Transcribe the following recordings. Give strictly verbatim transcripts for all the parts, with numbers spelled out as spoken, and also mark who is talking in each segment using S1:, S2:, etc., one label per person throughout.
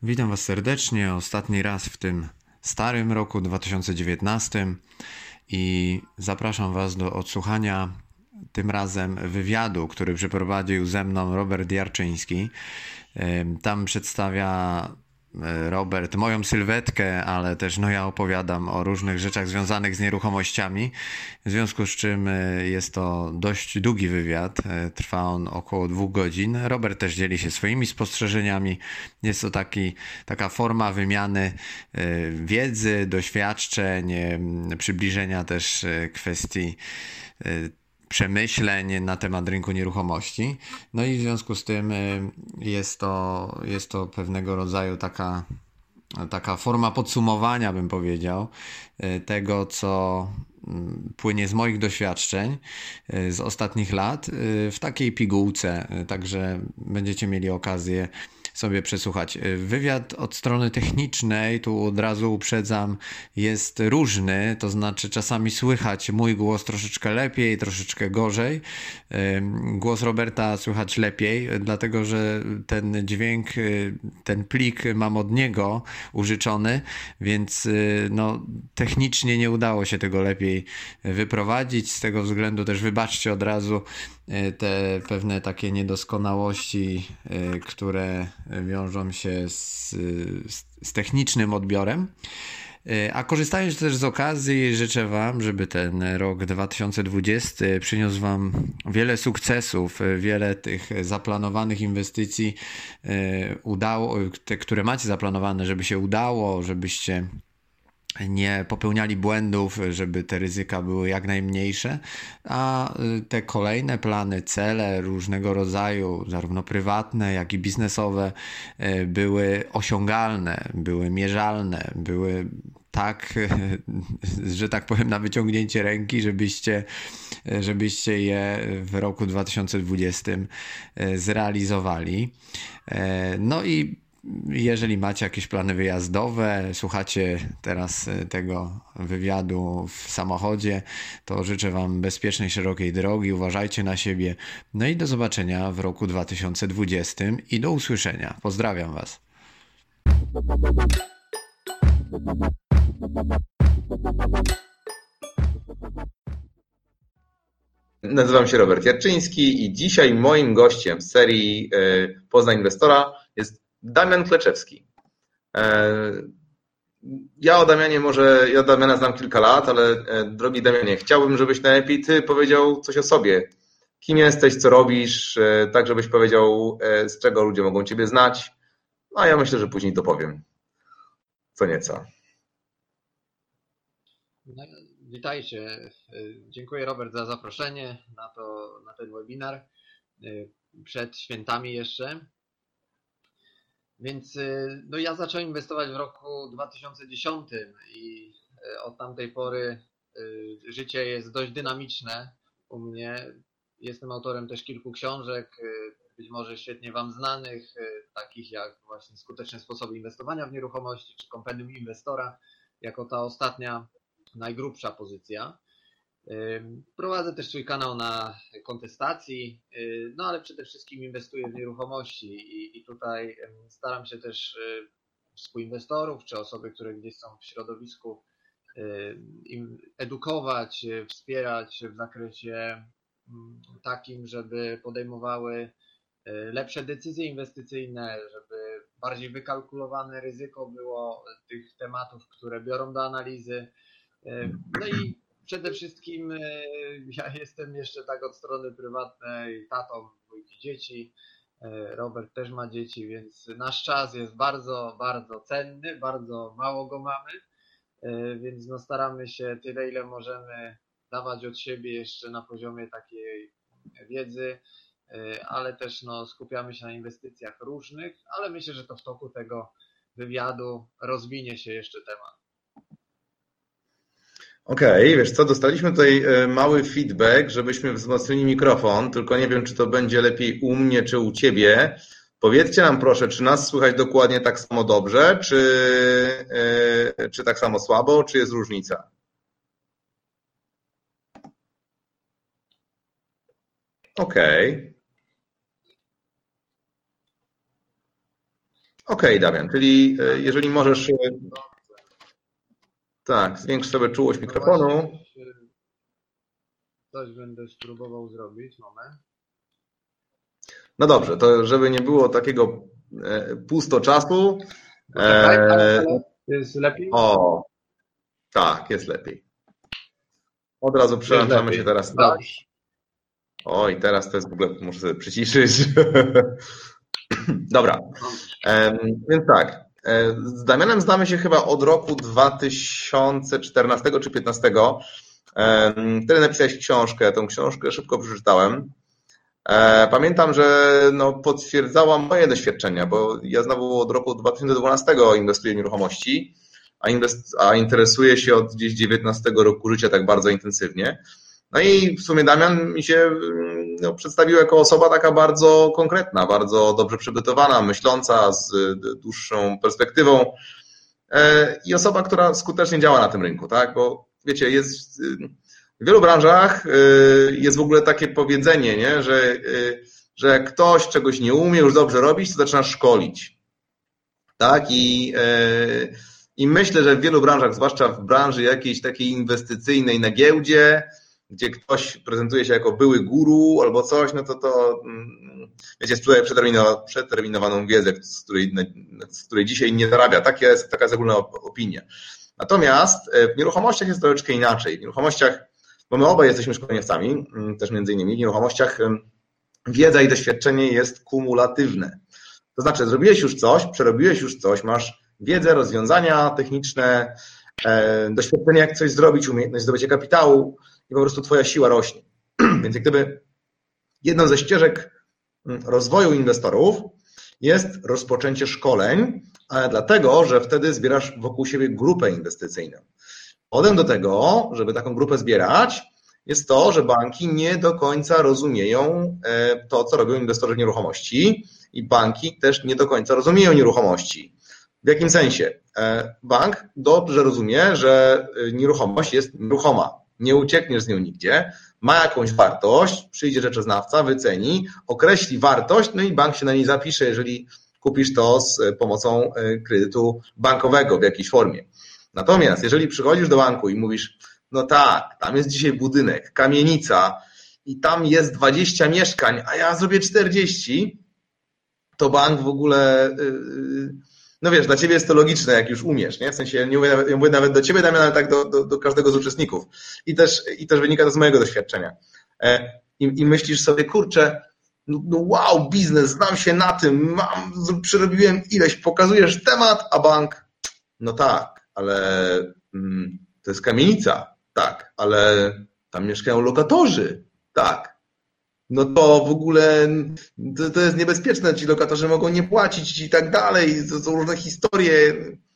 S1: Witam Was serdecznie, ostatni raz w tym starym roku dwa tysiące dziewiętnastym i zapraszam Was do odsłuchania tym razem wywiadu, który przeprowadził ze mną Robert Jarczyński. Tam przedstawia Robert moją sylwetkę, ale też no ja opowiadam o różnych rzeczach związanych z nieruchomościami, w związku z czym jest to dość długi wywiad, trwa on około dwóch godzin. Robert też dzieli się swoimi spostrzeżeniami, jest to taki, taka forma wymiany wiedzy, doświadczeń, przybliżenia też kwestii przemyśleń na temat rynku nieruchomości. No i w związku z tym jest to, jest to pewnego rodzaju taka, taka forma podsumowania, bym powiedział, tego, co płynie z moich doświadczeń z ostatnich lat w takiej pigułce, także będziecie mieli okazję sobie przesłuchać. Wywiad od strony technicznej, tu od razu uprzedzam, jest różny, to znaczy czasami słychać mój głos troszeczkę lepiej, troszeczkę gorzej. Głos Roberta słychać lepiej, dlatego że ten dźwięk, ten plik mam od niego użyczony, więc no, technicznie nie udało się tego lepiej wyprowadzić. Z tego względu też wybaczcie od razu te pewne takie niedoskonałości, które wiążą się z, z technicznym odbiorem. A korzystając też z okazji, życzę Wam, żeby ten rok dwa tysiące dwudziesty przyniósł Wam wiele sukcesów, wiele tych zaplanowanych inwestycji udało, te, które macie zaplanowane, żeby się udało, żebyście nie popełniali błędów, żeby te ryzyka były jak najmniejsze, a te kolejne plany, cele różnego rodzaju, zarówno prywatne, jak i biznesowe, były osiągalne, były mierzalne, były tak, że tak powiem, na wyciągnięcie ręki, żebyście, żebyście je w roku dwa tysiące dwudziestym zrealizowali. No i jeżeli macie jakieś plany wyjazdowe, słuchacie teraz tego wywiadu w samochodzie, to życzę Wam bezpiecznej, szerokiej drogi, uważajcie na siebie. No i do zobaczenia w roku dwa tysiące dwudziestym i do usłyszenia. Pozdrawiam Was.
S2: Nazywam się Robert Jarczyński i dzisiaj moim gościem z serii Poznań Inwestora jest Damian Kleczewski. Ja o Damianie może, ja Damiana znam kilka lat, ale drogi Damianie, chciałbym, żebyś najlepiej Ty powiedział coś o sobie. Kim jesteś, co robisz, tak żebyś powiedział, z czego ludzie mogą Ciebie znać, a ja myślę, że później dopowiem co nieco.
S3: No, witajcie. Dziękuję Robert za zaproszenie na, to, na ten webinar przed świętami jeszcze. Więc no, ja zacząłem inwestować w roku dwa tysiące dziesiątym i od tamtej pory życie jest dość dynamiczne u mnie. Jestem autorem też kilku książek, być może świetnie Wam znanych, takich jak właśnie Skuteczne sposoby inwestowania w nieruchomości czy Kompendium Inwestora, jako ta ostatnia najgrubsza pozycja. Prowadzę też swój kanał na kontestacji, no ale przede wszystkim inwestuję w nieruchomości i, i tutaj staram się też współinwestorów czy osoby, które gdzieś są w środowisku, im edukować, wspierać w zakresie takim, żeby podejmowały lepsze decyzje inwestycyjne, żeby bardziej wykalkulowane ryzyko było tych tematów, które biorą do analizy. No i przede wszystkim ja jestem jeszcze tak od strony prywatnej tatą dwójki dzieci. Robert też ma dzieci, więc nasz czas jest bardzo, bardzo cenny, bardzo mało go mamy, więc no staramy się tyle, ile możemy dawać od siebie jeszcze na poziomie takiej wiedzy, ale też no skupiamy się na inwestycjach różnych, ale myślę, że to w toku tego wywiadu rozwinie się jeszcze temat.
S2: Okej, okay, wiesz co, dostaliśmy tutaj mały feedback, żebyśmy wzmocnili mikrofon, tylko nie wiem, czy to będzie lepiej u mnie, czy u Ciebie. Powiedzcie nam proszę, czy nas słychać dokładnie tak samo dobrze, czy, czy tak samo słabo, czy jest różnica? Okej. Okay. Okej, Damian, czyli e, jeżeli możesz, e, tak, zwiększ sobie czułość
S3: No
S2: mikrofonu.
S3: właśnie, coś, e, coś będę spróbował zrobić. Moment.
S2: No dobrze, to żeby nie było takiego e, pusto czasu.
S3: Poczekaj, halo,
S2: E,
S3: halo. Jest lepiej?
S2: o, tak, jest lepiej. Od razu
S3: Jest
S2: przełączamy
S3: lepiej.
S2: się teraz tak.
S3: Dobrze.
S2: O, i teraz to jest w ogóle, muszę sobie przyciszyć. Dobra, em, więc tak. e, Z Damianem znamy się chyba od roku dwa tysiące czternastego czy piętnastego. Em, Wtedy napisałeś książkę, tą książkę szybko przeczytałem. E, Pamiętam, że no, potwierdzała moje doświadczenia, bo ja znowu od roku dwa tysiące dwunastego inwestuję w nieruchomości, a, inwest- a interesuję się od gdzieś dziewiętnastego roku życia tak bardzo intensywnie. No i w sumie Damian mi się no, przedstawił jako osoba taka bardzo konkretna, bardzo dobrze przygotowana, myśląca, z dłuższą perspektywą e, i osoba, która skutecznie działa na tym rynku, tak? Bo wiecie, jest w wielu branżach jest w ogóle takie powiedzenie, nie? Że, że jak ktoś czegoś nie umie już dobrze robić, to zaczyna szkolić. Tak? I, I myślę, że w wielu branżach, zwłaszcza w branży jakiejś takiej inwestycyjnej na giełdzie, gdzie ktoś prezentuje się jako były guru albo coś, no to to wiecie, sprzedaje przeterminowaną wiedzę, z której, z której dzisiaj nie zarabia. Taka jest, taka jest ogólna opinia. Natomiast w nieruchomościach jest troszeczkę inaczej. W nieruchomościach, bo my obaj jesteśmy szkoleniowcami, też między innymi, w nieruchomościach wiedza i doświadczenie jest kumulatywne. To znaczy, zrobiłeś już coś, przerobiłeś już coś, masz wiedzę, rozwiązania techniczne, doświadczenie, jak coś zrobić, umiejętność zdobycia kapitału i po prostu twoja siła rośnie. Więc jak gdyby jedną ze ścieżek rozwoju inwestorów jest rozpoczęcie szkoleń, ale dlatego, że wtedy zbierasz wokół siebie grupę inwestycyjną. Powodem do tego, żeby taką grupę zbierać, jest to, że banki nie do końca rozumieją to, co robią inwestorzy w nieruchomości i banki też nie do końca rozumieją nieruchomości. W jakim sensie? Bank dobrze rozumie, że nieruchomość jest nieruchoma. Nie uciekniesz z nią nigdzie, ma jakąś wartość, przyjdzie rzeczoznawca, wyceni, określi wartość, no i bank się na niej zapisze, jeżeli kupisz to z pomocą kredytu bankowego w jakiejś formie. Natomiast jeżeli przychodzisz do banku i mówisz, no tak, tam jest dzisiaj budynek, kamienica i tam jest dwadzieścia mieszkań, a ja zrobię czterdzieści, to bank w ogóle, no wiesz, dla ciebie jest to logiczne, jak już umiesz, nie? W sensie nie mówię nawet, nie mówię nawet do ciebie, Damian, ale tak do, do, do każdego z uczestników. I też, i też wynika to z mojego doświadczenia. I, i myślisz sobie, kurczę, no, no wow, biznes, znam się na tym, mam, przerobiłem ileś, pokazujesz temat, a bank, no tak, ale mm, to jest kamienica, tak, ale tam mieszkają lokatorzy, tak. No to w ogóle to, to jest niebezpieczne, ci lokatorzy mogą nie płacić i tak dalej, to są różne historie,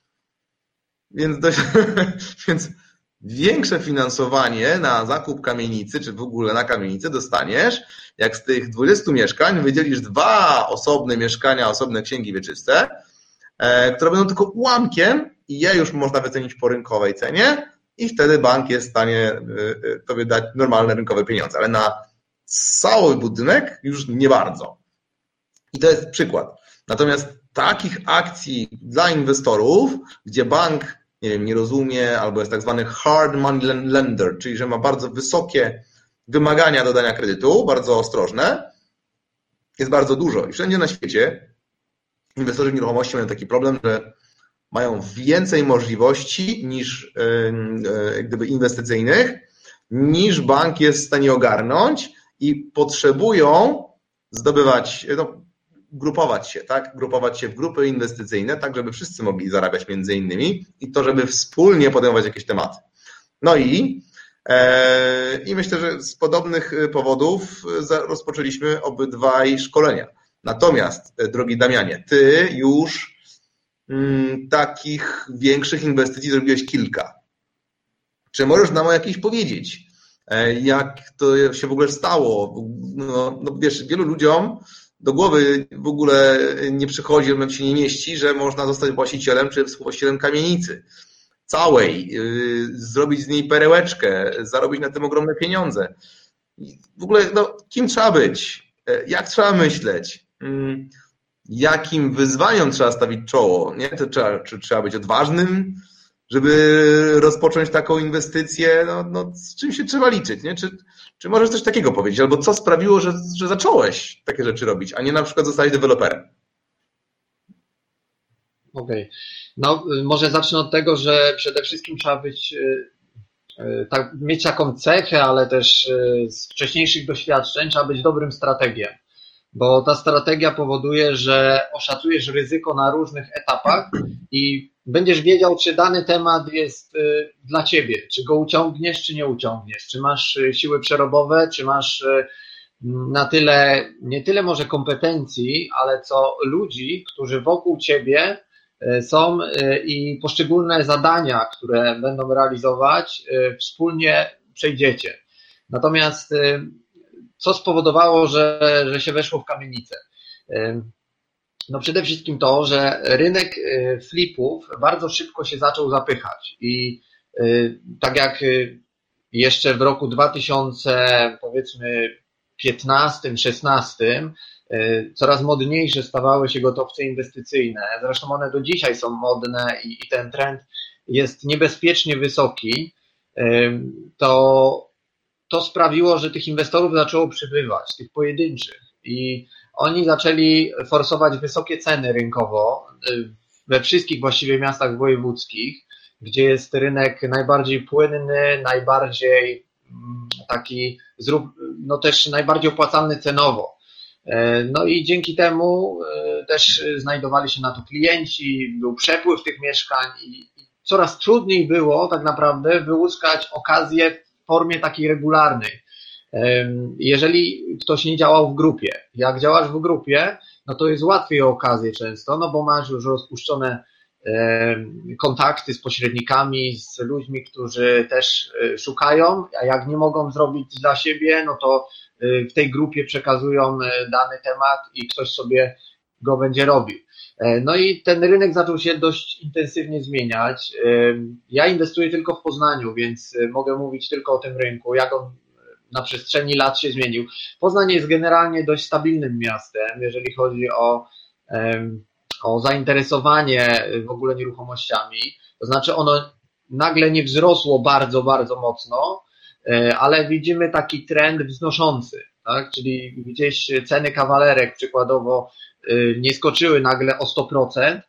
S2: więc, dość, więc większe finansowanie na zakup kamienicy, czy w ogóle na kamienicę dostaniesz, jak z tych dwudziestu mieszkań wydzielisz dwa osobne mieszkania, osobne księgi wieczyste, które będą tylko ułamkiem i je już można wycenić po rynkowej cenie i wtedy bank jest w stanie tobie dać normalne rynkowe pieniądze, ale na cały budynek już nie bardzo. I to jest przykład. Natomiast takich akcji dla inwestorów, gdzie bank nie wiem, nie rozumie albo jest tak zwany hard money lender, czyli że ma bardzo wysokie wymagania do dania kredytu, bardzo ostrożne, jest bardzo dużo. I wszędzie na świecie inwestorzy w nieruchomości mają taki problem, że mają więcej możliwości niż jak gdyby inwestycyjnych, niż bank jest w stanie ogarnąć i potrzebują zdobywać, no, grupować się, tak? Grupować się w grupy inwestycyjne, tak żeby wszyscy mogli zarabiać między innymi i to, żeby wspólnie podejmować jakieś tematy. No i, e, i myślę, że z podobnych powodów rozpoczęliśmy obydwaj szkolenia. Natomiast, drogi Damianie, ty już mm, takich większych inwestycji zrobiłeś kilka. Czy możesz nam o jakiejś powiedzieć? Jak to się w ogóle stało? No, no wiesz, wielu ludziom do głowy w ogóle nie przychodzi, jak się nie mieści, że można zostać właścicielem czy współwłaścicielem kamienicy całej, yy, zrobić z niej perełeczkę, zarobić na tym ogromne pieniądze. W ogóle, no, kim trzeba być? Jak trzeba myśleć? Yy, jakim wyzwaniom trzeba stawić czoło, nie? To trzeba, czy trzeba być odważnym, żeby rozpocząć taką inwestycję, no, no z czym się trzeba liczyć, nie? Czy, czy możesz coś takiego powiedzieć? Albo co sprawiło, że, że zacząłeś takie rzeczy robić, a nie na przykład zostałeś deweloperem?
S3: Okej. Okay. No może zacznę od tego, że przede wszystkim trzeba być, tak, mieć taką cechę, ale też z wcześniejszych doświadczeń trzeba być dobrym strategiem, bo ta strategia powoduje, że oszacujesz ryzyko na różnych etapach i będziesz wiedział, czy dany temat jest dla ciebie, czy go uciągniesz, czy nie uciągniesz, czy masz siły przerobowe, czy masz na tyle, nie tyle może kompetencji, ale co ludzi, którzy wokół ciebie są i poszczególne zadania, które będą realizować, wspólnie przejdziecie. Natomiast co spowodowało, że, że się weszło w kamienicę? No przede wszystkim to, że rynek flipów bardzo szybko się zaczął zapychać i tak jak jeszcze w roku dwa tysiące powiedzmy piętnastym, szesnastym coraz modniejsze stawały się gotowce inwestycyjne, zresztą one do dzisiaj są modne i, i ten trend jest niebezpiecznie wysoki, to to sprawiło, że tych inwestorów zaczęło przybywać, tych pojedynczych i oni zaczęli forsować wysokie ceny rynkowo we wszystkich właściwie miastach wojewódzkich, gdzie jest rynek najbardziej płynny, najbardziej taki, no też najbardziej opłacalny cenowo. No i dzięki temu też znajdowali się na to klienci, był przepływ tych mieszkań i coraz trudniej było tak naprawdę wyłuskać okazję w formie takiej regularnej. Jeżeli ktoś nie działał w grupie, jak działasz w grupie, no to jest łatwiej o okazję często, no bo masz już rozpuszczone kontakty z pośrednikami, z ludźmi, którzy też szukają, a jak nie mogą zrobić dla siebie, no to w tej grupie przekazują dany temat i ktoś sobie go będzie robił. No i ten rynek zaczął się dość intensywnie zmieniać. Ja inwestuję tylko w Poznaniu, więc mogę mówić tylko o tym rynku, jak on na przestrzeni lat się zmienił. Poznań jest generalnie dość stabilnym miastem, jeżeli chodzi o, o zainteresowanie w ogóle nieruchomościami. To znaczy ono nagle nie wzrosło bardzo, bardzo mocno, ale widzimy taki trend wznoszący, tak? Czyli gdzieś ceny kawalerek przykładowo nie skoczyły nagle o sto procent,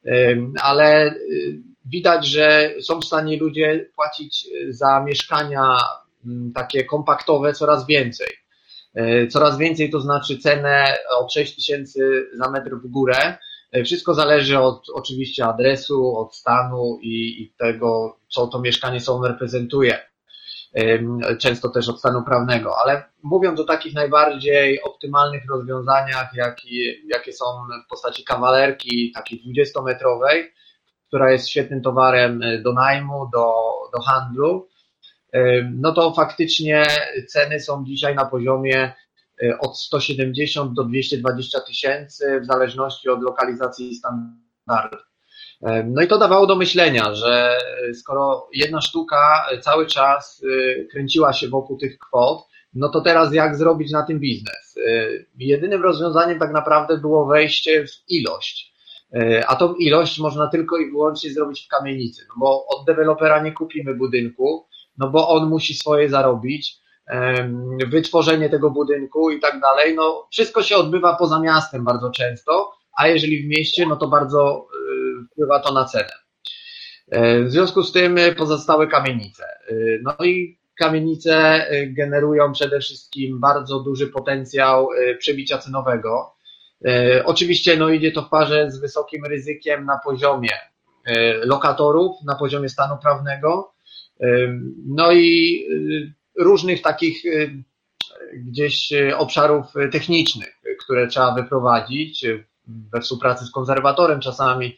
S3: ale widać, że są w stanie ludzie płacić za mieszkania takie kompaktowe coraz więcej. Coraz więcej to znaczy cenę od sześć tysięcy za metr w górę. Wszystko zależy od oczywiście adresu, od stanu i, i tego, co to mieszkanie sobą reprezentuje. Często też od stanu prawnego, ale mówiąc o takich najbardziej optymalnych rozwiązaniach, jakie, jakie są w postaci kawalerki takiej dwudziestometrowej, która jest świetnym towarem do najmu, do, do handlu, no to faktycznie ceny są dzisiaj na poziomie od sto siedemdziesiąt do dwieście dwadzieścia tysięcy w zależności od lokalizacji i standardu. No i to dawało do myślenia, że skoro jedna sztuka cały czas kręciła się wokół tych kwot, no to teraz jak zrobić na tym biznes? Jedynym rozwiązaniem tak naprawdę było wejście w ilość, a tą ilość można tylko i wyłącznie zrobić w kamienicy, no bo od dewelopera nie kupimy budynku, no bo on musi swoje zarobić, wytworzenie tego budynku i tak dalej, no wszystko się odbywa poza miastem bardzo często, a jeżeli w mieście, no to bardzo wpływa to na cenę. W związku z tym pozostały kamienice. No i kamienice generują przede wszystkim bardzo duży potencjał przebicia cenowego. Oczywiście no idzie to w parze z wysokim ryzykiem na poziomie lokatorów, na poziomie stanu prawnego, no i różnych takich gdzieś obszarów technicznych, które trzeba wyprowadzić we współpracy z konserwatorem czasami,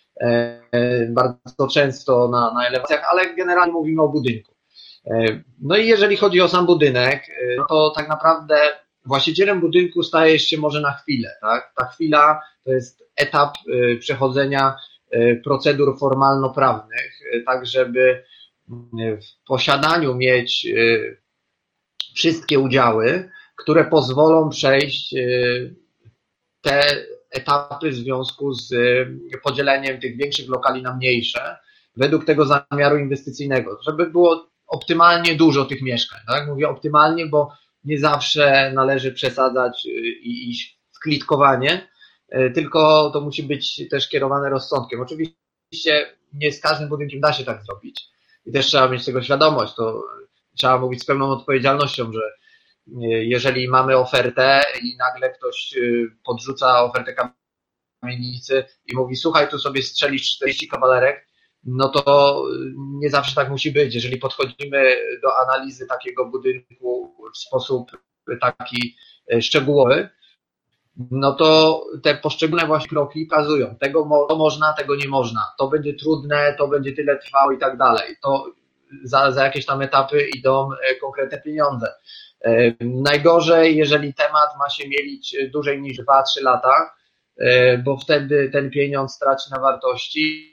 S3: bardzo często na, na elewacjach, ale generalnie mówimy o budynku. No i jeżeli chodzi o sam budynek, to tak naprawdę właścicielem budynku stajesz się może na chwilę, tak? Ta chwila to jest etap przechodzenia procedur formalno-prawnych, tak żeby w posiadaniu mieć wszystkie udziały, które pozwolą przejść te etapy w związku z podzieleniem tych większych lokali na mniejsze według tego zamiaru inwestycyjnego, żeby było optymalnie dużo tych mieszkań. Tak? Mówię optymalnie, bo nie zawsze należy przesadzać i iść w klitkowanie, tylko to musi być też kierowane rozsądkiem. Oczywiście nie z każdym budynkiem da się tak zrobić i też trzeba mieć tego świadomość. To trzeba mówić z pełną odpowiedzialnością, że jeżeli mamy ofertę i nagle ktoś podrzuca ofertę kamienicy i mówi, słuchaj, tu sobie strzelisz czterdzieści kawalerek, no to nie zawsze tak musi być. Jeżeli podchodzimy do analizy takiego budynku w sposób taki szczegółowy, no to te poszczególne właśnie kroki pokazują. Tego mo- to można, tego nie można. To będzie trudne, to będzie tyle trwało i tak dalej. To za, za jakieś tam etapy idą konkretne pieniądze. Najgorzej, jeżeli temat ma się mielić dłużej niż dwa trzy lata, bo wtedy ten pieniądz traci na wartości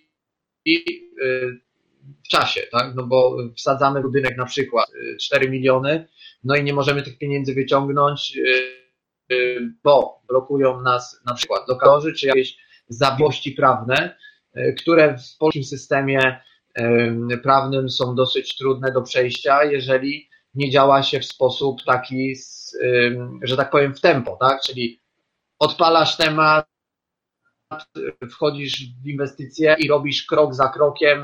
S3: w czasie, tak? No bo wsadzamy budynek na przykład cztery miliony, no i nie możemy tych pieniędzy wyciągnąć, bo blokują nas na przykład lokatorzy czy jakieś zawiłości prawne, które w polskim systemie prawnym są dosyć trudne do przejścia, jeżeli nie działa się w sposób taki, że tak powiem, w tempo, tak? Czyli odpalasz temat, wchodzisz w inwestycje i robisz krok za krokiem,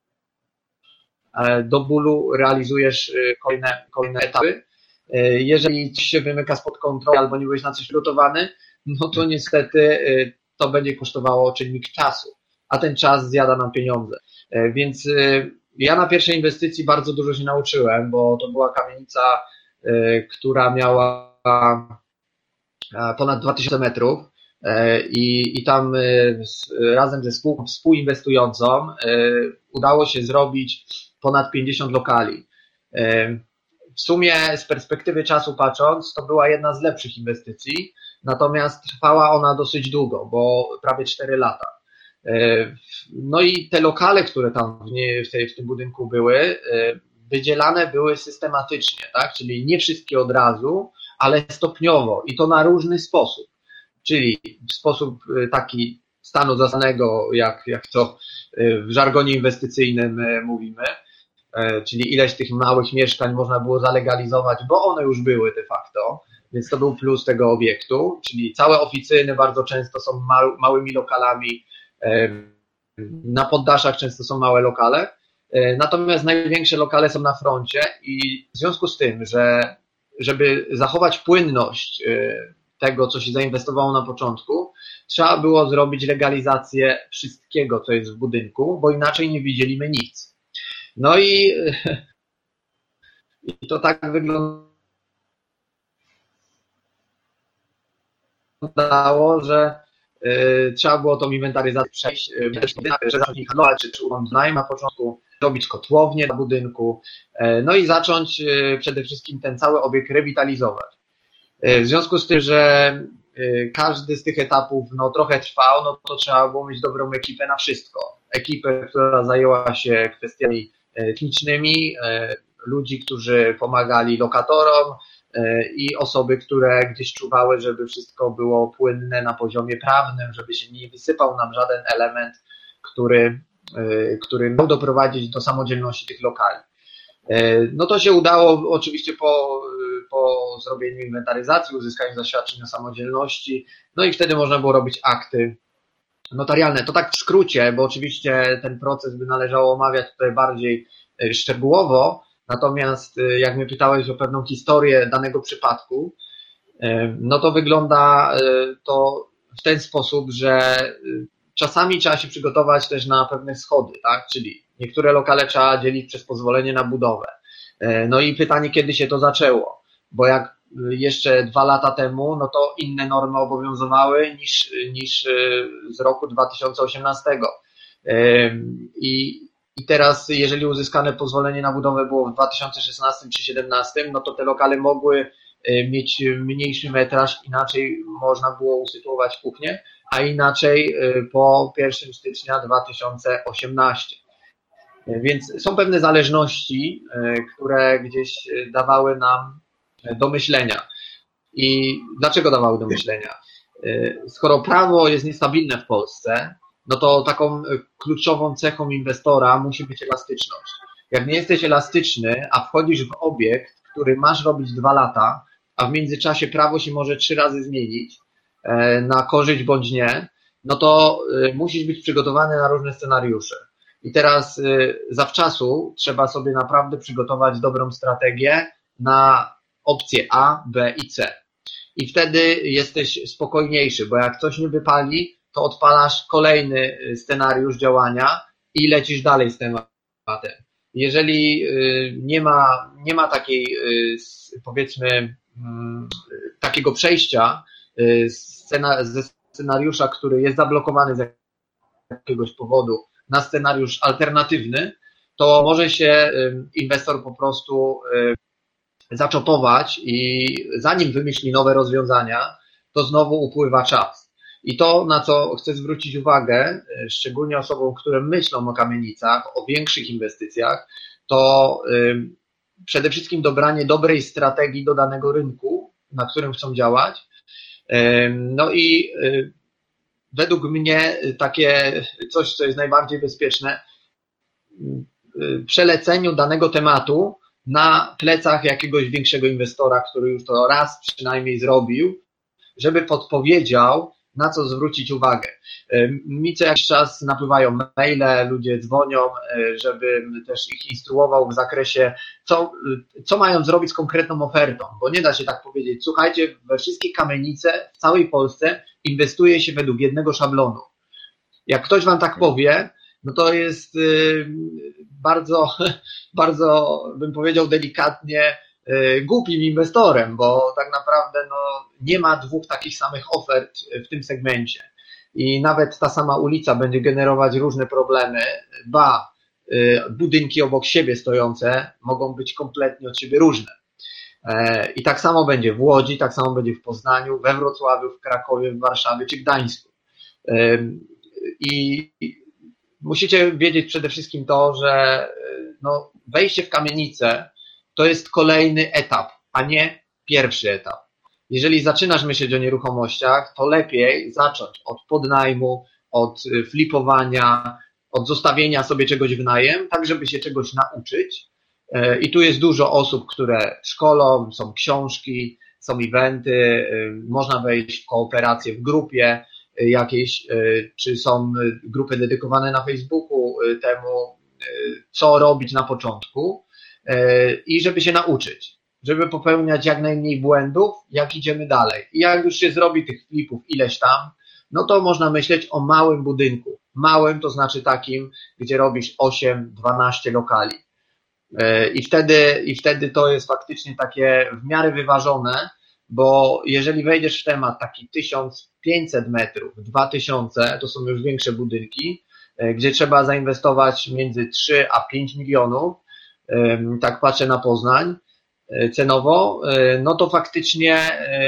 S3: do bólu realizujesz kolejne, kolejne etapy. Jeżeli coś się wymyka spod kontroli albo nie byłeś na coś przygotowany, no to niestety to będzie kosztowało czynnik czasu, a ten czas zjada nam pieniądze. Więc ja na pierwszej inwestycji bardzo dużo się nauczyłem, bo to była kamienica, która miała ponad dwa tysiące metrów i, i tam razem ze współ, współinwestującą udało się zrobić ponad pięćdziesiąt lokali. W sumie z perspektywy czasu patrząc, to była jedna z lepszych inwestycji, natomiast trwała ona dosyć długo, bo prawie cztery lata. No i te lokale, które tam w, nie, w, tej, w tym budynku były, wydzielane były systematycznie, tak? Czyli nie wszystkie od razu, ale stopniowo i to na różny sposób. Czyli w sposób taki stanu zasadnego, jak, jak to w żargonie inwestycyjnym mówimy, czyli ileś tych małych mieszkań można było zalegalizować, bo one już były de facto, więc to był plus tego obiektu, czyli całe oficyny bardzo często są mał, małymi lokalami, na poddaszach często są małe lokale, natomiast największe lokale są na froncie i w związku z tym, że żeby zachować płynność tego, co się zainwestowało na początku, trzeba było zrobić legalizację wszystkiego, co jest w budynku, bo inaczej nie widzieliśmy nic. No i, i to tak wyglądało, że y, trzeba było tą inwentaryzację przejść, y, że zacząć handlować, czy, czy urząd najm na początku, robić kotłownię na budynku, y, no i zacząć y, przede wszystkim ten cały obiekt rewitalizować. Y, w związku z tym, że y, każdy z tych etapów no, trochę trwał, no to trzeba było mieć dobrą ekipę na wszystko. Ekipę, która zajęła się kwestiami technicznymi, ludzi, którzy pomagali lokatorom i osoby, które gdzieś czuwały, żeby wszystko było płynne na poziomie prawnym, żeby się nie wysypał nam żaden element, który, który miał doprowadzić do samodzielności tych lokali. No to się udało oczywiście po, po zrobieniu inwentaryzacji, uzyskaniu zaświadczeń o samodzielności, no i wtedy można było robić akty notarialne. To tak w skrócie, bo oczywiście ten proces by należało omawiać tutaj bardziej szczegółowo, natomiast jak mnie pytałeś o pewną historię danego przypadku, no to wygląda to w ten sposób, że czasami trzeba się przygotować też na pewne schody, tak? Czyli niektóre lokale trzeba dzielić przez pozwolenie na budowę. No i pytanie, kiedy się to zaczęło, bo jak jeszcze dwa lata temu, no to inne normy obowiązywały niż, niż z roku dwa tysiące osiemnastego. I, I teraz, jeżeli uzyskane pozwolenie na budowę było w dwa tysiące szesnastym czy dwa tysiące siedemnastym, no to te lokale mogły mieć mniejszy metraż, inaczej można było usytuować kuchnię, a inaczej po pierwszego stycznia dwa tysiące osiemnastego. Więc są pewne zależności, które gdzieś dawały nam do myślenia. I dlaczego dawały do myślenia? skoro prawo jest niestabilne w Polsce, no to taką kluczową cechą inwestora musi być elastyczność. Jak nie jesteś elastyczny, a wchodzisz w obiekt, który masz robić dwa lata, a w międzyczasie prawo się może trzy razy zmienić na korzyść bądź nie, no to musisz być przygotowany na różne scenariusze. I teraz zawczasu trzeba sobie naprawdę przygotować dobrą strategię na opcje A, B i C. I wtedy jesteś spokojniejszy, bo jak coś nie wypali, to odpalasz kolejny scenariusz działania i lecisz dalej z tematem. Jeżeli nie ma, nie ma takiej, powiedzmy, takiego przejścia ze scenariusza, który jest zablokowany z jakiegoś powodu, na scenariusz alternatywny, to może się inwestor po prostu zaczopować i zanim wymyśli nowe rozwiązania, to znowu upływa czas. I to, na co chcę zwrócić uwagę, szczególnie osobom, które myślą o kamienicach, o większych inwestycjach, to przede wszystkim dobranie dobrej strategii do danego rynku, na którym chcą działać. No i według mnie takie coś, co jest najbardziej bezpieczne, przeleceniu danego tematu na plecach jakiegoś większego inwestora, który już to raz przynajmniej zrobił, żeby podpowiedział, na co zwrócić uwagę. Mi co jakiś czas napływają maile, ludzie dzwonią, żebym też ich instruował w zakresie, co, co mają zrobić z konkretną ofertą, bo nie da się tak powiedzieć, słuchajcie, we wszystkie kamienice w całej Polsce inwestuje się według jednego szablonu. Jak ktoś wam tak powie, no to jest bardzo, bardzo, bym powiedział delikatnie, głupim inwestorem, bo tak naprawdę no, nie ma dwóch takich samych ofert w tym segmencie i nawet ta sama ulica będzie generować różne problemy, ba, budynki obok siebie stojące mogą być kompletnie od siebie różne. I tak samo będzie w Łodzi, tak samo będzie w Poznaniu, we Wrocławiu, w Krakowie, w Warszawie czy Gdańsku. I musicie wiedzieć przede wszystkim to, że no, wejście w kamienicę to jest kolejny etap, a nie pierwszy etap. Jeżeli zaczynasz myśleć o nieruchomościach, to lepiej zacząć od podnajmu, od flipowania, od zostawienia sobie czegoś w najem, tak żeby się czegoś nauczyć. I tu jest dużo osób, które szkolą, są książki, są eventy, można wejść w kooperację w grupie jakiejś, czy są grupy dedykowane na Facebooku temu, co robić na początku i żeby się nauczyć, żeby popełniać jak najmniej błędów, jak idziemy dalej. I jak już się zrobi tych flipów ileś tam, no to można myśleć o małym budynku. Małym to znaczy takim, gdzie robisz osiem dwanaście lokali. I wtedy, i wtedy to jest faktycznie takie w miarę wyważone, bo jeżeli wejdziesz w temat taki tysiąc pięćset metrów, dwa tysiące, to są już większe budynki, gdzie trzeba zainwestować między trzy a pięć milionów, tak patrzę na Poznań cenowo, no to faktycznie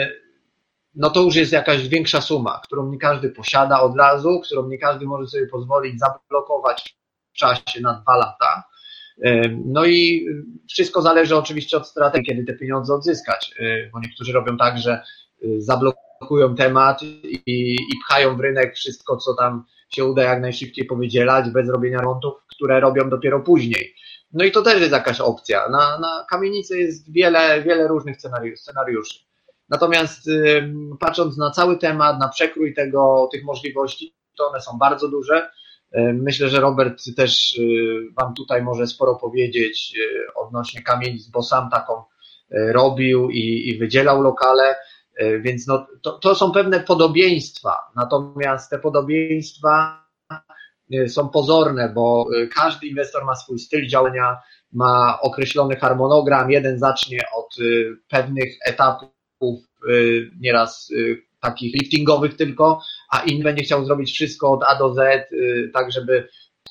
S3: no to już jest jakaś większa suma, którą nie każdy posiada od razu, którą nie każdy może sobie pozwolić zablokować w czasie na dwa lata. No i wszystko zależy oczywiście od strategii, kiedy te pieniądze odzyskać, bo niektórzy robią tak, że zablokują temat i, i pchają w rynek wszystko, co tam się uda jak najszybciej powydzielać, bez robienia remontów, które robią dopiero później. No i to też jest jakaś opcja. Na, na kamienicy jest wiele, wiele różnych scenariuszy. Natomiast y, patrząc na cały temat, na przekrój tego, tych możliwości, to one są bardzo duże. Y, myślę, że Robert też y, wam tutaj może sporo powiedzieć y, odnośnie kamienic, bo sam taką y, robił i, i wydzielał lokale, y, więc no, to, to są pewne podobieństwa. Natomiast te podobieństwa są pozorne, bo każdy inwestor ma swój styl działania, ma określony harmonogram, jeden zacznie od pewnych etapów, nieraz takich liftingowych tylko, a inny będzie chciał zrobić wszystko od A do Z, tak żeby,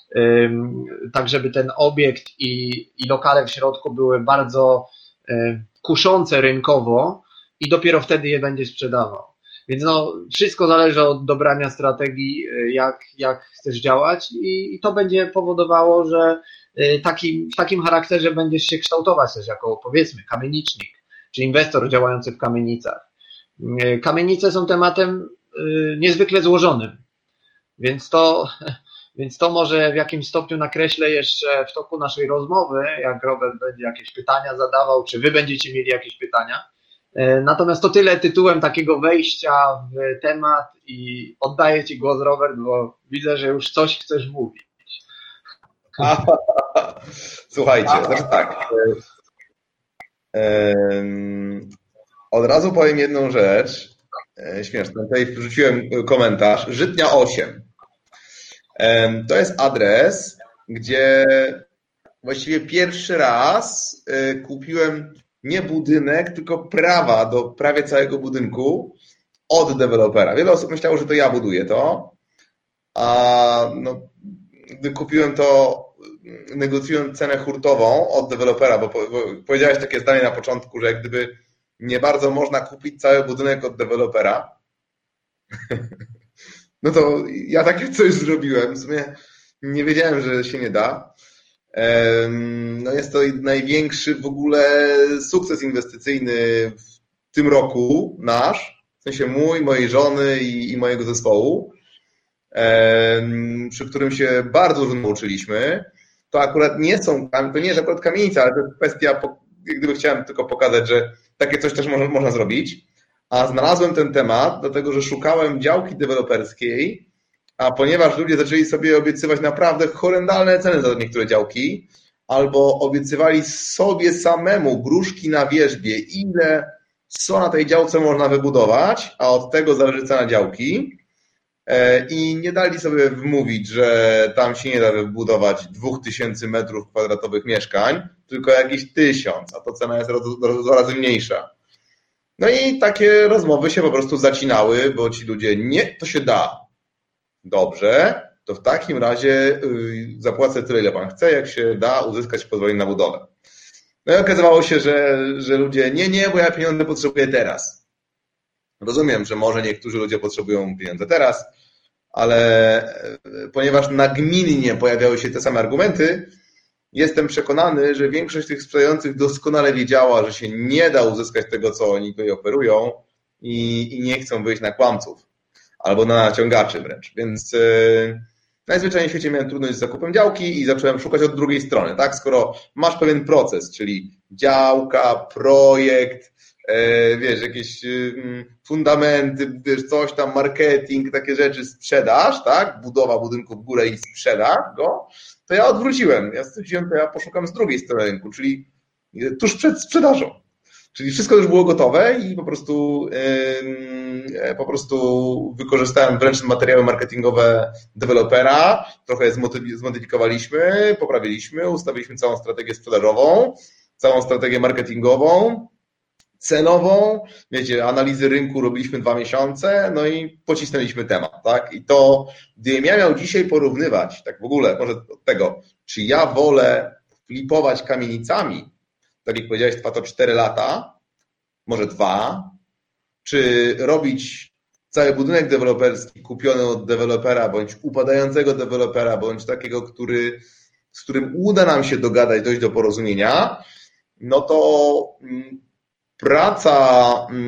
S3: tak żeby ten obiekt i, i lokale w środku były bardzo kuszące rynkowo i dopiero wtedy je będzie sprzedawał. Więc no, wszystko zależy od dobrania strategii, jak, jak chcesz działać i, i to będzie powodowało, że taki, w takim charakterze będziesz się kształtować też jako, powiedzmy, kamienicznik, czy inwestor działający w kamienicach. Kamienice są tematem niezwykle złożonym. Więc to, więc to może w jakimś stopniu nakreślę jeszcze w toku naszej rozmowy, jak Robert będzie jakieś pytania zadawał, czy wy będziecie mieli jakieś pytania. Natomiast to tyle tytułem takiego wejścia w temat i oddaję ci głos, Robert, bo widzę, że już coś chcesz mówić.
S2: Słuchajcie, znaczy tak. Od razu powiem jedną rzecz śmieszną. Tutaj wrzuciłem komentarz. Żytnia osiem. To jest adres, gdzie właściwie pierwszy raz kupiłem nie budynek, tylko prawa do prawie całego budynku od dewelopera. Wiele osób myślało, że to ja buduję to, a no, gdy kupiłem to, negocjując cenę hurtową od dewelopera, bo powiedziałeś takie zdanie na początku, że jak gdyby nie bardzo można kupić cały budynek od dewelopera, no to ja takie coś zrobiłem. W sumie nie wiedziałem, że się nie da. No jest to największy w ogóle sukces inwestycyjny w tym roku nasz, w sensie mój, mojej żony i, i mojego zespołu, przy którym się bardzo dużo nauczyliśmy. To akurat nie są, to nie jest akurat kamienica, ale to jest kwestia, jak gdyby chciałem tylko pokazać, że takie coś też można, można zrobić. A znalazłem ten temat, dlatego że szukałem działki deweloperskiej, a ponieważ ludzie zaczęli sobie obiecywać naprawdę horrendalne ceny za niektóre działki, albo obiecywali sobie samemu gruszki na wierzbie, ile co na tej działce można wybudować, a od tego zależy cena działki, i nie dali sobie wmówić, że tam się nie da wybudować dwóch tysięcy metrów kwadratowych mieszkań, tylko jakieś tysiąc, a to cena jest dwa razy mniejsza. No i takie rozmowy się po prostu zacinały, bo ci ludzie, nie, to się da. Dobrze, to w takim razie zapłacę tyle, ile pan chce, jak się da uzyskać pozwolenie na budowę. No i okazywało się, że, że ludzie, nie, nie, bo ja pieniądze potrzebuję teraz. Rozumiem, że może niektórzy ludzie potrzebują pieniądze teraz, ale ponieważ nagminnie pojawiały się te same argumenty, jestem przekonany, że większość tych sprzedających doskonale wiedziała, że się nie da uzyskać tego, co oni tutaj oferują i, i nie chcą wyjść na kłamców albo na naciągaczy wręcz. Więc yy, najzwyczajniej w świecie miałem trudność z zakupem działki i zacząłem szukać od drugiej strony. Tak? Skoro masz pewien proces, czyli działka, projekt, yy, wiesz, jakieś yy, fundamenty, wiesz, coś tam, marketing, takie rzeczy, sprzedaż, tak? Budowa budynku w górę i sprzedaż go, to ja odwróciłem. Ja stwierdziłem, to ja poszukam z drugiej strony rynku, czyli tuż przed sprzedażą. Czyli wszystko już było gotowe i po prostu, yy, po prostu wykorzystałem wręcz materiały marketingowe dewelopera, trochę zmodyfikowaliśmy, poprawiliśmy, ustawiliśmy całą strategię sprzedażową, całą strategię marketingową, cenową, wiecie, analizy rynku robiliśmy dwa miesiące, no i pocisnęliśmy temat, tak? I to, gdybym ja miał dzisiaj porównywać, tak w ogóle, może od tego, czy ja wolę flipować kamienicami, tak jak powiedziałeś, trwa to cztery lata, może dwa, czy robić cały budynek deweloperski kupiony od dewelopera, bądź upadającego dewelopera, bądź takiego, który, z którym uda nam się dogadać, dojść do porozumienia, no to praca,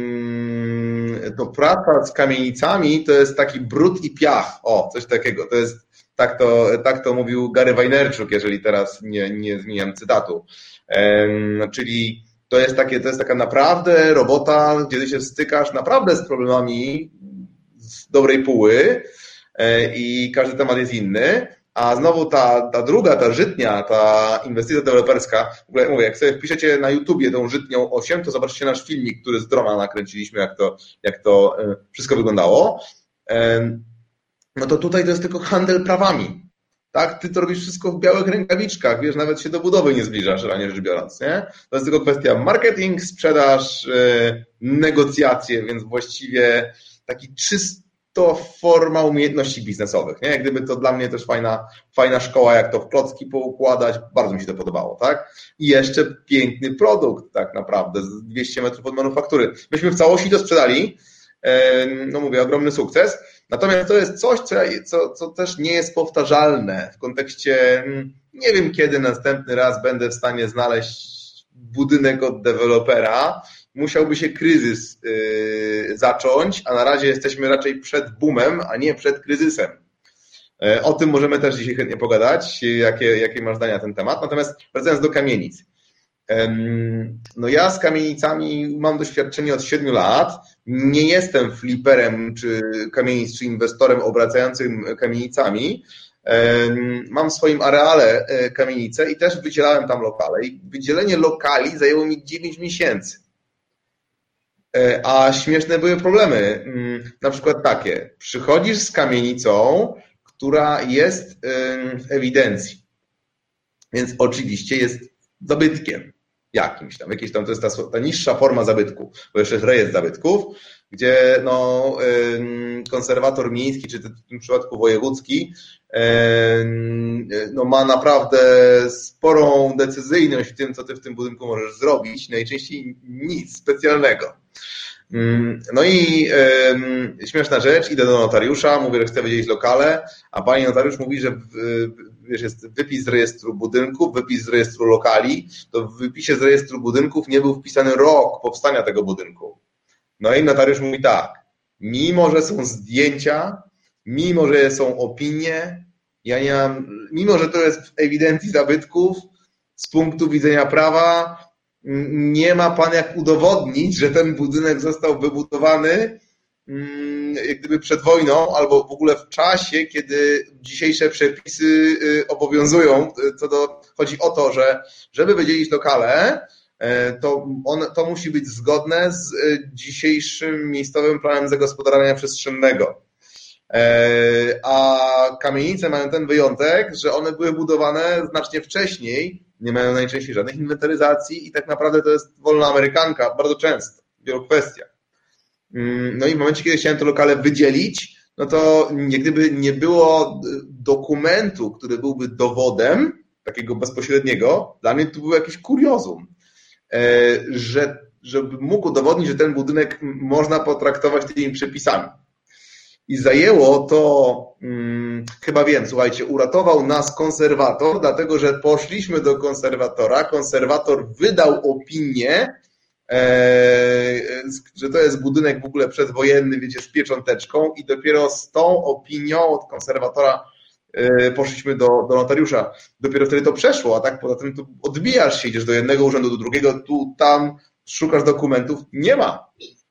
S2: to praca z kamienicami to jest taki brud i piach, o, coś takiego, to jest, tak to, tak to mówił Gary Vaynerchuk, jeżeli teraz nie, nie zmieniam cytatu. Czyli to jest, takie, to jest taka naprawdę robota, gdzie ty się stykasz naprawdę z problemami z dobrej póły i każdy temat jest inny, a znowu ta, ta druga, ta żytnia, ta inwestycja deweloperska, w ogóle mówię, jak sobie wpiszecie na YouTubie tą żytnią osiem, to zobaczycie nasz filmik, który z drona nakręciliśmy, jak to, jak to wszystko wyglądało. No to tutaj to jest tylko handel prawami. Tak, ty to robisz wszystko w białych rękawiczkach, wiesz, nawet się do budowy nie zbliżasz, realnie rzecz biorąc, nie? To jest tylko kwestia marketing, sprzedaż, yy, negocjacje, więc właściwie taki czysto forma umiejętności biznesowych, nie? Jak gdyby to dla mnie też fajna, fajna szkoła, jak to w klocki poukładać, bardzo mi się to podobało, tak? I jeszcze piękny produkt, tak naprawdę, z dwieście metrów od manufaktury. Myśmy w całości to sprzedali, yy, no mówię, ogromny sukces. Natomiast to jest coś, co, co, co też nie jest powtarzalne w kontekście, nie wiem kiedy następny raz będę w stanie znaleźć budynek od dewelopera, musiałby się kryzys yy, zacząć, a na razie jesteśmy raczej przed boomem, a nie przed kryzysem. Yy, o tym możemy też dzisiaj chętnie pogadać, jakie, jakie masz zdania na ten temat. Natomiast wracając do kamienic. Yy, no ja z kamienicami mam doświadczenie od siedmiu lat. Nie jestem fliperem czy kamienic, czy inwestorem obracającym kamienicami. Mam w swoim areale kamienicę i też wydzielałem tam lokale. I wydzielenie lokali zajęło mi dziewięć miesięcy. A śmieszne były problemy. Na przykład takie. Przychodzisz z kamienicą, która jest w ewidencji. Więc oczywiście jest zabytkiem jakimś tam. Jakieś tam to jest ta, ta niższa forma zabytku, bo jeszcze jest rejestr zabytków, gdzie no, konserwator miejski, czy w tym przypadku wojewódzki, no, ma naprawdę sporą decyzyjność w tym, co ty w tym budynku możesz zrobić. Najczęściej nic specjalnego. No i e, śmieszna rzecz, idę do notariusza, mówię, że chcę wydzielić lokale, a pani notariusz mówi, że wiesz, jest wypis z rejestru budynków, wypis z rejestru lokali, to w wypisie z rejestru budynków nie był wpisany rok powstania tego budynku. No i notariusz mówi tak, mimo że są zdjęcia, mimo że są opinie, ja nie mam, mimo że to jest w ewidencji zabytków, z punktu widzenia prawa, nie ma pan jak udowodnić, że ten budynek został wybudowany jak gdyby przed wojną albo w ogóle w czasie, kiedy dzisiejsze przepisy obowiązują. Co do, chodzi o to, że żeby wydzielić lokale, to, on, to musi być zgodne z dzisiejszym miejscowym planem zagospodarowania przestrzennego. A kamienice mają ten wyjątek, że one były budowane znacznie wcześniej, nie mają najczęściej żadnych inwentaryzacji i tak naprawdę to jest wolna amerykanka, bardzo często, w wielu kwestiach. No i w momencie, kiedy chciałem te lokale wydzielić, no to jak gdyby nie było dokumentu, który byłby dowodem, takiego bezpośredniego, dla mnie to było jakieś kuriozum, że, żeby mógł udowodnić, że ten budynek można potraktować tymi przepisami. I zajęło to, hmm, chyba wiem, słuchajcie, uratował nas konserwator, dlatego że poszliśmy do konserwatora, konserwator wydał opinię, e, że to jest budynek w ogóle przedwojenny, wiecie, z piecząteczką i dopiero z tą opinią od konserwatora e, poszliśmy do, do notariusza. Dopiero wtedy to przeszło, a tak poza tym to odbijasz się, idziesz do jednego urzędu, do drugiego, tu, tam, szukasz dokumentów, nie ma.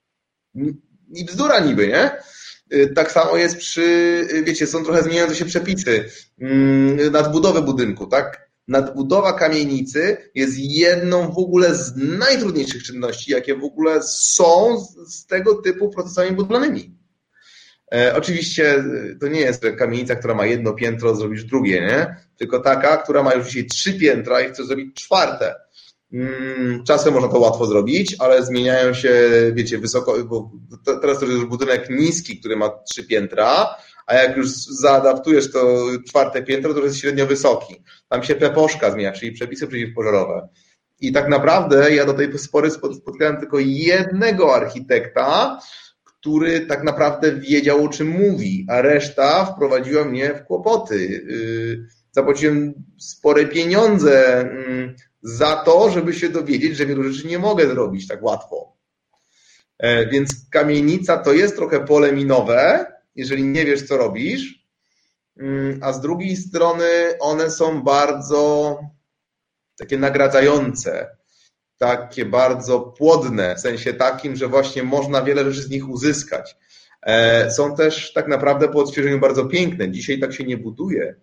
S2: I bzdura niby, nie? Tak samo jest przy, wiecie, są trochę zmieniające się przepisy, nadbudowy budynku, tak? Nadbudowa kamienicy jest jedną w ogóle z najtrudniejszych czynności, jakie w ogóle są z tego typu procesami budowlanymi. E, oczywiście to nie jest kamienica, która ma jedno piętro, zrobisz drugie, nie? Tylko taka, która ma już dzisiaj trzy piętra i chce zrobić czwarte. Czasem można to łatwo zrobić, ale zmieniają się, wiecie, wysoko, bo teraz to jest już budynek niski, który ma trzy piętra, a jak już zaadaptujesz to czwarte piętro, to już jest średnio wysoki. Tam się peposzka zmienia, czyli przepisy przeciwpożarowe. I tak naprawdę ja do tej pory spotkałem tylko jednego architekta, który tak naprawdę wiedział, o czym mówi, a reszta wprowadziła mnie w kłopoty. Zapłaciłem spore pieniądze za to, żeby się dowiedzieć, że wielu rzeczy nie mogę zrobić tak łatwo. Więc kamienica to jest trochę pole minowe, jeżeli nie wiesz, co robisz, a z drugiej strony one są bardzo takie nagradzające, takie bardzo płodne, w sensie takim, że właśnie można wiele rzeczy z nich uzyskać. Są też tak naprawdę po odświeżeniu bardzo piękne. Dzisiaj tak się nie buduje.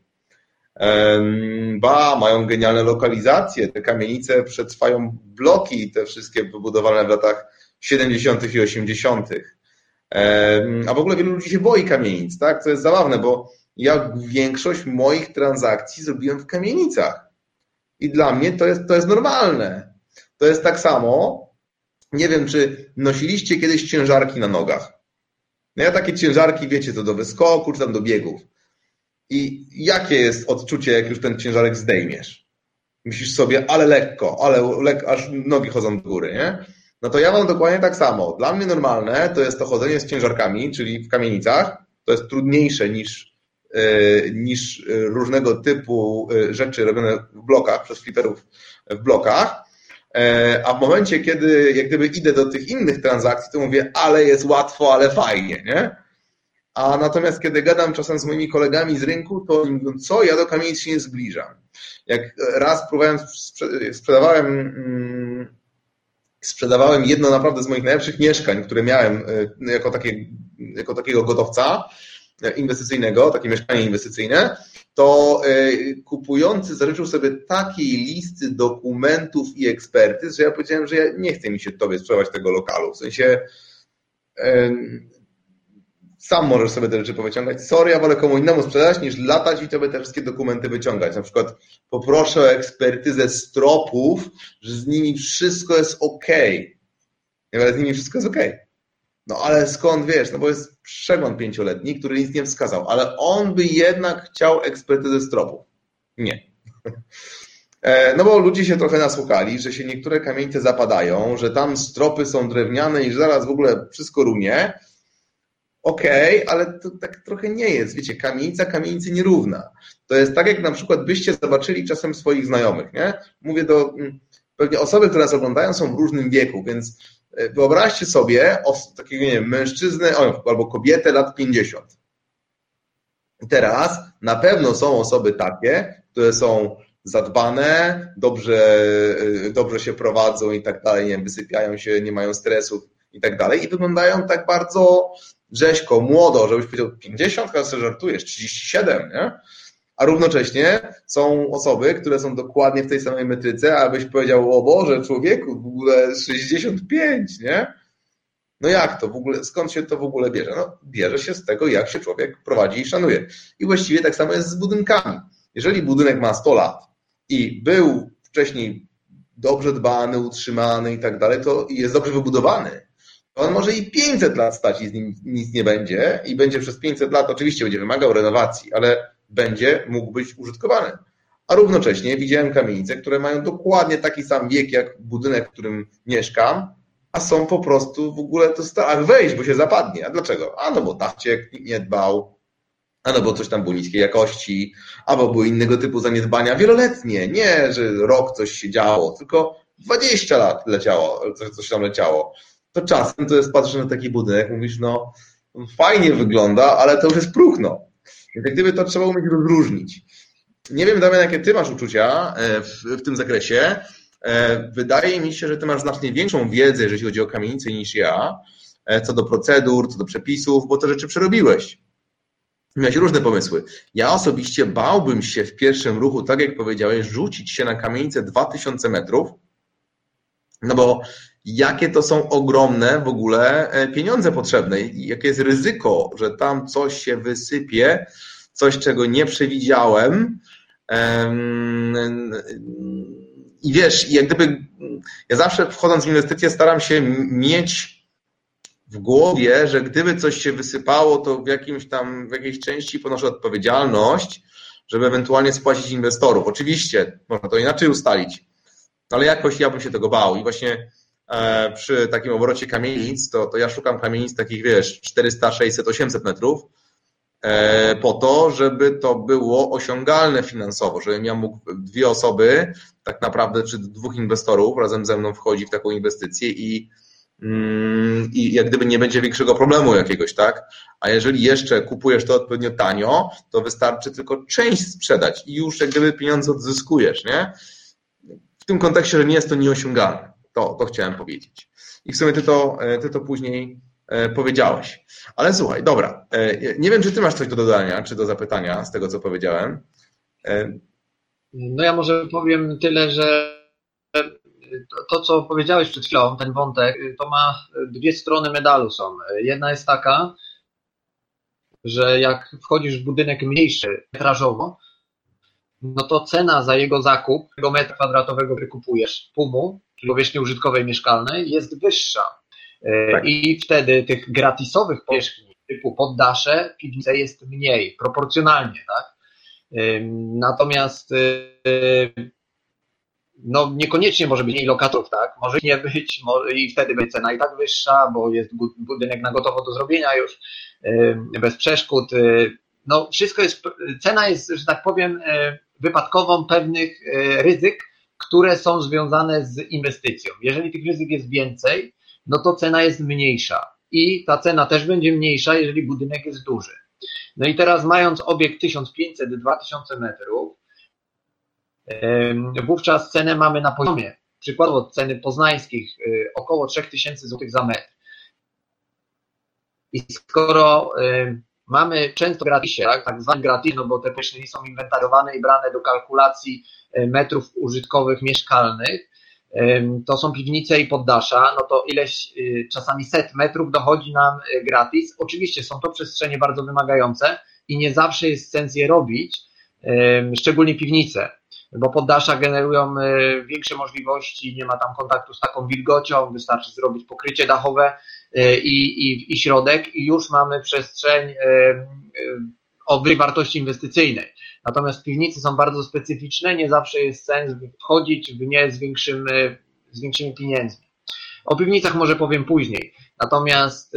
S2: Ba, mają genialne lokalizacje. Te kamienice przetrwają bloki, te wszystkie wybudowane w latach siedemdziesiątych i osiemdziesiątych. A w ogóle wielu ludzi się boi kamienic, tak? Co jest zabawne, bo ja większość moich transakcji zrobiłem w kamienicach. I dla mnie to jest, to jest normalne. To jest tak samo, nie wiem, czy nosiliście kiedyś ciężarki na nogach. No ja takie ciężarki, wiecie, to do wyskoku, czy tam do biegów. I jakie jest odczucie, jak już ten ciężarek zdejmiesz? Myślisz sobie, ale lekko, ale lek, aż nogi chodzą do góry, nie? No to ja mam dokładnie tak samo. Dla mnie normalne to jest to chodzenie z ciężarkami, czyli w kamienicach. To jest trudniejsze niż, yy, niż różnego typu rzeczy robione w blokach, przez fliperów w blokach, a w momencie, kiedy jak gdyby idę do tych innych transakcji, to mówię, ale jest łatwo, ale fajnie, nie? A natomiast kiedy gadam czasem z moimi kolegami z rynku, to oni mówią, co, ja do kamienic się nie zbliżam. Jak raz próbowałem, sprzedawałem, sprzedawałem jedno naprawdę z moich najlepszych mieszkań, które miałem jako, takie, jako takiego gotowca inwestycyjnego, takie mieszkanie inwestycyjne, to kupujący zażyczył sobie takiej listy dokumentów i ekspertyz, że ja powiedziałem, że ja nie chcę mi się tobie sprzedawać tego lokalu. W sensie sam możesz sobie te rzeczy powyciągać. Sorry, ja wolę komu innemu sprzedać, niż latać i tobie te wszystkie dokumenty wyciągać. Na przykład poproszę o ekspertyzę stropów, że z nimi wszystko jest okej. Okay. Z nimi wszystko jest okej. Okay. No ale skąd wiesz? No bo jest przegląd pięcioletni, który nic nie wskazał, ale on by jednak chciał ekspertyzę stropów. Nie. No bo ludzie się trochę nasłuchali, że się niektóre kamienice zapadają, że tam stropy są drewniane i że zaraz w ogóle wszystko runie. Okej, okay, ale to tak trochę nie jest. Wiecie, kamienica kamienicy nierówna. To jest tak, jak na przykład byście zobaczyli czasem swoich znajomych, nie? Mówię do pewnie osoby, które nas oglądają, są w różnym wieku, więc wyobraźcie sobie takiego, nie wiem, mężczyznę albo kobietę lat pięćdziesiąt. I teraz na pewno są osoby takie, które są zadbane, dobrze, dobrze się prowadzą i tak dalej, nie wiem, wysypiają się, nie mają stresów i tak dalej i wyglądają tak bardzo rzeźko, młodo, żebyś powiedział pięćdziesiąt, chyba sobie żartujesz, trzydzieści siedem, nie? A równocześnie są osoby, które są dokładnie w tej samej metryce, abyś powiedział, o Boże, człowieku, w ogóle sześćdziesiąt pięć, nie? No jak to w ogóle, skąd się to w ogóle bierze? No bierze się z tego, jak się człowiek prowadzi i szanuje. I właściwie tak samo jest z budynkami. Jeżeli budynek ma sto lat i był wcześniej dobrze dbany, utrzymany i tak dalej, to jest dobrze wybudowany, to on może i pięćset lat stać i z nim nic nie będzie i będzie przez pięćset lat, oczywiście będzie wymagał renowacji, ale będzie mógł być użytkowany. A równocześnie widziałem kamienice, które mają dokładnie taki sam wiek jak budynek, w którym mieszkam, a są po prostu w ogóle to strach wejść, bo się zapadnie. A dlaczego? A no bo dachciek nikt nie dbał, a no bo coś tam było niskiej jakości, albo były innego typu zaniedbania wieloletnie. Nie, że rok coś się działo, tylko dwadzieścia lat leciało, coś, coś tam leciało. To czasem to jest, patrzysz na taki budynek, mówisz, no fajnie wygląda, ale to już jest próchno. Jak gdyby to trzeba umieć rozróżnić. Nie wiem, Damian, jakie ty masz uczucia w, w tym zakresie. Wydaje mi się, że ty masz znacznie większą wiedzę, jeżeli chodzi o kamienice, niż ja, co do procedur, co do przepisów, bo te rzeczy przerobiłeś. Miałeś różne pomysły. Ja osobiście bałbym się w pierwszym ruchu, tak jak powiedziałeś, rzucić się na kamienicę dwa tysiące metrów, no bo jakie to są ogromne w ogóle pieniądze potrzebne i jakie jest ryzyko, że tam coś się wysypie, coś, czego nie przewidziałem. I wiesz, jak gdyby ja zawsze wchodząc w inwestycje staram się mieć w głowie, że gdyby coś się wysypało, to w jakimś tam, w jakiejś części ponoszę odpowiedzialność, żeby ewentualnie spłacić inwestorów. Oczywiście, można to inaczej ustalić, ale jakoś ja bym się tego bał i właśnie e, przy takim obrocie kamienic, to, to ja szukam kamienic takich, wiesz, czterysta, sześćset, osiemset metrów, e, po to, żeby to było osiągalne finansowo, żebym ja mógł dwie osoby, tak naprawdę, czy dwóch inwestorów razem ze mną wchodzi w taką inwestycję i i jak gdyby nie będzie większego problemu jakiegoś, tak? A jeżeli jeszcze kupujesz to odpowiednio tanio, to wystarczy tylko część sprzedać i już jak gdyby pieniądze odzyskujesz, nie? W tym kontekście, że nie jest to nieosiągalne. To, to chciałem powiedzieć. I w sumie ty to, ty to później powiedziałeś. Ale słuchaj, dobra, nie wiem, czy ty masz coś do dodania, czy do zapytania z tego, co powiedziałem.
S3: No ja może powiem tyle, że to, co powiedziałeś przed chwilą, ten wątek, to ma dwie strony medalu są. Jedna jest taka, że jak wchodzisz w budynek mniejszy metrażowo, no to cena za jego zakup, tego metra kwadratowego, który kupujesz, pumu, czyli powierzchni użytkowej mieszkalnej, jest wyższa. Tak. I wtedy tych gratisowych powierzchni typu poddasze, piwnice jest mniej, proporcjonalnie, tak? Natomiast no niekoniecznie może być mniej lokatorów, tak? Może nie być może, i wtedy będzie cena i tak wyższa, bo jest budynek na gotowo do zrobienia już, bez przeszkód. No wszystko jest, cena jest, że tak powiem, wypadkową pewnych ryzyk, które są związane z inwestycją. Jeżeli tych ryzyk jest więcej, no to cena jest mniejsza i ta cena też będzie mniejsza, jeżeli budynek jest duży. No i teraz mając obiekt tysiąc pięćset do dwa tysiące metrów, wówczas cenę mamy na poziomie, przykładowo ceny poznańskich, około trzy tysiące złotych za metr. I skoro mamy często gratisie, tak, tak zwany gratis, no bo te powierzchnie są inwentarowane i brane do kalkulacji metrów użytkowych mieszkalnych, to są piwnice i poddasza, no to ileś, czasami set metrów dochodzi nam gratis. Oczywiście są to przestrzenie bardzo wymagające i nie zawsze jest sens je robić, szczególnie piwnice, bo poddasza generują większe możliwości, nie ma tam kontaktu z taką wilgocią, wystarczy zrobić pokrycie dachowe i, i, i środek i już mamy przestrzeń o wyższej wartości inwestycyjnej. Natomiast piwnice są bardzo specyficzne, nie zawsze jest sens wchodzić w nie z, większym, z większymi pieniędzmi. O piwnicach może powiem później. Natomiast,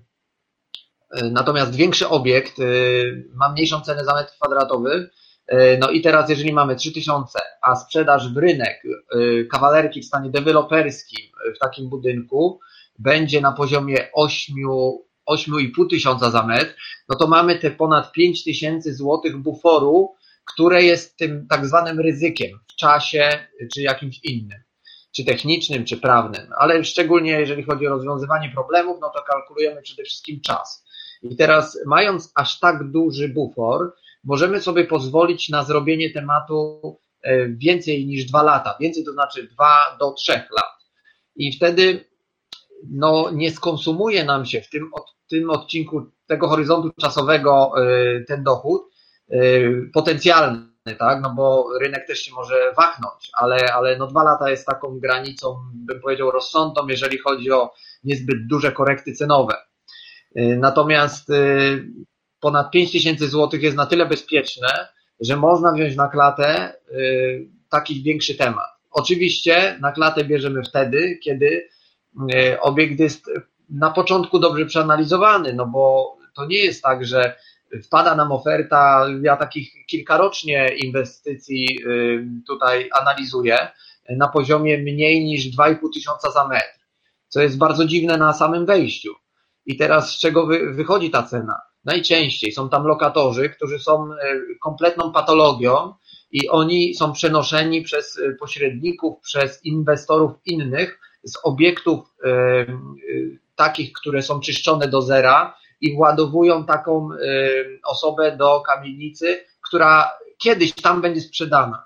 S3: natomiast większy obiekt ma mniejszą cenę za metr kwadratowy. No i teraz jeżeli mamy trzy tysiące, a sprzedaż w rynek kawalerki w stanie deweloperskim w takim budynku będzie na poziomie osiem i pół tysiąca za metr, no to mamy te ponad pięć tysięcy złotych buforu, które jest tym tak zwanym ryzykiem w czasie czy jakimś innym, czy technicznym, czy prawnym, ale szczególnie jeżeli chodzi o rozwiązywanie problemów, no to kalkulujemy przede wszystkim czas. I teraz mając aż tak duży bufor, możemy sobie pozwolić na zrobienie tematu więcej niż dwa lata, więcej to znaczy dwa do trzech lat. I wtedy no, nie skonsumuje nam się w tym, w tym odcinku tego horyzontu czasowego ten dochód potencjalny, tak? No bo rynek też się może wahchnąć, ale, ale no dwa lata jest taką granicą, bym powiedział, rozsądną, jeżeli chodzi o niezbyt duże korekty cenowe. Natomiast ponad pięć tysięcy złotych jest na tyle bezpieczne, że można wziąć na klatę taki większy temat. Oczywiście na klatę bierzemy wtedy, kiedy obiekt jest na początku dobrze przeanalizowany, no bo to nie jest tak, że wpada nam oferta, ja takich kilkarocznie inwestycji tutaj analizuję, na poziomie mniej niż dwa i pół tysiąca za metr, co jest bardzo dziwne na samym wejściu. I teraz z czego wy, wychodzi ta cena? Najczęściej są tam lokatorzy, którzy są kompletną patologią i oni są przenoszeni przez pośredników, przez inwestorów innych z obiektów y, y, takich, które są czyszczone do zera i władowują taką y, osobę do kamienicy, która kiedyś tam będzie sprzedana,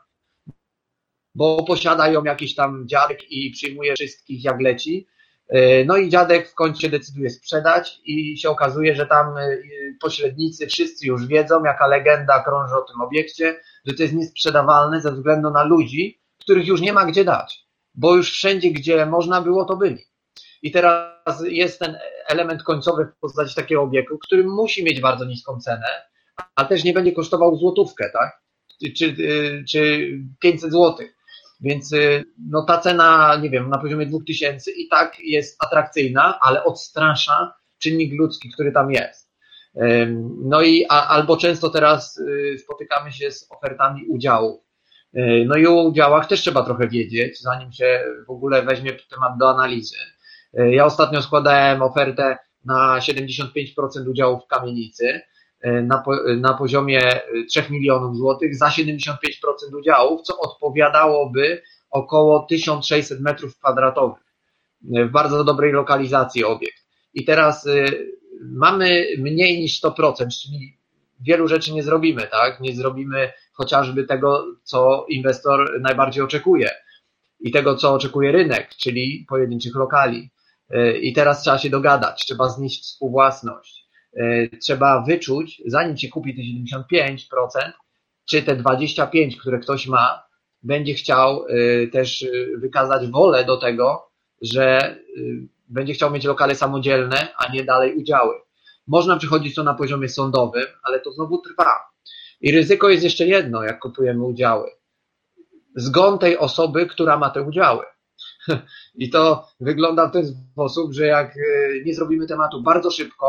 S3: bo posiada ją jakiś tam dziadek i przyjmuje wszystkich jak leci. No i dziadek w końcu decyduje sprzedać i się okazuje, że tam pośrednicy wszyscy już wiedzą, jaka legenda krąży o tym obiekcie, że to jest niesprzedawalne ze względu na ludzi, których już nie ma gdzie dać, bo już wszędzie, gdzie można było, to byli. I teraz jest ten element końcowy w postaci takiego obiektu, który musi mieć bardzo niską cenę, a też nie będzie kosztował złotówkę, tak? Czy, czy pięćset złotych. Więc no ta cena, nie wiem, na poziomie dwóch tysięcy i tak jest atrakcyjna, ale odstrasza czynnik ludzki, który tam jest. No i a, albo często teraz spotykamy się z ofertami udziałów. No i o udziałach też trzeba trochę wiedzieć, zanim się w ogóle weźmie temat do analizy. Ja ostatnio składałem ofertę na siedemdziesiąt pięć procent udziałów w kamienicy na, na poziomie trzech milionów złotych za siedemdziesiąt pięć procent udziałów, co odpowiadałoby około tysiąc sześćset metrów kwadratowych w bardzo dobrej lokalizacji obiekt. I teraz mamy mniej niż sto procent, czyli wielu rzeczy nie zrobimy, tak? Nie zrobimy chociażby tego, co inwestor najbardziej oczekuje i tego, co oczekuje rynek, czyli pojedynczych lokali. I teraz trzeba się dogadać, trzeba znieść współwłasność. Trzeba wyczuć, zanim się kupi te siedemdziesiąt pięć procent, czy te dwadzieścia pięć procent, które ktoś ma, będzie chciał też wykazać wolę do tego, że będzie chciał mieć lokale samodzielne, a nie dalej udziały. Można przychodzić to na poziomie sądowym, ale to znowu trwa. I ryzyko jest jeszcze jedno, jak kupujemy udziały. Zgon tej osoby, która ma te udziały. I to wygląda w ten sposób, że jak nie zrobimy tematu bardzo szybko,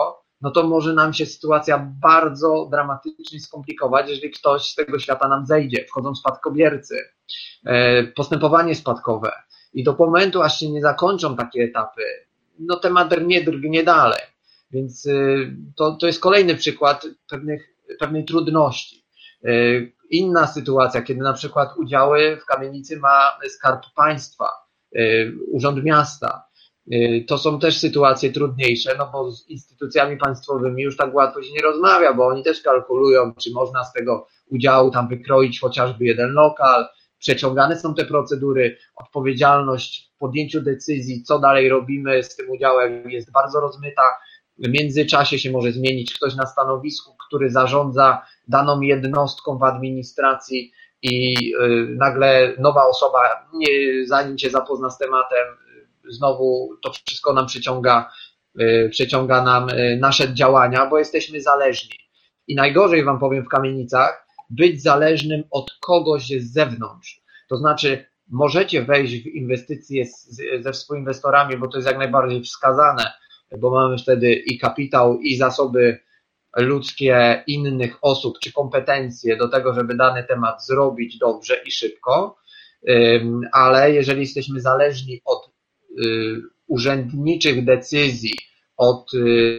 S3: no to może nam się sytuacja bardzo dramatycznie skomplikować, jeżeli ktoś z tego świata nam zejdzie. Wchodzą spadkobiercy, postępowanie spadkowe i do momentu, aż się nie zakończą takie etapy, no temat nie drgnie dalej. Więc to, to jest kolejny przykład pewnych, pewnej trudności. Inna sytuacja, kiedy na przykład udziały w kamienicy ma Skarb Państwa, Urząd Miasta. To są też sytuacje trudniejsze, no bo z instytucjami państwowymi już tak łatwo się nie rozmawia, bo oni też kalkulują, czy można z tego udziału tam wykroić chociażby jeden lokal. Przeciągane są te procedury, odpowiedzialność w podjęciu decyzji, co dalej robimy z tym udziałem jest bardzo rozmyta. W międzyczasie się może zmienić ktoś na stanowisku, który zarządza daną jednostką w administracji i nagle nowa osoba, nie, zanim się zapozna z tematem, znowu to wszystko nam przyciąga, przyciąga nam nasze działania, bo jesteśmy zależni. I najgorzej wam powiem w kamienicach, być zależnym od kogoś z zewnątrz. To znaczy możecie wejść w inwestycje z, ze współinwestorami, bo to jest jak najbardziej wskazane, bo mamy wtedy i kapitał, i zasoby ludzkie innych osób, czy kompetencje do tego, żeby dany temat zrobić dobrze i szybko, ale jeżeli jesteśmy zależni od urzędniczych decyzji, od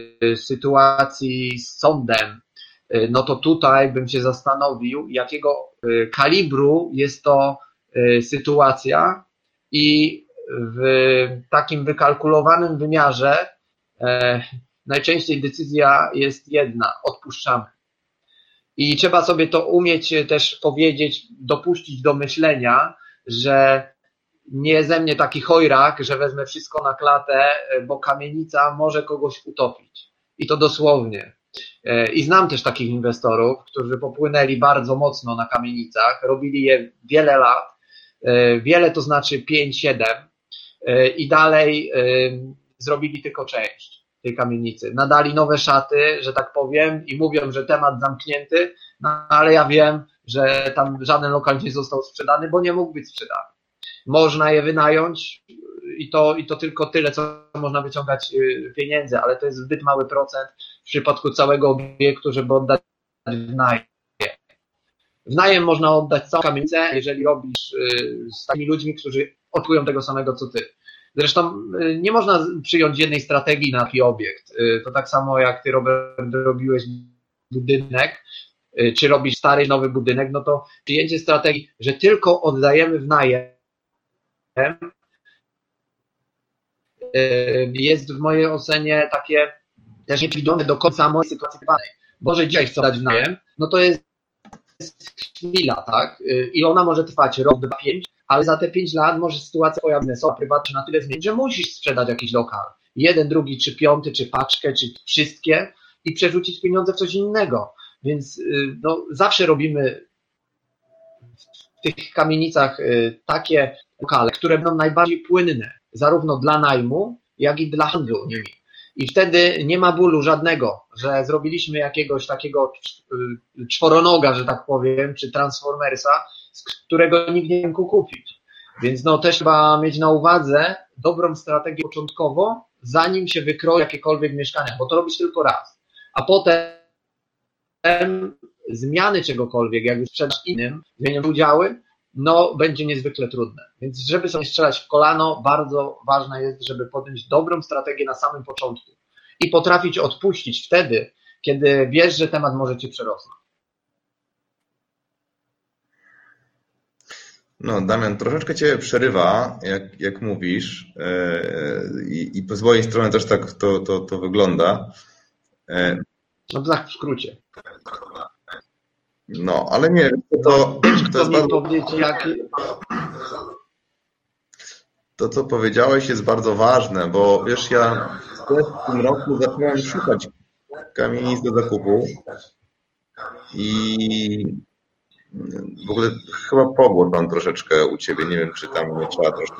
S3: sytuacji z sądem, no to tutaj bym się zastanowił, jakiego kalibru jest to sytuacja i w takim wykalkulowanym wymiarze najczęściej decyzja jest jedna, odpuszczamy. I trzeba sobie to umieć też powiedzieć, dopuścić do myślenia, że nie ze mnie taki chojrak, że wezmę wszystko na klatę, bo kamienica może kogoś utopić. I to dosłownie. I znam też takich inwestorów, którzy popłynęli bardzo mocno na kamienicach, robili je wiele lat, wiele to znaczy pięć, siedem i dalej zrobili tylko część tej kamienicy. Nadali nowe szaty, że tak powiem, i mówią, że temat zamknięty, no ale ja wiem, że tam żaden lokal nie został sprzedany, bo nie mógł być sprzedany. Można je wynająć i to, i to tylko tyle, co można wyciągać pieniędzy, ale to jest zbyt mały procent w przypadku całego obiektu, żeby oddać w najem. W najem można oddać całą kamienicę, jeżeli robisz z takimi ludźmi, którzy oczekują tego samego, co ty. Zresztą nie można przyjąć jednej strategii na taki obiekt. To tak samo jak ty, Robert, robiłeś budynek, czy robisz stary, nowy budynek, no to przyjęcie strategii, że tylko oddajemy w najem, jest w mojej ocenie takie też nieprzewidywalne do końca samej sytuacji danej. Bo że dzisiaj chcę dać w najem, no to jest chwila, tak? I ona może trwać rok, dwa, pięć, ale za te pięć lat może sytuacja twoja biznesowa, prywatna na tyle zmienić, że musisz sprzedać jakiś lokal. Jeden, drugi, czy piąty, czy paczkę, czy wszystkie i przerzucić pieniądze w coś innego. Więc no, zawsze robimy w tych kamienicach takie lokale, które będą najbardziej płynne, zarówno dla najmu, jak i dla handlu nimi. I wtedy nie ma bólu żadnego, że zrobiliśmy jakiegoś takiego czworonoga, że tak powiem, czy transformersa, z którego nikt nie mógł kupić. Więc no też trzeba mieć na uwadze dobrą strategię początkowo, zanim się wykroi jakiekolwiek mieszkania, bo to robisz tylko raz. A potem zmiany czegokolwiek, jak już sprzedasz innym, zmienią udziały, no będzie niezwykle trudne. Więc żeby sobie strzelać w kolano, bardzo ważne jest, żeby podjąć dobrą strategię na samym początku i potrafić odpuścić wtedy, kiedy wiesz, że temat może cię przerosnąć.
S2: No, Damian, troszeczkę cię przerywa, jak, jak mówisz, i, i z mojej strony też tak to, to, to wygląda.
S3: No tak w skrócie.
S2: No, ale nie, to, to jest bardzo...
S3: powiedzieć, jak...
S2: To, co powiedziałeś, jest bardzo ważne, bo wiesz, ja w tym roku zacząłem szukać kamienic do zakupu i w ogóle chyba pogłos mam troszeczkę u ciebie, nie wiem, czy tam nie trzeba troszkę...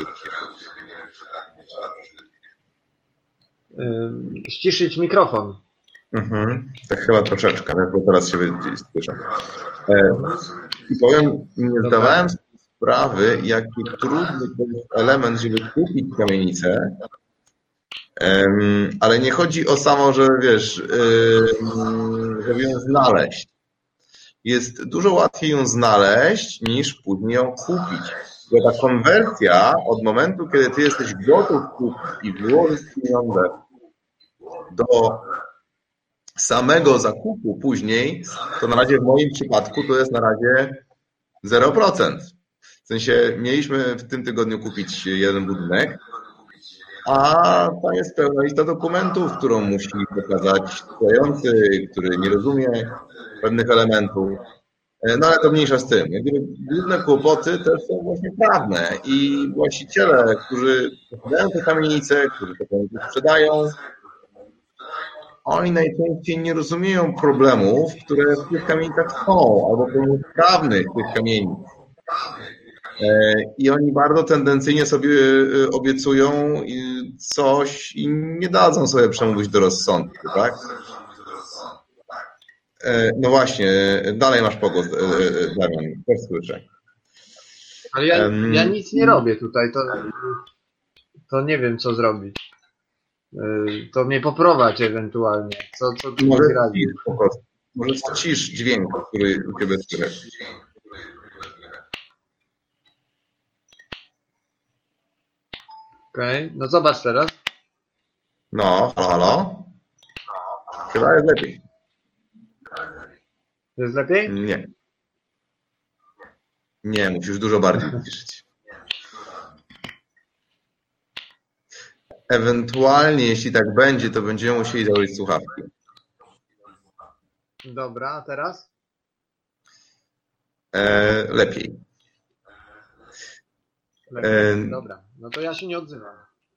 S3: Ściszyć mikrofon.
S2: Mhm, tak chyba troszeczkę, bo teraz się gdzieś słyszę. I powiem, nie zdawałem sobie sprawy, jaki trudny to jest element, żeby kupić kamienicę, Ale nie chodzi o samo, że wiesz, żeby ją znaleźć. Jest dużo łatwiej ją znaleźć, niż później ją kupić. Bo ta konwersja od momentu, kiedy ty jesteś gotów kupić i wyłożyć pieniądze do samego zakupu później, to na razie w moim przypadku to jest na razie zero procent. W sensie mieliśmy w tym tygodniu kupić jeden budynek, a tam jest pełna lista dokumentów, którą musi pokazać sprzedający, który nie rozumie pewnych elementów. No ale to mniejsza z tym. Główne kłopoty też są właśnie prawne i właściciele, którzy posiadają te kamienice, którzy te kamienice sprzedają, oni najczęściej nie rozumieją problemów, które w tych kamienicach są, albo problemów prawnych tych kamienic. I oni bardzo tendencyjnie sobie obiecują coś i nie dadzą sobie przemówić do rozsądku, tak? No właśnie, dalej masz pogłos, Damian, też słyszę.
S3: Ale ja, ja nic nie robię tutaj, to, to nie wiem, co zrobić. To mnie poprowadź ewentualnie. Co, co ty
S2: może
S3: radzisz?
S2: ścisz po prostu. Może ścisz dźwięk, który u ciebie słychać.
S3: Okej, okay. No zobacz teraz.
S2: No, halo, halo. Chyba jest lepiej.
S3: Jest lepiej?
S2: Nie. Nie, musisz dużo bardziej ciszyć. Ewentualnie, jeśli tak będzie, to będziemy musieli założyć słuchawki.
S3: Dobra, a teraz?
S2: E, lepiej.
S3: lepiej. E... Dobra, no to ja się nie odzywam.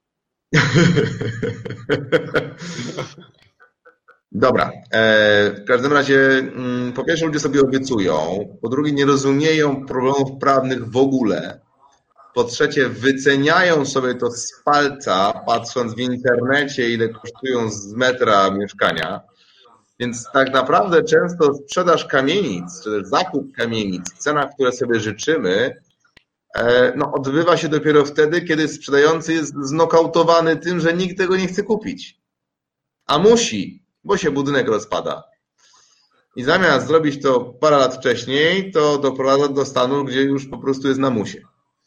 S2: Dobra. E, w każdym razie, po pierwsze ludzie sobie obiecują, po drugie nie rozumieją problemów prawnych w ogóle. Po trzecie, wyceniają sobie to z palca, patrząc w internecie, ile kosztują z metra mieszkania. Więc tak naprawdę często sprzedaż kamienic, czy też zakup kamienic w cenach, które sobie życzymy, no, odbywa się dopiero wtedy, kiedy sprzedający jest znokautowany tym, że nikt tego nie chce kupić. A musi, bo się budynek rozpada. I zamiast zrobić to parę lat wcześniej, to doprowadza do stanu, gdzie już po prostu jest na musie.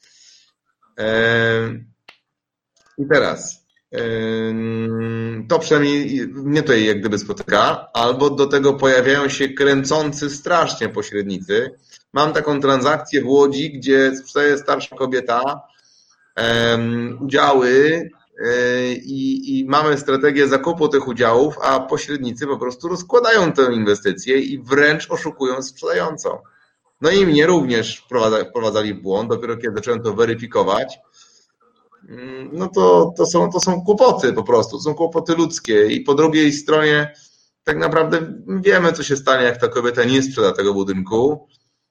S2: I teraz to przynajmniej mnie tutaj jak gdyby spotyka, albo do tego pojawiają się kręcący strasznie pośrednicy. Mam taką transakcję w Łodzi, gdzie sprzedaje starsza kobieta udziały i, i mamy strategię zakupu tych udziałów, a pośrednicy po prostu rozkładają tę inwestycję i wręcz oszukują sprzedającą. No i mnie również wprowadzali w błąd, dopiero kiedy zacząłem to weryfikować, no to, to, są, to są kłopoty po prostu, to są kłopoty ludzkie i po drugiej stronie tak naprawdę wiemy, co się stanie, jak ta kobieta nie sprzeda tego budynku.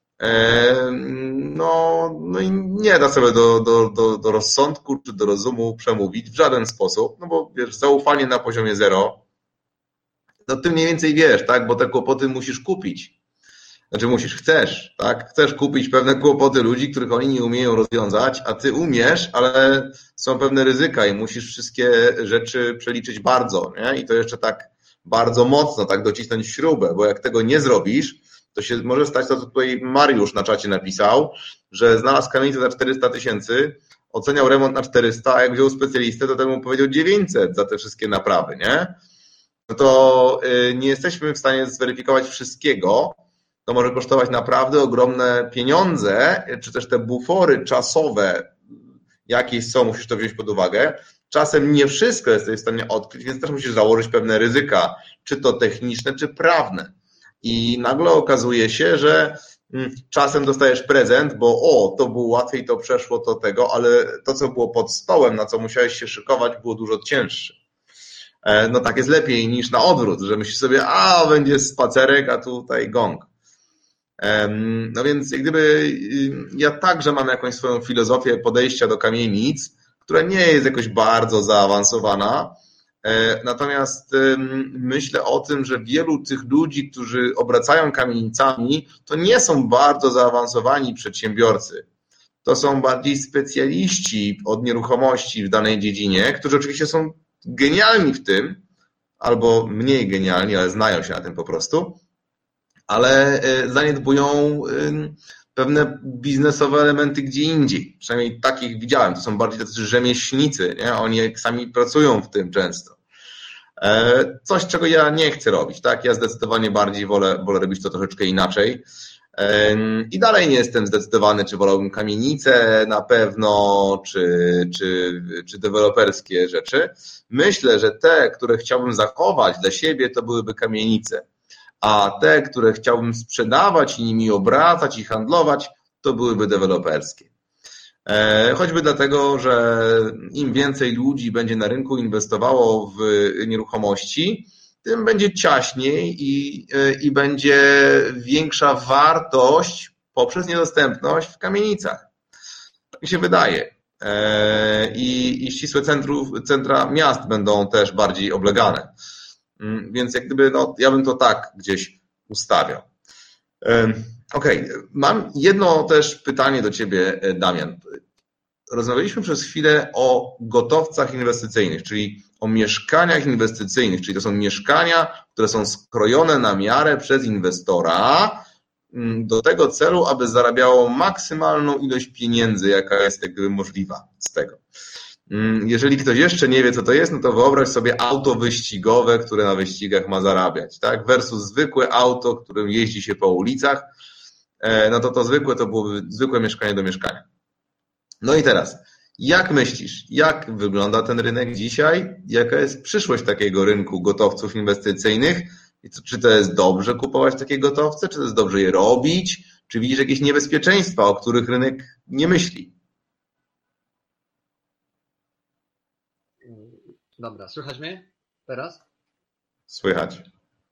S2: No, no i nie da sobie do, do, do, do rozsądku czy do rozumu przemówić w żaden sposób, no bo wiesz, zaufanie na poziomie zero, no ty mniej więcej wiesz, tak, bo te kłopoty musisz kupić. Znaczy musisz, chcesz, tak? Chcesz kupić pewne kłopoty ludzi, których oni nie umieją rozwiązać, a ty umiesz, ale są pewne ryzyka i musisz wszystkie rzeczy przeliczyć bardzo, nie? I to jeszcze tak bardzo mocno, tak docisnąć śrubę, bo jak tego nie zrobisz, to się może stać to, co tutaj Mariusz na czacie napisał, że znalazł kamienicę za czterysta tysięcy, oceniał remont na czterysta, a jak wziął specjalistę, to temu powiedział dziewięćset za te wszystkie naprawy, nie? No to nie jesteśmy w stanie zweryfikować wszystkiego. To może kosztować naprawdę ogromne pieniądze, czy też te bufory czasowe jakieś są, musisz to wziąć pod uwagę. Czasem nie wszystko jesteś w stanie odkryć, więc też musisz założyć pewne ryzyka, czy to techniczne, czy prawne. I nagle okazuje się, że czasem dostajesz prezent, bo o, to było łatwiej, to przeszło, to tego, ale to, co było pod stołem, na co musiałeś się szykować, było dużo cięższe. No tak jest lepiej niż na odwrót, że myślisz sobie, a będzie spacerek, a tutaj gong. No więc jak gdyby ja także mam jakąś swoją filozofię podejścia do kamienic, która nie jest jakoś bardzo zaawansowana, natomiast myślę o tym, że wielu tych ludzi, którzy obracają kamienicami, to nie są bardzo zaawansowani przedsiębiorcy. To są bardziej specjaliści od nieruchomości w danej dziedzinie, którzy oczywiście są genialni w tym, albo mniej genialni, ale znają się na tym po prostu, ale zaniedbują pewne biznesowe elementy gdzie indziej. Przynajmniej takich widziałem. To są bardziej tacy rzemieślnicy, nie? Oni sami pracują w tym często. Coś, czego ja nie chcę robić, tak? Ja zdecydowanie bardziej wolę, wolę robić to troszeczkę inaczej. I dalej nie jestem zdecydowany, czy wolałbym kamienicę na pewno, czy, czy, czy deweloperskie rzeczy. Myślę, że te, które chciałbym zachować dla siebie, to byłyby kamienice, a te, które chciałbym sprzedawać i nimi obracać i handlować, to byłyby deweloperskie. Choćby dlatego, że im więcej ludzi będzie na rynku inwestowało w nieruchomości, tym będzie ciaśniej i, i będzie większa wartość poprzez niedostępność w kamienicach. Tak mi się wydaje. I, i ścisłe centrów, centra miast będą też bardziej oblegane. Więc jak gdyby, no, ja bym to tak gdzieś ustawiał. Okej, okay. Mam jedno też pytanie do Ciebie, Damian. Rozmawialiśmy przez chwilę o gotowcach inwestycyjnych, czyli o mieszkaniach inwestycyjnych, czyli to są mieszkania, które są skrojone na miarę przez inwestora do tego celu, aby zarabiało maksymalną ilość pieniędzy, jaka jest jak gdyby możliwa z tego. Jeżeli ktoś jeszcze nie wie, co to jest, no to wyobraź sobie auto wyścigowe, które na wyścigach ma zarabiać, tak? Versus zwykłe auto, którym jeździ się po ulicach, no to to zwykłe to byłoby zwykłe mieszkanie do mieszkania. No i teraz, jak myślisz, jak wygląda ten rynek dzisiaj? Jaka jest przyszłość takiego rynku gotowców inwestycyjnych? I to, czy to jest dobrze kupować takie gotowce? Czy to jest dobrze je robić? Czy widzisz jakieś niebezpieczeństwa, o których rynek nie myśli?
S3: Dobra, słychać mnie teraz?
S2: Słychać.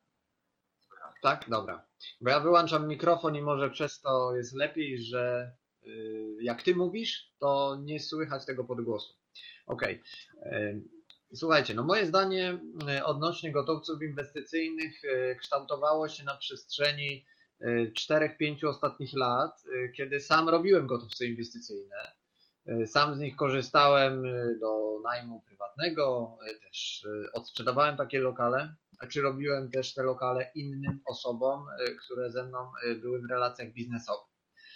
S3: Tak? Dobra. Bo ja wyłączam mikrofon i może przez to jest lepiej, że jak ty mówisz, to nie słychać tego podgłosu. Okej. Okay. Słuchajcie, no moje zdanie odnośnie gotowców inwestycyjnych kształtowało się na przestrzeni czterech pięciu ostatnich lat, kiedy sam robiłem gotowce inwestycyjne. Sam z nich korzystałem do najmu prywatnego, też odsprzedawałem takie lokale, czy robiłem też te lokale innym osobom, które ze mną były w relacjach biznesowych.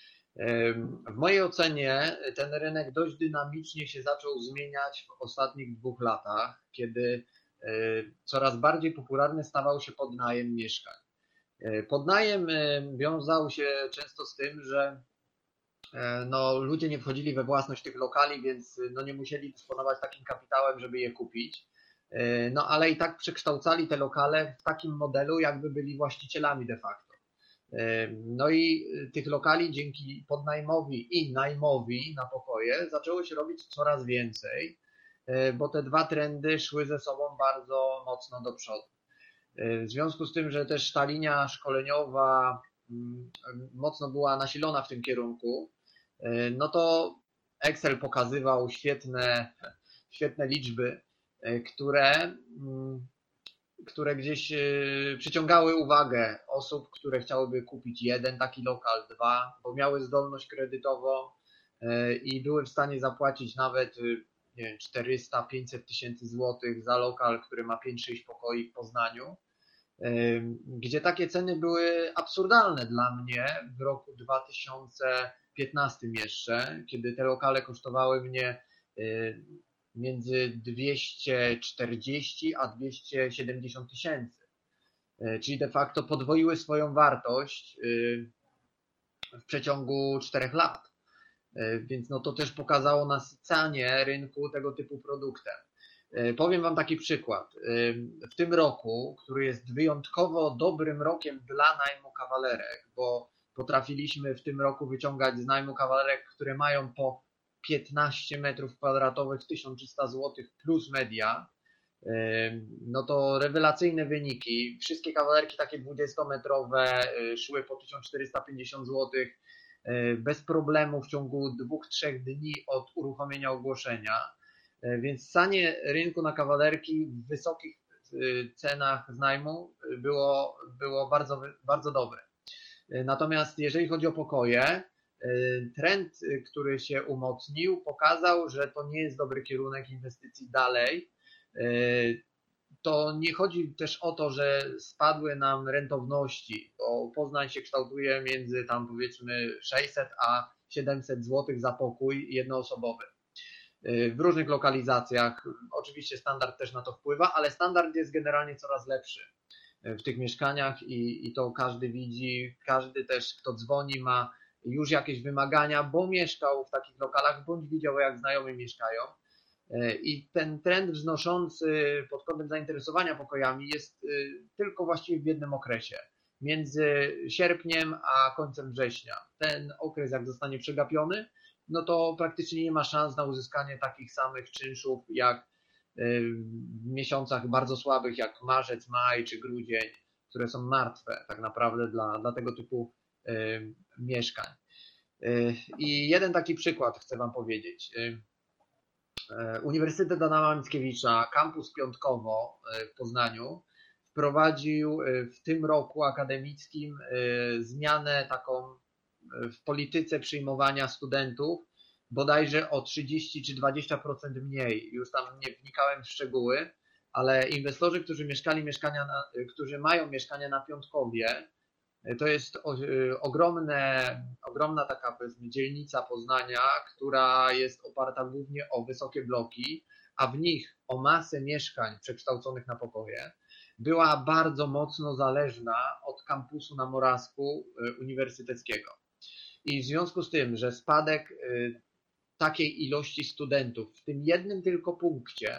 S3: W mojej ocenie ten rynek dość dynamicznie się zaczął zmieniać w ostatnich dwóch latach, kiedy coraz bardziej popularny stawał się podnajem mieszkań. Podnajem wiązał się często z tym, że no, ludzie nie wchodzili we własność tych lokali, więc no, nie musieli dysponować takim kapitałem, żeby je kupić. No ale i tak przekształcali te lokale w takim modelu, jakby byli właścicielami de facto. No i tych lokali dzięki podnajmowi i najmowi na pokoje zaczęło się robić coraz więcej, bo te dwa trendy szły ze sobą bardzo mocno do przodu. W związku z tym, że też ta linia szkoleniowa mocno była nasilona w tym kierunku, no to Excel pokazywał świetne, świetne liczby, które które gdzieś przyciągały uwagę osób, które chciałyby kupić jeden taki lokal, dwa, bo miały zdolność kredytową i były w stanie zapłacić nawet nie wiem, czterysta pięćset tysięcy złotych za lokal, który ma pięć sześć pokoi w Poznaniu, gdzie takie ceny były absurdalne dla mnie w roku dwa tysiące piętnastym jeszcze, kiedy te lokale kosztowały mnie między dwieście czterdzieści a dwieście siedemdziesiąt tysięcy, czyli de facto podwoiły swoją wartość w przeciągu czterech lat, więc no to też pokazało nasycanie rynku tego typu produktem. Powiem Wam taki przykład. W tym roku, który jest wyjątkowo dobrym rokiem dla najmu kawalerek, bo potrafiliśmy w tym roku wyciągać z najmu kawalerek, które mają po piętnaście metrów kwadratowych, tysiąc trzysta złotych plus media, no to rewelacyjne wyniki. Wszystkie kawalerki takie dwudziestometrowe szły po tysiąc czterysta pięćdziesiąt złotych bez problemu w ciągu dwóch, trzech dni od uruchomienia ogłoszenia. Więc stanie rynku na kawalerki w wysokich cenach z najmu było, było bardzo, bardzo dobre. Natomiast jeżeli chodzi o pokoje, trend, który się umocnił, pokazał, że to nie jest dobry kierunek inwestycji dalej, To nie chodzi też o to, że spadły nam rentowności, bo Poznań się kształtuje między tam powiedzmy sześćset a siedemset złotych za pokój jednoosobowy. W różnych lokalizacjach, oczywiście standard też na to wpływa, ale standard jest generalnie coraz lepszy w tych mieszkaniach i, i to każdy widzi, każdy też kto dzwoni ma już jakieś wymagania, bo mieszkał w takich lokalach, bądź widział jak znajomi mieszkają. I ten trend wznoszący pod kątem zainteresowania pokojami jest tylko właściwie w jednym okresie, między sierpniem a końcem września. Ten okres jak zostanie przegapiony, no to praktycznie nie ma szans na uzyskanie takich samych czynszów jak w miesiącach bardzo słabych jak marzec, maj czy grudzień, które są martwe tak naprawdę dla, dla tego typu mieszkań. I jeden taki przykład chcę Wam powiedzieć. Uniwersytet Adama Mickiewicza, kampus Piątkowo w Poznaniu, wprowadził w tym roku akademickim zmianę taką w polityce przyjmowania studentów, bodajże o trzydzieści czy dwadzieścia procent mniej. Już tam nie wnikałem w szczegóły, ale inwestorzy, którzy mieszkali mieszkania na, którzy mają mieszkania na Piątkowie, to jest ogromne, ogromna taka powiedzmy dzielnica Poznania, która jest oparta głównie o wysokie bloki, a w nich o masę mieszkań przekształconych na pokoje, była bardzo mocno zależna od kampusu na Morawsku uniwersyteckiego. I w związku z tym, że spadek takiej ilości studentów w tym jednym tylko punkcie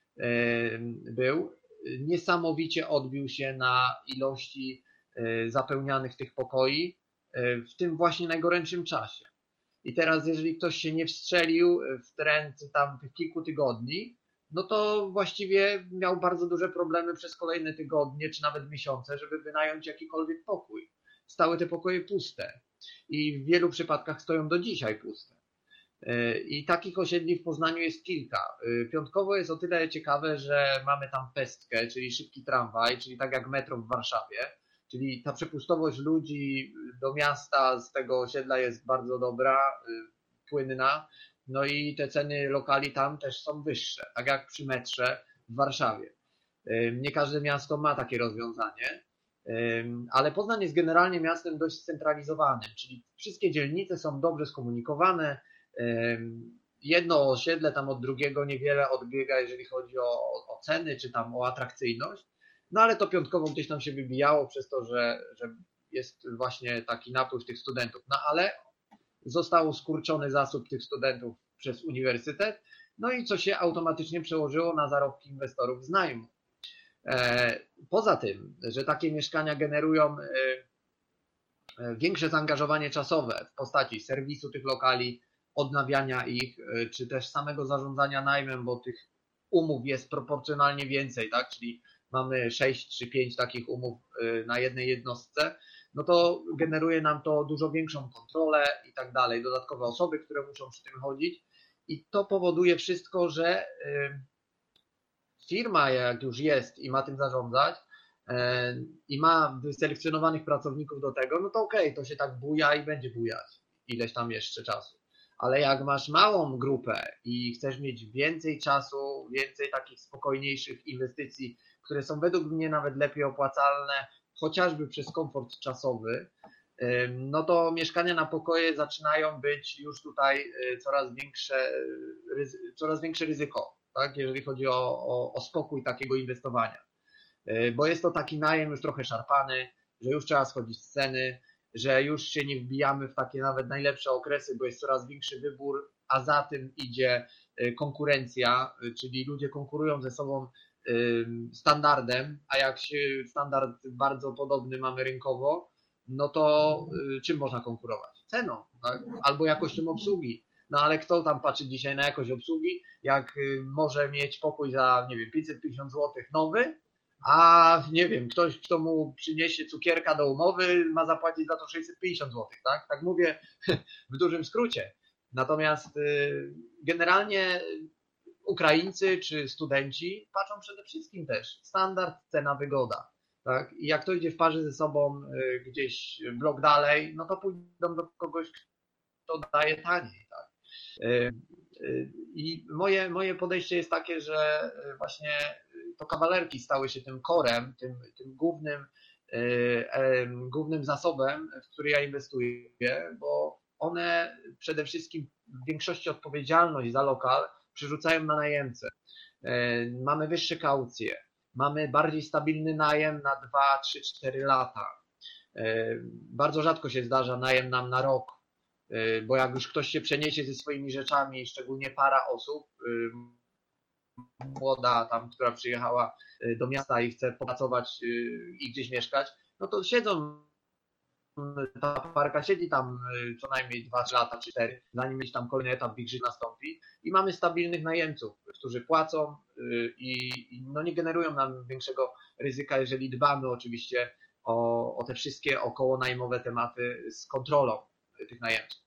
S3: był, niesamowicie odbił się na ilości zapełnianych tych pokoi w tym właśnie najgorętszym czasie. I teraz jeżeli ktoś się nie wstrzelił w trend tam tych kilku tygodni, no to właściwie miał bardzo duże problemy przez kolejne tygodnie czy nawet miesiące, żeby wynająć jakikolwiek pokój. Stały te pokoje puste i w wielu przypadkach stoją do dzisiaj puste. I takich osiedli w Poznaniu jest kilka. Piątkowo jest o tyle ciekawe, że mamy tam pestkę, czyli szybki tramwaj, czyli tak jak metro w Warszawie. Czyli ta przepustowość ludzi do miasta z tego osiedla jest bardzo dobra, płynna. No i te ceny lokali tam też są wyższe, tak jak przy metrze w Warszawie. Nie każde miasto ma takie rozwiązanie, ale Poznań jest generalnie miastem dość scentralizowanym, czyli wszystkie dzielnice są dobrze skomunikowane. Jedno osiedle tam od drugiego niewiele odbiega, jeżeli chodzi o, o ceny czy tam o atrakcyjność. No ale to Piątkowo gdzieś tam się wybijało przez to, że, że jest właśnie taki napływ tych studentów. No ale został skurczony zasób tych studentów przez uniwersytet, no i co się automatycznie przełożyło na zarobki inwestorów z najmu. Poza tym, że takie mieszkania generują większe zaangażowanie czasowe w postaci serwisu tych lokali, odnawiania ich, czy też samego zarządzania najmem, bo tych umów jest proporcjonalnie więcej, tak? Czyli mamy sześć czy pięć takich umów na jednej jednostce, no to generuje nam to dużo większą kontrolę i tak dalej, dodatkowe osoby, które muszą przy tym chodzić i to powoduje wszystko, że firma jak już jest i ma tym zarządzać i ma wyselekcjonowanych pracowników do tego, no to okej, okay, to się tak buja i będzie bujać ileś tam jeszcze czasu. Ale jak masz małą grupę i chcesz mieć więcej czasu, więcej takich spokojniejszych inwestycji, które są według mnie nawet lepiej opłacalne, chociażby przez komfort czasowy, no to mieszkania na pokoje zaczynają być już tutaj coraz większe, coraz większe ryzyko, tak? Jeżeli chodzi o, o, o spokój takiego inwestowania. Bo jest to taki najem już trochę szarpany, że już trzeba schodzić z ceny, że już się nie wbijamy w takie nawet najlepsze okresy, bo jest coraz większy wybór, a za tym idzie konkurencja, czyli ludzie konkurują ze sobą standardem, a jak się standard bardzo podobny mamy rynkowo, no to czym można konkurować? Ceną, tak? Albo jakością obsługi. No ale kto tam patrzy dzisiaj na jakość obsługi, jak może mieć pokój za, nie wiem, pięćset pięćdziesiąt złotych nowy, a nie wiem, ktoś, kto mu przyniesie cukierka do umowy, ma zapłacić za to sześćset pięćdziesiąt złotych, tak? Tak mówię w dużym skrócie. Natomiast generalnie Ukraińcy czy studenci patrzą przede wszystkim też standard, cena, wygoda. Tak? I jak to idzie w parze ze sobą gdzieś blok dalej, no to pójdą do kogoś, kto daje taniej. Tak? I moje, moje podejście jest takie, że właśnie to kawalerki stały się tym korem, tym, tym głównym, głównym zasobem, w który ja inwestuję, bo one przede wszystkim w większości odpowiedzialność za lokal przerzucają na najemcę. Mamy wyższe kaucje, mamy bardziej stabilny najem na dwa, trzy, cztery lata. Bardzo rzadko się zdarza najem nam na rok, bo jak już ktoś się przeniesie ze swoimi rzeczami, szczególnie para osób, młoda tam, która przyjechała do miasta i chce popracować i gdzieś mieszkać, no to siedzą, ta parka siedzi tam co najmniej dwa, trzy lata, czy cztery, zanim jakiś tam kolejny etap w ich życiu nastąpi i mamy stabilnych najemców, którzy płacą i no nie generują nam większego ryzyka, jeżeli dbamy oczywiście o, o te wszystkie około najmowe tematy z kontrolą tych najemców.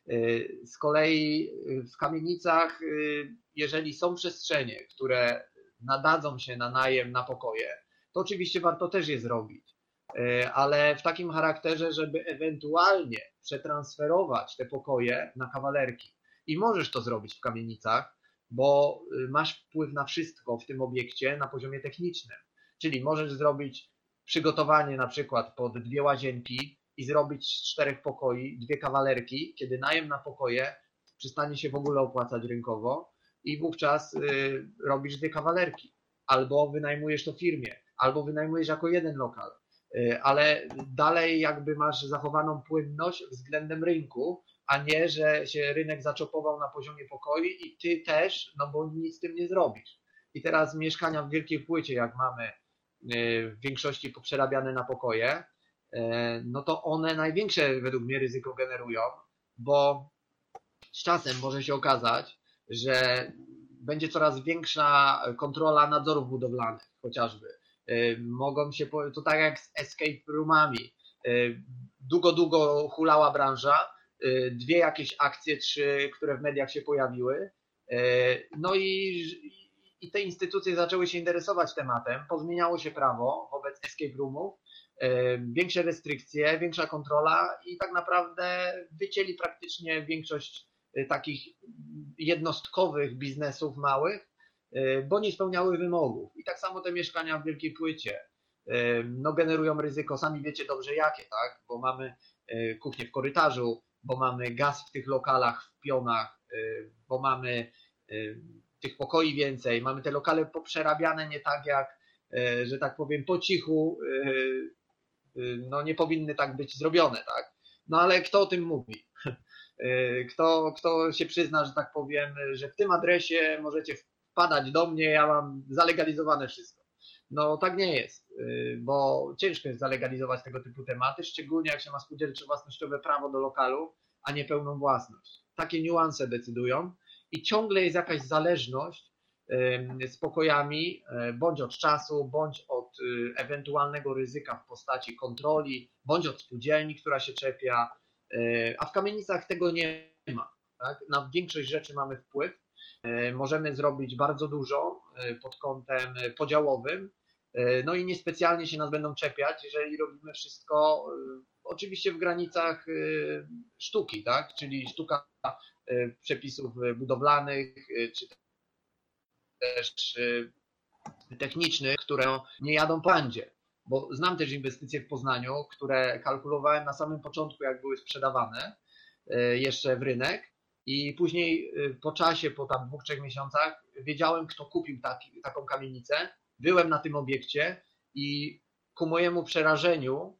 S3: Z kolei w kamienicach, jeżeli są przestrzenie, które nadadzą się na najem na pokoje, to oczywiście warto też je zrobić, ale w takim charakterze, żeby ewentualnie przetransferować te pokoje na kawalerki. I możesz to zrobić w kamienicach, bo masz wpływ na wszystko w tym obiekcie na poziomie technicznym. Czyli możesz zrobić przygotowanie na przykład pod dwie łazienki i zrobić z czterech pokoi dwie kawalerki, kiedy najem na pokoje przestanie się w ogóle opłacać rynkowo i wówczas y, robisz dwie kawalerki. Albo wynajmujesz to firmie, albo wynajmujesz jako jeden lokal, y, ale dalej jakby masz zachowaną płynność względem rynku, a nie, że się rynek zaczopował na poziomie pokoi i ty też, no bo nic z tym nie zrobisz. I teraz mieszkania w wielkiej płycie, jak mamy y, w większości poprzerabiane na pokoje, no to one największe według mnie ryzyko generują, bo z czasem może się okazać, że będzie coraz większa kontrola nadzorów budowlanych chociażby. Mogą się, to tak jak z escape roomami, długo, długo hulała branża, dwie jakieś akcje, trzy, które w mediach się pojawiły, no i, i te instytucje zaczęły się interesować tematem, pozmieniało się prawo wobec escape roomów, większe restrykcje, większa kontrola i tak naprawdę wycięli praktycznie większość takich jednostkowych biznesów małych, bo nie spełniały wymogów. I tak samo te mieszkania w wielkiej płycie no, generują ryzyko, sami wiecie dobrze jakie, tak? Bo mamy kuchnię w korytarzu, bo mamy gaz w tych lokalach, w pionach, bo mamy tych pokoi więcej, mamy te lokale poprzerabiane nie tak jak, że tak powiem, po cichu, no nie powinny tak być zrobione, tak? No ale kto o tym mówi? Kto, kto się przyzna, że tak powiem, że w tym adresie możecie wpadać do mnie, ja mam zalegalizowane wszystko. No tak nie jest, bo ciężko jest zalegalizować tego typu tematy, szczególnie jak się ma spółdzielcze własnościowe prawo do lokalu, a nie pełną własność. Takie niuanse decydują i ciągle jest jakaś zależność z pokojami, bądź od czasu, bądź od ewentualnego ryzyka w postaci kontroli, bądź od spółdzielni, która się czepia, a w kamienicach tego nie ma. Tak? Na większość rzeczy mamy wpływ, możemy zrobić bardzo dużo pod kątem podziałowym, no i niespecjalnie się nas będą czepiać, jeżeli robimy wszystko oczywiście w granicach sztuki, tak? Czyli sztuka przepisów budowlanych, czy też technicznych, które nie jadą po bandzie. Bo znam też inwestycje w Poznaniu, które kalkulowałem na samym początku, jak były sprzedawane jeszcze w rynek i później po czasie, po tam dwóch, trzech miesiącach wiedziałem, kto kupił taki, taką kamienicę. Byłem na tym obiekcie i ku mojemu przerażeniu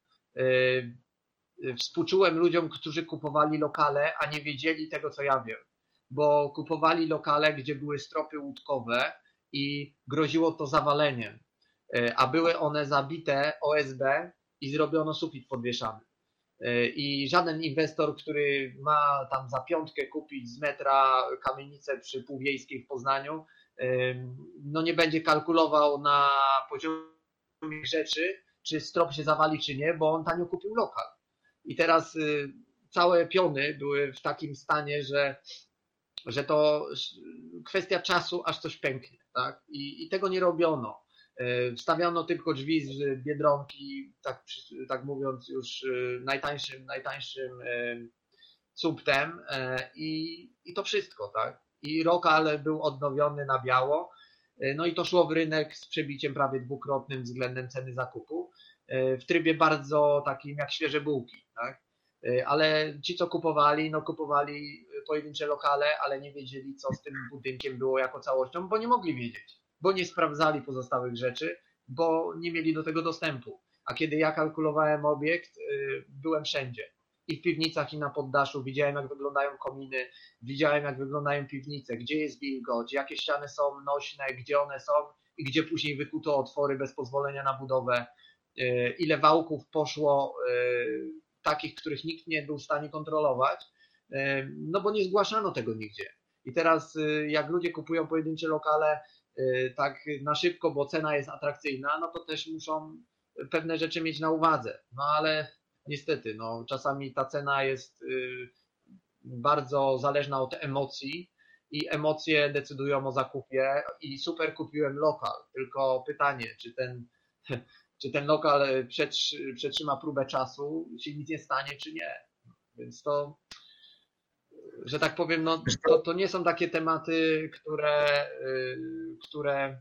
S3: yy, współczułem ludziom, którzy kupowali lokale, a nie wiedzieli tego, co ja wiem. Bo kupowali lokale, gdzie były stropy łódkowe i groziło to zawaleniem, a były one zabite O S B i zrobiono sufit podwieszany. I żaden inwestor, który ma tam za piątkę kupić z metra kamienicę przy Półwiejskiej w Poznaniu, no nie będzie kalkulował na poziomie rzeczy, czy strop się zawali, czy nie, bo on tanio kupił lokal. I teraz całe piony były w takim stanie, że że to kwestia czasu, aż coś pęknie, tak? I, i tego nie robiono. Wstawiano tylko drzwi z Biedronki, tak, tak mówiąc już najtańszym, najtańszym sumptem i, i to wszystko, tak? i lokal był odnowiony na biało. No i to szło w rynek z przebiciem prawie dwukrotnym względem ceny zakupu, w trybie bardzo takim jak świeże bułki, tak? Ale ci, co kupowali, no kupowali pojedyncze lokale, ale nie wiedzieli, co z tym budynkiem było jako całością, bo nie mogli wiedzieć, bo nie sprawdzali pozostałych rzeczy, bo nie mieli do tego dostępu. A kiedy ja kalkulowałem obiekt, byłem wszędzie. I w piwnicach, i na poddaszu. Widziałem, jak wyglądają kominy, widziałem, jak wyglądają piwnice, gdzie jest wilgoć, jakie ściany są nośne, gdzie one są i gdzie później wykuto otwory bez pozwolenia na budowę. Ile wałków poszło takich, których nikt nie był w stanie kontrolować, no bo nie zgłaszano tego nigdzie. I teraz jak ludzie kupują pojedyncze lokale tak na szybko, bo cena jest atrakcyjna, no to też muszą pewne rzeczy mieć na uwadze. No ale niestety, no czasami ta cena jest bardzo zależna od emocji i emocje decydują o zakupie i super kupiłem lokal, tylko pytanie, czy ten czy ten lokal przetrzyma próbę czasu, się nic nie stanie, czy nie. Więc to, że tak powiem, no, to, to nie są takie tematy, które, które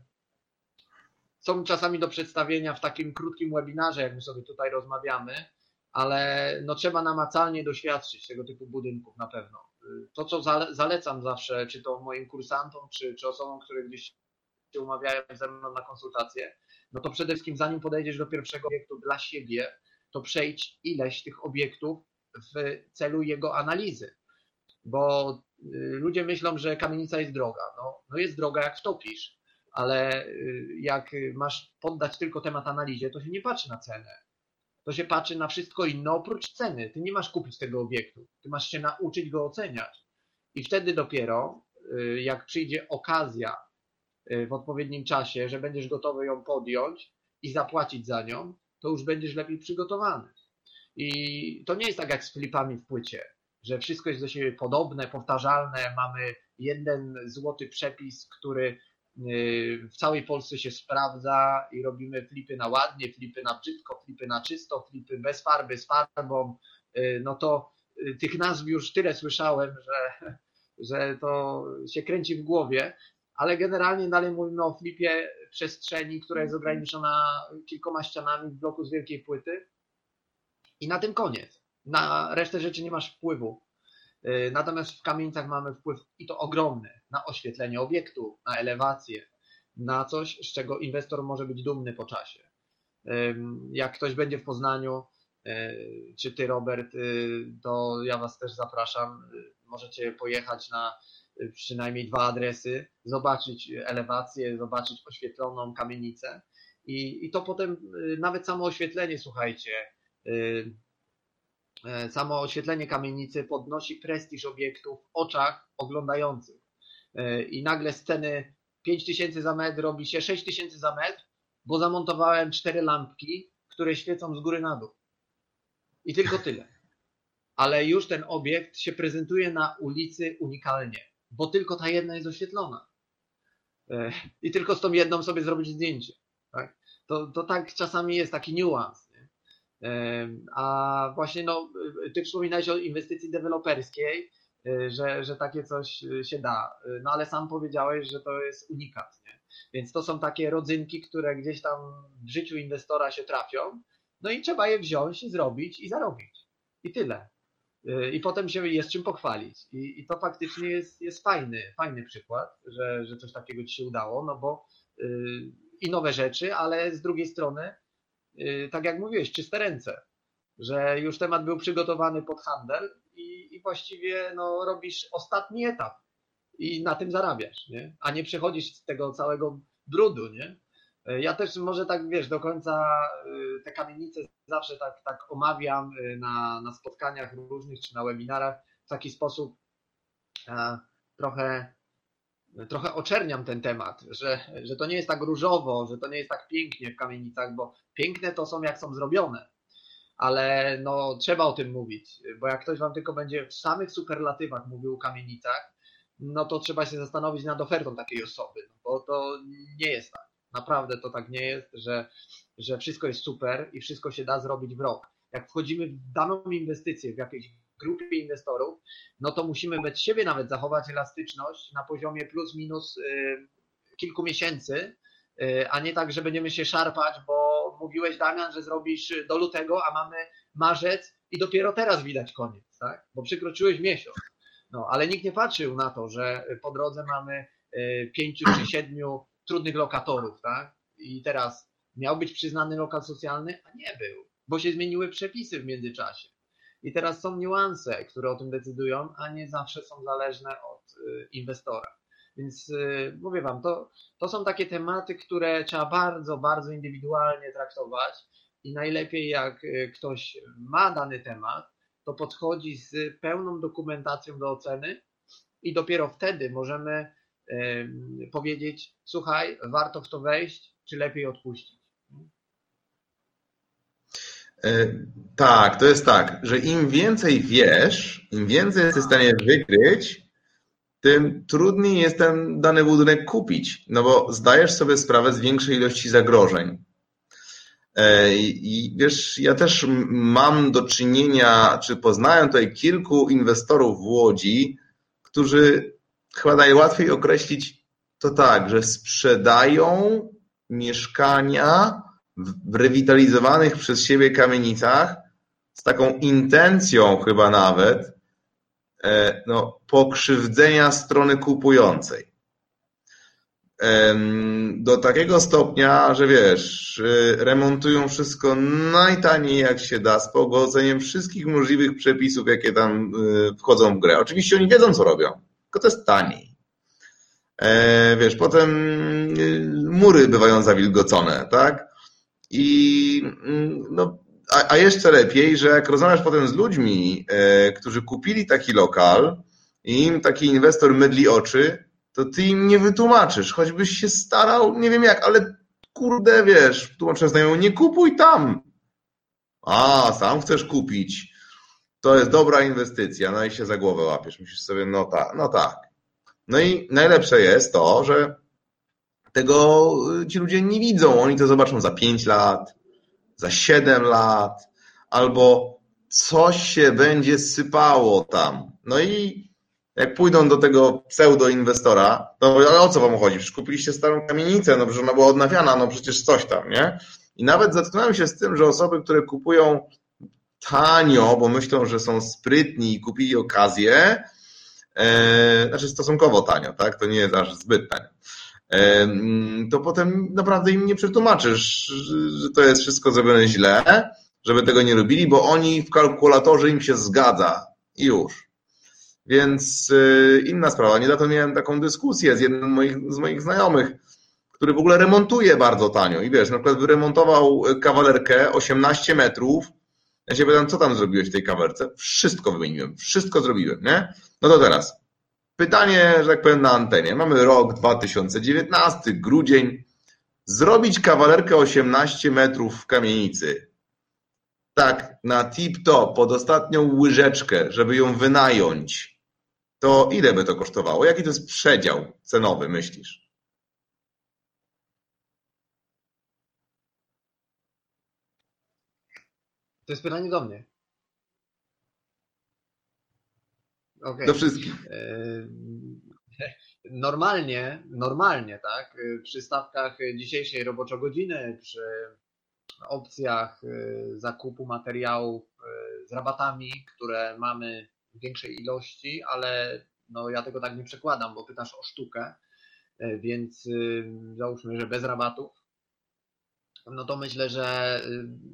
S3: są czasami do przedstawienia w takim krótkim webinarze, jak my sobie tutaj rozmawiamy, ale no, trzeba namacalnie doświadczyć tego typu budynków na pewno. To, co zalecam zawsze, czy to moim kursantom, czy, czy osobom, które gdzieś się umawiają ze mną na konsultacje, no to przede wszystkim zanim podejdziesz do pierwszego obiektu dla siebie, to przejdź ileś tych obiektów w celu jego analizy. Bo ludzie myślą, że kamienica jest droga. No, no jest droga jak wtopisz, ale jak masz poddać tylko temat analizie, to się nie patrzy na cenę. To się patrzy na wszystko inne oprócz ceny. Ty nie masz kupić tego obiektu. Ty masz się nauczyć go oceniać. I wtedy dopiero, jak przyjdzie okazja w odpowiednim czasie, że będziesz gotowy ją podjąć i zapłacić za nią, to już będziesz lepiej przygotowany. I to nie jest tak jak z flipami w płycie, że wszystko jest do siebie podobne, powtarzalne, mamy jeden złoty przepis, który w całej Polsce się sprawdza i robimy flipy na ładnie, flipy na brzydko, flipy na czysto, flipy bez farby, z farbą. No to tych nazw już tyle słyszałem, że, że to się kręci w głowie. Ale generalnie dalej mówimy o flipie przestrzeni, która jest ograniczona kilkoma ścianami w bloku z wielkiej płyty i na tym koniec. Na resztę rzeczy nie masz wpływu. Natomiast w kamienicach mamy wpływ i to ogromny na oświetlenie obiektu, na elewację, na coś, z czego inwestor może być dumny po czasie. Jak ktoś będzie w Poznaniu, czy ty, Robert, to ja was też zapraszam. Możecie pojechać na przynajmniej dwa adresy, zobaczyć elewację, zobaczyć oświetloną kamienicę i, i to potem nawet samo oświetlenie, słuchajcie, samo oświetlenie kamienicy podnosi prestiż obiektu w oczach oglądających i nagle z ceny pięć tysięcy za metr robi się sześć tysięcy za metr, bo zamontowałem cztery lampki, które świecą z góry na dół i tylko tyle. Ale już ten obiekt się prezentuje na ulicy unikalnie, bo tylko ta jedna jest oświetlona. I tylko z tą jedną sobie zrobić zdjęcie. Tak? To, to tak czasami jest taki niuans. Nie? A właśnie no, ty wspominałeś o inwestycji deweloperskiej, że, że takie coś się da. No ale sam powiedziałeś, że to jest unikat. Nie? Więc to są takie rodzynki, które gdzieś tam w życiu inwestora się trafią. No i trzeba je wziąć i zrobić i zarobić. I tyle. I potem się jest czym pochwalić. I, i to faktycznie jest, jest fajny, fajny przykład, że, że coś takiego ci się udało, no bo yy, i nowe rzeczy, ale z drugiej strony, yy, tak jak mówiłeś, czyste ręce, że już temat był przygotowany pod handel i, i właściwie no, robisz ostatni etap i na tym zarabiasz, nie? A nie przechodzisz z tego całego brudu, nie? Ja też może tak, wiesz, do końca te kamienice zawsze tak, tak omawiam na, na spotkaniach różnych czy na webinarach w taki sposób e, trochę, trochę oczerniam ten temat, że, że to nie jest tak różowo, że to nie jest tak pięknie w kamienicach, bo piękne to są jak są zrobione, ale no trzeba o tym mówić, bo jak ktoś wam tylko będzie w samych superlatywach mówił o kamienicach, no to trzeba się zastanowić nad ofertą takiej osoby, bo to nie jest tak. Naprawdę to tak nie jest, że, że wszystko jest super i wszystko się da zrobić w rok. Jak wchodzimy w daną inwestycję, w jakieś grupie inwestorów, no to musimy bez siebie nawet zachować elastyczność na poziomie plus minus kilku miesięcy, a nie tak, że będziemy się szarpać, bo mówiłeś, Damian, że zrobisz do lutego, a mamy marzec i dopiero teraz widać koniec, tak? Bo przekroczyłeś miesiąc. No, ale nikt nie patrzył na to, że po drodze mamy pięciu czy siedmiu trudnych lokatorów, tak? I teraz miał być przyznany lokal socjalny, a nie był, bo się zmieniły przepisy w międzyczasie. I teraz są niuanse, które o tym decydują, a nie zawsze są zależne od inwestora. Więc mówię wam, to, to są takie tematy, które trzeba bardzo, bardzo indywidualnie traktować i najlepiej jak ktoś ma dany temat, to podchodzi z pełną dokumentacją do oceny i dopiero wtedy możemy powiedzieć, słuchaj, warto w to wejść, czy lepiej odpuścić.
S2: Tak, to jest tak, że im więcej wiesz, im więcej jesteś w stanie wykryć, tym trudniej jest ten dany budynek kupić, no bo zdajesz sobie sprawę z większej ilości zagrożeń. I wiesz, ja też mam do czynienia, czy poznałem tutaj kilku inwestorów w Łodzi, którzy chyba najłatwiej określić to tak, że sprzedają mieszkania w rewitalizowanych przez siebie kamienicach z taką intencją chyba nawet no, pokrzywdzenia strony kupującej. Do takiego stopnia, że wiesz, remontują wszystko najtaniej jak się da, z pogodzeniem wszystkich możliwych przepisów, jakie tam wchodzą w grę. Oczywiście oni wiedzą, co robią, tylko to jest taniej. Wiesz, potem mury bywają zawilgocone, tak? I no, a, a jeszcze lepiej, że jak rozmawiasz potem z ludźmi, e, którzy kupili taki lokal i im taki inwestor mydli oczy, to ty im nie wytłumaczysz, choćbyś się starał, nie wiem jak, ale kurde, wiesz, tłumaczę znajomy, nie kupuj tam. A, sam chcesz kupić. To jest dobra inwestycja, no i się za głowę łapiesz. Myślisz sobie, no tak, no tak. No i najlepsze jest to, że tego ci ludzie nie widzą. Oni to zobaczą za pięć lat, za siedem lat, albo coś się będzie sypało tam. No i jak pójdą do tego pseudo-inwestora, to ale o co wam chodzi? Przecież kupiliście starą kamienicę, no przecież ona była odnawiana, no przecież coś tam, nie? I nawet zetknąłem się z tym, że osoby, które kupują tanio, bo myślą, że są sprytni i kupili okazję, e, znaczy stosunkowo tanio, tak? To nie jest aż zbyt tanio. To potem naprawdę im nie przetłumaczysz, że to jest wszystko zrobione źle, żeby tego nie robili, bo oni w kalkulatorze im się zgadza i już. Więc inna sprawa. Niedawno miałem taką dyskusję z jednym z moich, z moich znajomych, który w ogóle remontuje bardzo tanio i wiesz, na przykład wyremontował kawalerkę osiemnaście metrów. Ja się pytam, co tam zrobiłeś w tej kawalerce? Wszystko wymieniłem, wszystko zrobiłem, nie? No to teraz pytanie, że tak powiem, na antenie. Mamy rok dwa tysiące dziewiętnasty, grudzień. Zrobić kawalerkę osiemnaście metrów w kamienicy. Tak, na tip-top, pod ostatnią łyżeczkę, żeby ją wynająć. To ile by to kosztowało? Jaki to jest przedział cenowy, myślisz?
S3: To jest pytanie do mnie. Okay.
S2: Do wszystkich.
S3: Normalnie, normalnie, tak, przy stawkach dzisiejszej roboczo-godziny, przy opcjach zakupu materiałów z rabatami, które mamy w większej ilości, ale no ja tego tak nie przekładam, bo pytasz o sztukę, więc załóżmy, że bez rabatów, no to myślę, że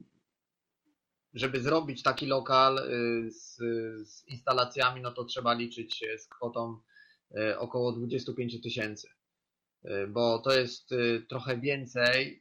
S3: żeby zrobić taki lokal z, z instalacjami, no to trzeba liczyć z kwotą około dwadzieścia pięć tysięcy, bo to jest trochę więcej,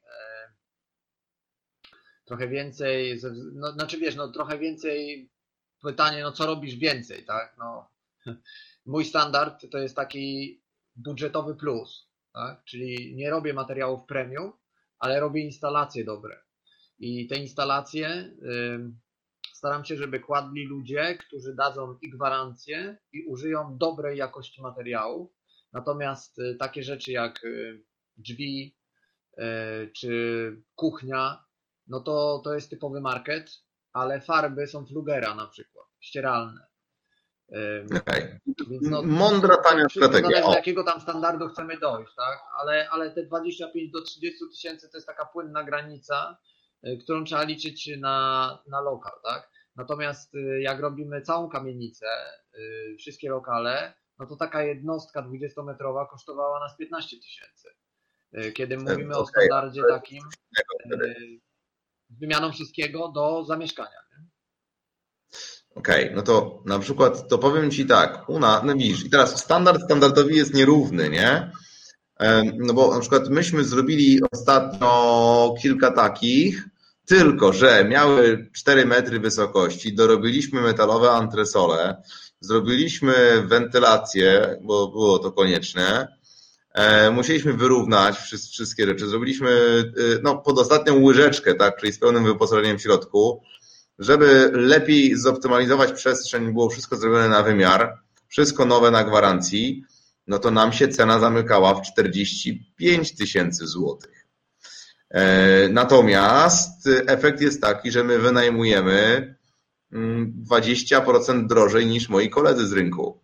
S3: trochę więcej, no, znaczy wiesz, no trochę więcej, pytanie, no co robisz więcej, tak, no mój standard to jest taki budżetowy plus, tak, czyli nie robię materiałów premium, ale robię instalacje dobre i te instalacje staram się, żeby kładli ludzie, którzy dadzą i gwarancję i użyją dobrej jakości materiałów. Natomiast takie rzeczy jak drzwi czy kuchnia, no to, to jest typowy market, ale farby są Flugera na przykład, ścieralne.
S2: Okay.
S3: Więc no,
S2: mądra, tania strategia.
S3: Zależy, do
S2: o.
S3: jakiego tam standardu chcemy dojść, tak? Ale, ale te dwadzieścia pięć do trzydziestu tysięcy to jest taka płynna granica, którą trzeba liczyć na, na lokal, tak? Natomiast jak robimy całą kamienicę, wszystkie lokale, no to taka jednostka dwudziestometrowa kosztowała nas piętnaście tysięcy. Kiedy mówimy okay, o standardzie takim z wymianą wszystkiego do zamieszkania.
S2: Okej, okay, no to na przykład, to powiem Ci tak, u nas, no widzisz, i teraz standard standardowi jest nierówny, nie? No bo na przykład myśmy zrobili ostatnio kilka takich, tylko że miały cztery metry wysokości, dorobiliśmy metalowe antresole, zrobiliśmy wentylację, bo było to konieczne, musieliśmy wyrównać wszystkie rzeczy, zrobiliśmy no, pod ostatnią łyżeczkę, tak, czyli z pełnym wyposażeniem w środku, żeby lepiej zoptymalizować przestrzeń, było wszystko zrobione na wymiar, wszystko nowe na gwarancji, no to nam się cena zamykała w czterdzieści pięć tysięcy złotych. Natomiast efekt jest taki, że my wynajmujemy dwadzieścia procent drożej niż moi koledzy z rynku.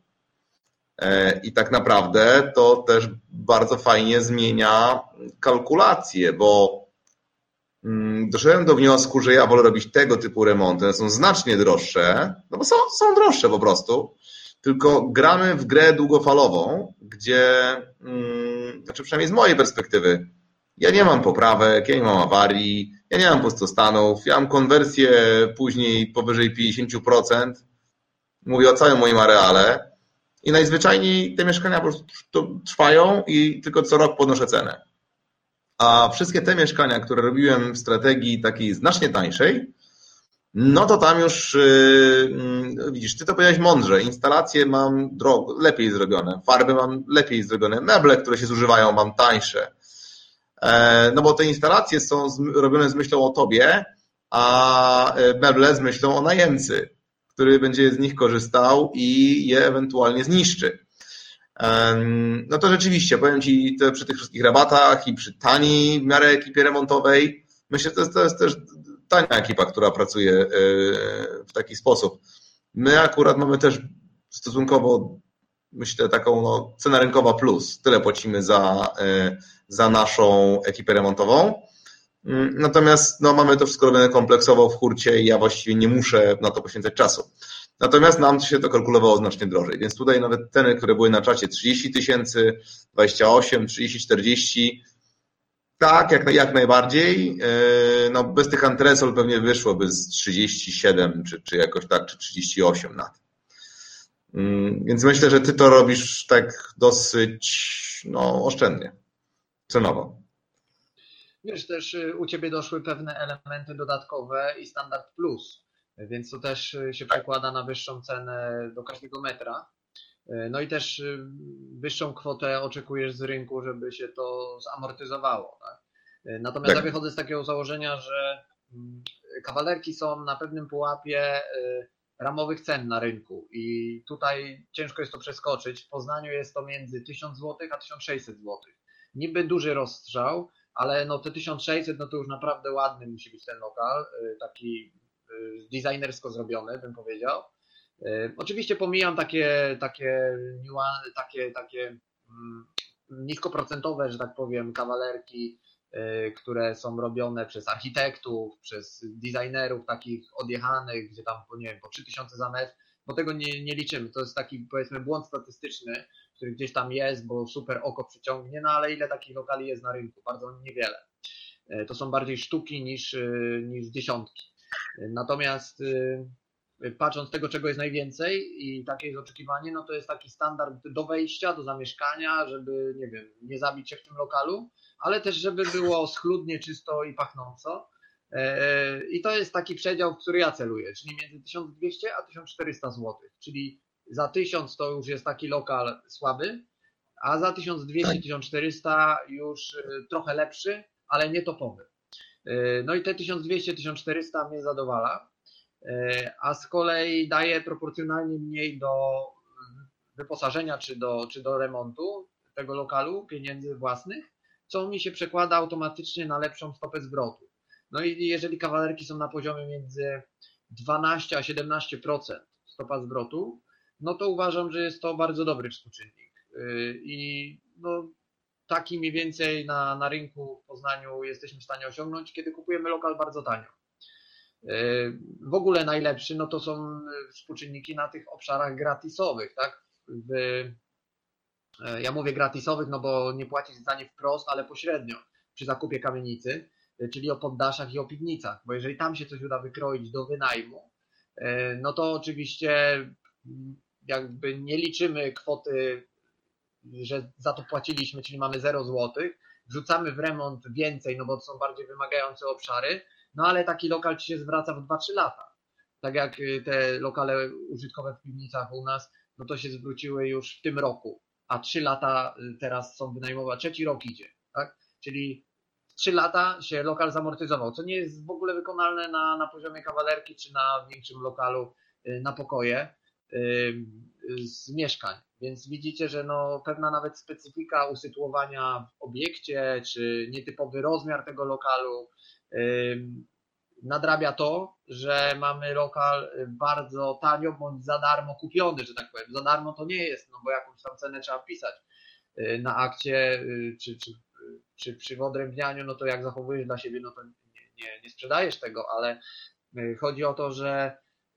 S2: I tak naprawdę to też bardzo fajnie zmienia kalkulacje, bo doszedłem do wniosku, że ja wolę robić tego typu remonty, one są znacznie droższe, no bo są, są droższe po prostu, tylko gramy w grę długofalową, gdzie, znaczy przynajmniej z mojej perspektywy, ja nie mam poprawek, ja nie mam awarii, ja nie mam pustostanów, ja mam konwersję później powyżej pięćdziesiąt procent, mówię o całym moim areale i najzwyczajniej te mieszkania po prostu trwają i tylko co rok podnoszę cenę. A wszystkie te mieszkania, które robiłem w strategii takiej znacznie tańszej, no to tam już, yy, widzisz, ty to powiedziałeś mądrze, instalacje mam drogo, lepiej zrobione, farby mam lepiej zrobione, meble, które się zużywają mam tańsze. E, no bo te instalacje są z, robione z myślą o tobie, a meble z myślą o najemcy, który będzie z nich korzystał i je ewentualnie zniszczy. No to rzeczywiście, powiem Ci, to przy tych wszystkich rabatach i przy taniej w miarę ekipie remontowej, myślę, że to jest, to jest też tania ekipa, która pracuje w taki sposób. My akurat mamy też stosunkowo, myślę, taką no, cenę rynkowa plus. Tyle płacimy za, za naszą ekipę remontową. Natomiast no, mamy to wszystko robione kompleksowo w hurcie i ja właściwie nie muszę na to poświęcać czasu. Natomiast nam się to kalkulowało znacznie drożej, więc tutaj nawet ceny, które były na czacie trzydzieści tysięcy, dwadzieścia osiem, trzydzieści, czterdzieści, tak, jak, jak najbardziej. No, bez tych antresol pewnie wyszłoby z trzydzieści siedem, czy, czy jakoś tak, czy trzydzieści osiem nawet. Więc myślę, że ty to robisz tak dosyć no, oszczędnie, cenowo.
S3: Wiesz, też u Ciebie doszły pewne elementy dodatkowe i standard plus, więc to też się przekłada na wyższą cenę do każdego metra. No i też wyższą kwotę oczekujesz z rynku, żeby się to zamortyzowało. Tak? Natomiast tak. Ja wychodzę z takiego założenia, że kawalerki są na pewnym pułapie ramowych cen na rynku i tutaj ciężko jest to przeskoczyć. W Poznaniu jest to między tysiąc złotych a tysiąc sześćset złotych. Niby duży rozstrzał, ale no te tysiąc sześćset no to już naprawdę ładny musi być ten lokal, taki designersko zrobiony, bym powiedział. Oczywiście pomijam takie, takie, takie, takie niskoprocentowe, że tak powiem, kawalerki, które są robione przez architektów, przez designerów takich odjechanych, gdzie tam nie wiem, po trzy tysiące za metr, bo tego nie, nie liczymy. To jest taki, powiedzmy, błąd statystyczny, który gdzieś tam jest, bo super oko przyciągnie, no ale ile takich lokali jest na rynku? Bardzo niewiele. To są bardziej sztuki niż, niż dziesiątki. Natomiast patrząc tego, czego jest najwięcej i takie jest oczekiwanie, no to jest taki standard do wejścia, do zamieszkania, żeby, nie wiem, nie zabić się w tym lokalu, ale też żeby było schludnie, czysto i pachnąco. I to jest taki przedział, w który ja celuję, czyli między tysiąc dwieście a tysiąc czterysta złotych, czyli za tysiąc to już jest taki lokal słaby, a za tysiąc dwieście do tysiąc czterysta już trochę lepszy, ale nie topowy. No i te tysiąc dwieście do tysiąc czterysta mnie zadowala, a z kolei daje proporcjonalnie mniej do wyposażenia czy do, czy do remontu tego lokalu, pieniędzy własnych, co mi się przekłada automatycznie na lepszą stopę zwrotu. No i jeżeli kawalerki są na poziomie między dwanaście a siedemnaście procent stopa zwrotu, no to uważam, że jest to bardzo dobry współczynnik. I no, taki mniej więcej na, na rynku w Poznaniu jesteśmy w stanie osiągnąć, kiedy kupujemy lokal bardzo tanio. W ogóle najlepszy no to są współczynniki na tych obszarach gratisowych, tak? W, ja mówię gratisowych, no bo nie płacisz za nie wprost, ale pośrednio przy zakupie kamienicy, czyli o poddaszach i o piwnicach, bo jeżeli tam się coś uda wykroić do wynajmu, no to oczywiście jakby nie liczymy kwoty, że za to płaciliśmy, czyli mamy zero złotych, wrzucamy w remont więcej, no bo to są bardziej wymagające obszary, no ale taki lokal ci się zwraca w dwa trzy lata. Tak jak te lokale użytkowe w piwnicach u nas, no to się zwróciły już w tym roku, a trzy lata teraz są wynajmowane, trzeci rok idzie, tak? Czyli trzy lata się lokal zamortyzował, co nie jest w ogóle wykonalne na, na poziomie kawalerki czy na większym lokalu na pokoje z mieszkań. Więc widzicie, że no pewna nawet specyfika usytuowania w obiekcie, czy nietypowy rozmiar tego lokalu nadrabia to, że mamy lokal bardzo tanio bądź za darmo kupiony, że tak powiem. Za darmo to nie jest, no bo jakąś tam cenę trzeba wpisać na akcie, czy, czy, czy przy wyodrębnianiu, no to jak zachowujesz dla siebie, no to nie, nie, nie sprzedajesz tego, ale chodzi o to, że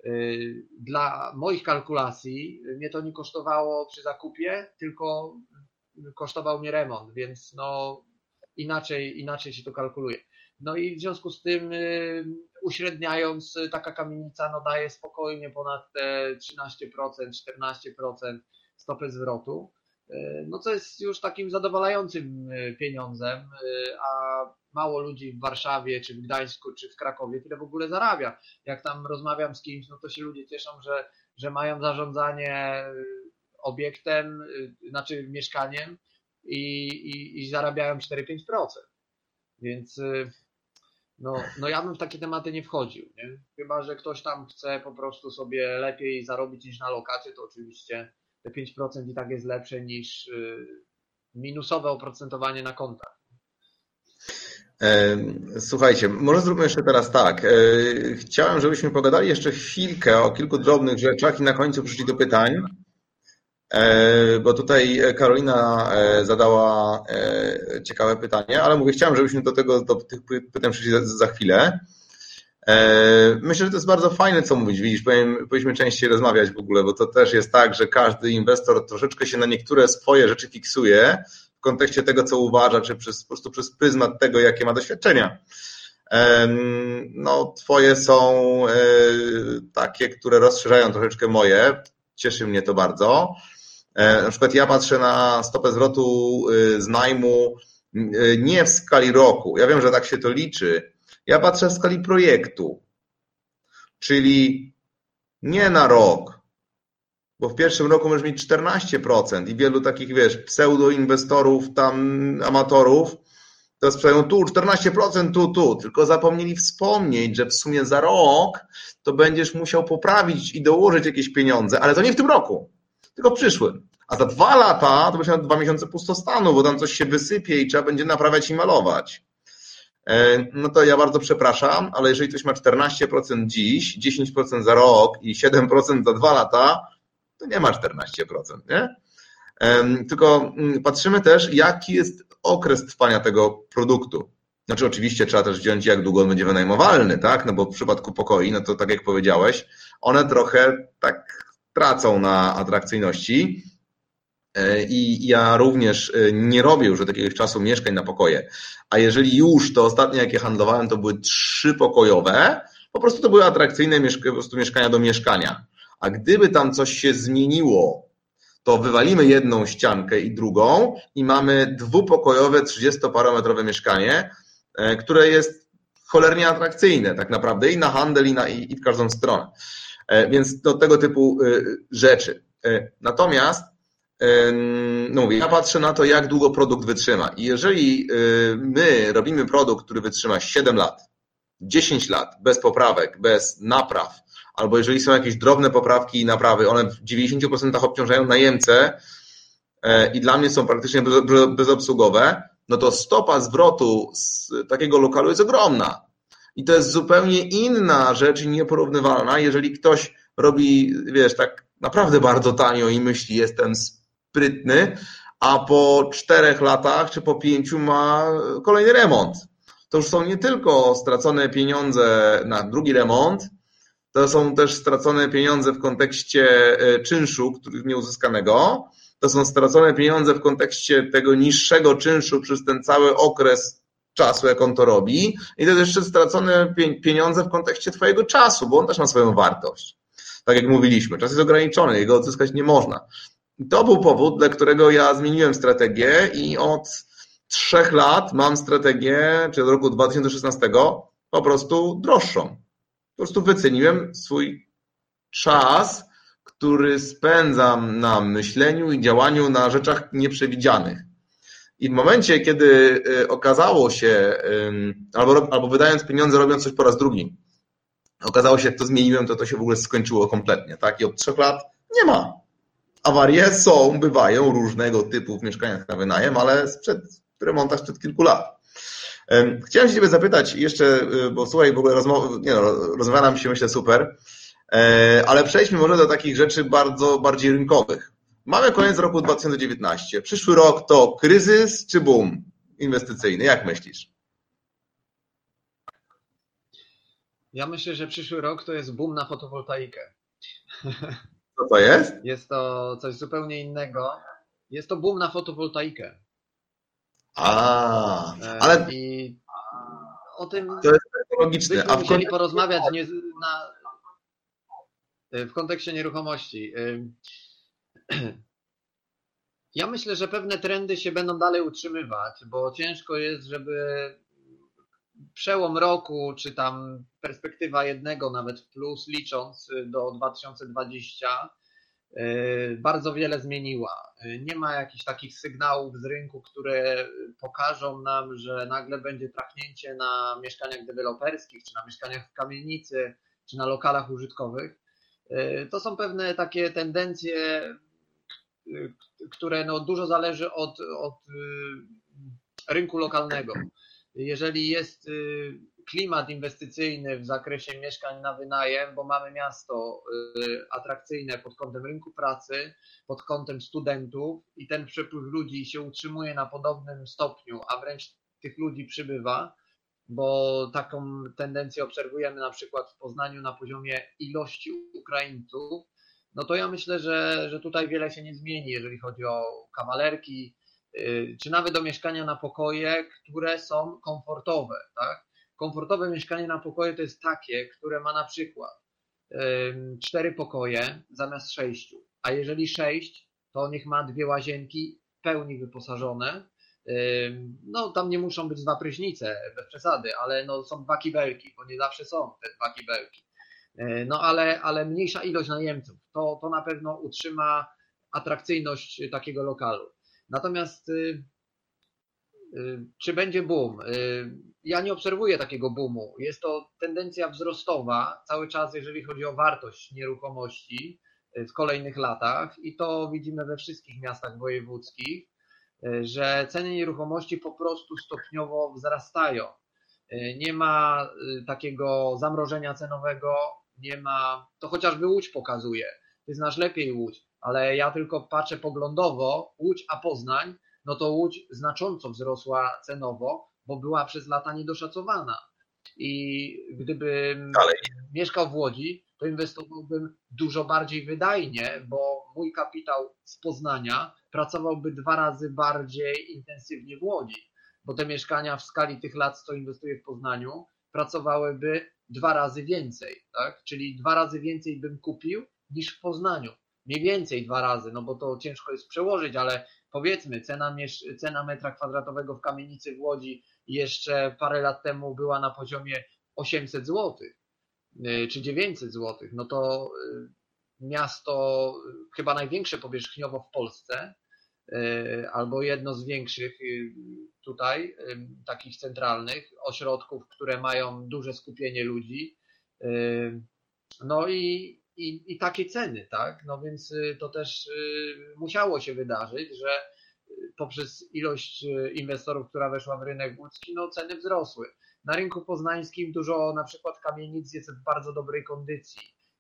S3: dla moich kalkulacji mnie to nie kosztowało przy zakupie, tylko kosztował mnie remont, więc no inaczej, inaczej się to kalkuluje. No i w związku z tym uśredniając, taka kamienica no daje spokojnie ponad te trzynaście procent, czternaście procent stopy zwrotu, no co jest już takim zadowalającym pieniądzem, a mało ludzi w Warszawie, czy w Gdańsku, czy w Krakowie tyle w ogóle zarabia. Jak tam rozmawiam z kimś, no to się ludzie cieszą, że, że mają zarządzanie obiektem, znaczy mieszkaniem i, i, i zarabiają cztery pięć procent. Więc no, no ja bym w takie tematy nie wchodził, nie? Chyba że ktoś tam chce po prostu sobie lepiej zarobić niż na lokacie, to oczywiście te pięć procent i tak jest lepsze niż minusowe oprocentowanie na kontach.
S2: Słuchajcie, może zróbmy jeszcze teraz tak. Chciałem, żebyśmy pogadali jeszcze chwilkę o kilku drobnych rzeczach i na końcu przeszli do pytań, bo tutaj Karolina zadała ciekawe pytanie, ale mówię, chciałem, żebyśmy do tego, do tych pytań przeszli za, za chwilę. Myślę, że to jest bardzo fajne, co mówić. Widzisz, powinniśmy częściej rozmawiać w ogóle, bo to też jest tak, że każdy inwestor troszeczkę się na niektóre swoje rzeczy fiksuje w kontekście tego, co uważa, czy przez, po prostu przez pryzmat tego, jakie ma doświadczenia. No, twoje są takie, które rozszerzają troszeczkę moje. Cieszy mnie to bardzo. Na przykład ja patrzę na stopę zwrotu z najmu nie w skali roku. Ja wiem, że tak się to liczy. Ja patrzę w skali projektu, czyli nie na rok, bo w pierwszym roku możesz mieć czternaście procent i wielu takich, wiesz, pseudoinwestorów, tam amatorów, to sprzedają tu czternaście procent, tu, tu, tylko zapomnieli wspomnieć, że w sumie za rok to będziesz musiał poprawić i dołożyć jakieś pieniądze, ale to nie w tym roku, tylko w przyszłym. A za dwa lata to będziesz miał dwa miesiące pustostanu, bo tam coś się wysypie i trzeba będzie naprawiać i malować. No to ja bardzo przepraszam, ale jeżeli ktoś ma czternaście procent dziś, dziesięć procent za rok i siedem procent za dwa lata, to nie ma czternaście procent, nie? Tylko patrzymy też, jaki jest okres trwania tego produktu. Znaczy oczywiście trzeba też wziąć, jak długo on będzie wynajmowalny, tak? No bo w przypadku pokoi, no to tak jak powiedziałeś, one trochę tak tracą na atrakcyjności. I ja również nie robię już od jakiegoś czasu mieszkań na pokoje, a jeżeli już, to ostatnie jakie handlowałem to były trzypokojowe, po prostu to były atrakcyjne po prostu mieszkania do mieszkania, a gdyby tam coś się zmieniło, to wywalimy jedną ściankę i drugą i mamy dwupokojowe, trzydziestoparometrowe mieszkanie, które jest cholernie atrakcyjne tak naprawdę i na handel i, na, i w każdą stronę, więc do tego typu rzeczy. Natomiast no mówię, ja patrzę na to, jak długo produkt wytrzyma i jeżeli my robimy produkt, który wytrzyma siedem lat, dziesięć lat, bez poprawek, bez napraw, albo jeżeli są jakieś drobne poprawki i naprawy, one w dziewięćdziesięciu procentach obciążają najemcę i dla mnie są praktycznie bezobsługowe, no to stopa zwrotu z takiego lokalu jest ogromna. I to jest zupełnie inna rzecz i nieporównywalna, jeżeli ktoś robi, wiesz, tak naprawdę bardzo tanio i myśli, jestem sprytny, a po czterech latach czy po pięciu ma kolejny remont. To już są nie tylko stracone pieniądze na drugi remont, to są też stracone pieniądze w kontekście czynszu, których nieuzyskanego, to są stracone pieniądze w kontekście tego niższego czynszu przez ten cały okres czasu, jak on to robi, i to jest jeszcze stracone pieniądze w kontekście twojego czasu, bo on też ma swoją wartość. Tak jak mówiliśmy, czas jest ograniczony, jego odzyskać nie można. I to był powód, dla którego ja zmieniłem strategię i od trzech lat mam strategię, czyli od roku dwa tysiące szesnastego, po prostu droższą. Po prostu wyceniłem swój czas, który spędzam na myśleniu i działaniu na rzeczach nieprzewidzianych. I w momencie, kiedy okazało się, albo, albo wydając pieniądze, robiąc coś po raz drugi, okazało się, jak to zmieniłem, to to się w ogóle skończyło kompletnie. Tak? I od trzech lat nie ma. Awarie są, bywają różnego typu w mieszkaniach na wynajem, ale sprzed, w remontach sprzed kilku lat. Chciałem się Ciebie zapytać jeszcze, bo słuchaj, w ogóle rozmowa, nie no, rozmawia nam się, myślę, super, ale przejdźmy może do takich rzeczy bardzo bardziej rynkowych. Mamy koniec roku dwa tysiące dziewiętnasty. Przyszły rok to kryzys czy boom inwestycyjny? Jak myślisz?
S3: Ja myślę, że przyszły rok to jest boom na fotowoltaikę.
S2: Co to jest?
S3: Jest to coś zupełnie innego. Jest to boom na fotowoltaikę.
S2: A, ale
S3: I o tym
S2: to jest technologiczne.
S3: byśmy
S2: A w
S3: musieli
S2: kontekście...
S3: porozmawiać nie, na, w kontekście nieruchomości. Ja myślę, że pewne trendy się będą dalej utrzymywać, bo ciężko jest, żeby przełom roku, czy tam perspektywa jednego nawet w plus licząc do dwa tysiące dwudziestego bardzo wiele zmieniła. Nie ma jakichś takich sygnałów z rynku, które pokażą nam, że nagle będzie trachnięcie na mieszkaniach deweloperskich, czy na mieszkaniach w kamienicy, czy na lokalach użytkowych. To są pewne takie tendencje, które no dużo zależy od, od rynku lokalnego. Jeżeli jest klimat inwestycyjny w zakresie mieszkań na wynajem, bo mamy miasto atrakcyjne pod kątem rynku pracy, pod kątem studentów i ten przepływ ludzi się utrzymuje na podobnym stopniu, a wręcz tych ludzi przybywa, bo taką tendencję obserwujemy na przykład w Poznaniu na poziomie ilości Ukraińców, no to ja myślę, że, że tutaj wiele się nie zmieni, jeżeli chodzi o kawalerki, czy nawet o mieszkania na pokoje, które są komfortowe, tak? Komfortowe mieszkanie na pokoje to jest takie, które ma na przykład cztery pokoje zamiast sześciu, a jeżeli sześć, to niech ma dwie łazienki w pełni wyposażone. No tam nie muszą być dwa prysznice, bez przesady, ale no, są dwa kibelki, bo nie zawsze są te dwa kibelki. No ale, ale mniejsza ilość najemców, to, to na pewno utrzyma atrakcyjność takiego lokalu. Natomiast czy będzie boom? Ja nie obserwuję takiego boomu. Jest to tendencja wzrostowa cały czas, jeżeli chodzi o wartość nieruchomości w kolejnych latach i to widzimy we wszystkich miastach wojewódzkich, że ceny nieruchomości po prostu stopniowo wzrastają. Nie ma takiego zamrożenia cenowego, nie ma, to chociażby Łódź pokazuje. Ty znasz lepiej Łódź, ale ja tylko patrzę poglądowo, Łódź a Poznań, no to Łódź znacząco wzrosła cenowo, bo była przez lata niedoszacowana. I gdybym Dalej. mieszkał w Łodzi, to inwestowałbym dużo bardziej wydajnie, bo mój kapitał z Poznania pracowałby dwa razy bardziej intensywnie w Łodzi, bo te mieszkania w skali tych lat, co inwestuję w Poznaniu, pracowałyby dwa razy więcej, tak? Czyli dwa razy więcej bym kupił niż w Poznaniu. Mniej więcej dwa razy, no bo to ciężko jest przełożyć, ale powiedzmy cena, cena metra kwadratowego w kamienicy w Łodzi jeszcze parę lat temu była na poziomie osiemset złotych czy dziewięćset złotych, no to miasto chyba największe powierzchniowo w Polsce, albo jedno z większych tutaj, takich centralnych ośrodków, które mają duże skupienie ludzi, no i I, i takie ceny, tak? No więc to też musiało się wydarzyć, że poprzez ilość inwestorów, która weszła w rynek łódzki, no ceny wzrosły. Na rynku poznańskim dużo na przykład kamienic jest w bardzo dobrej kondycji.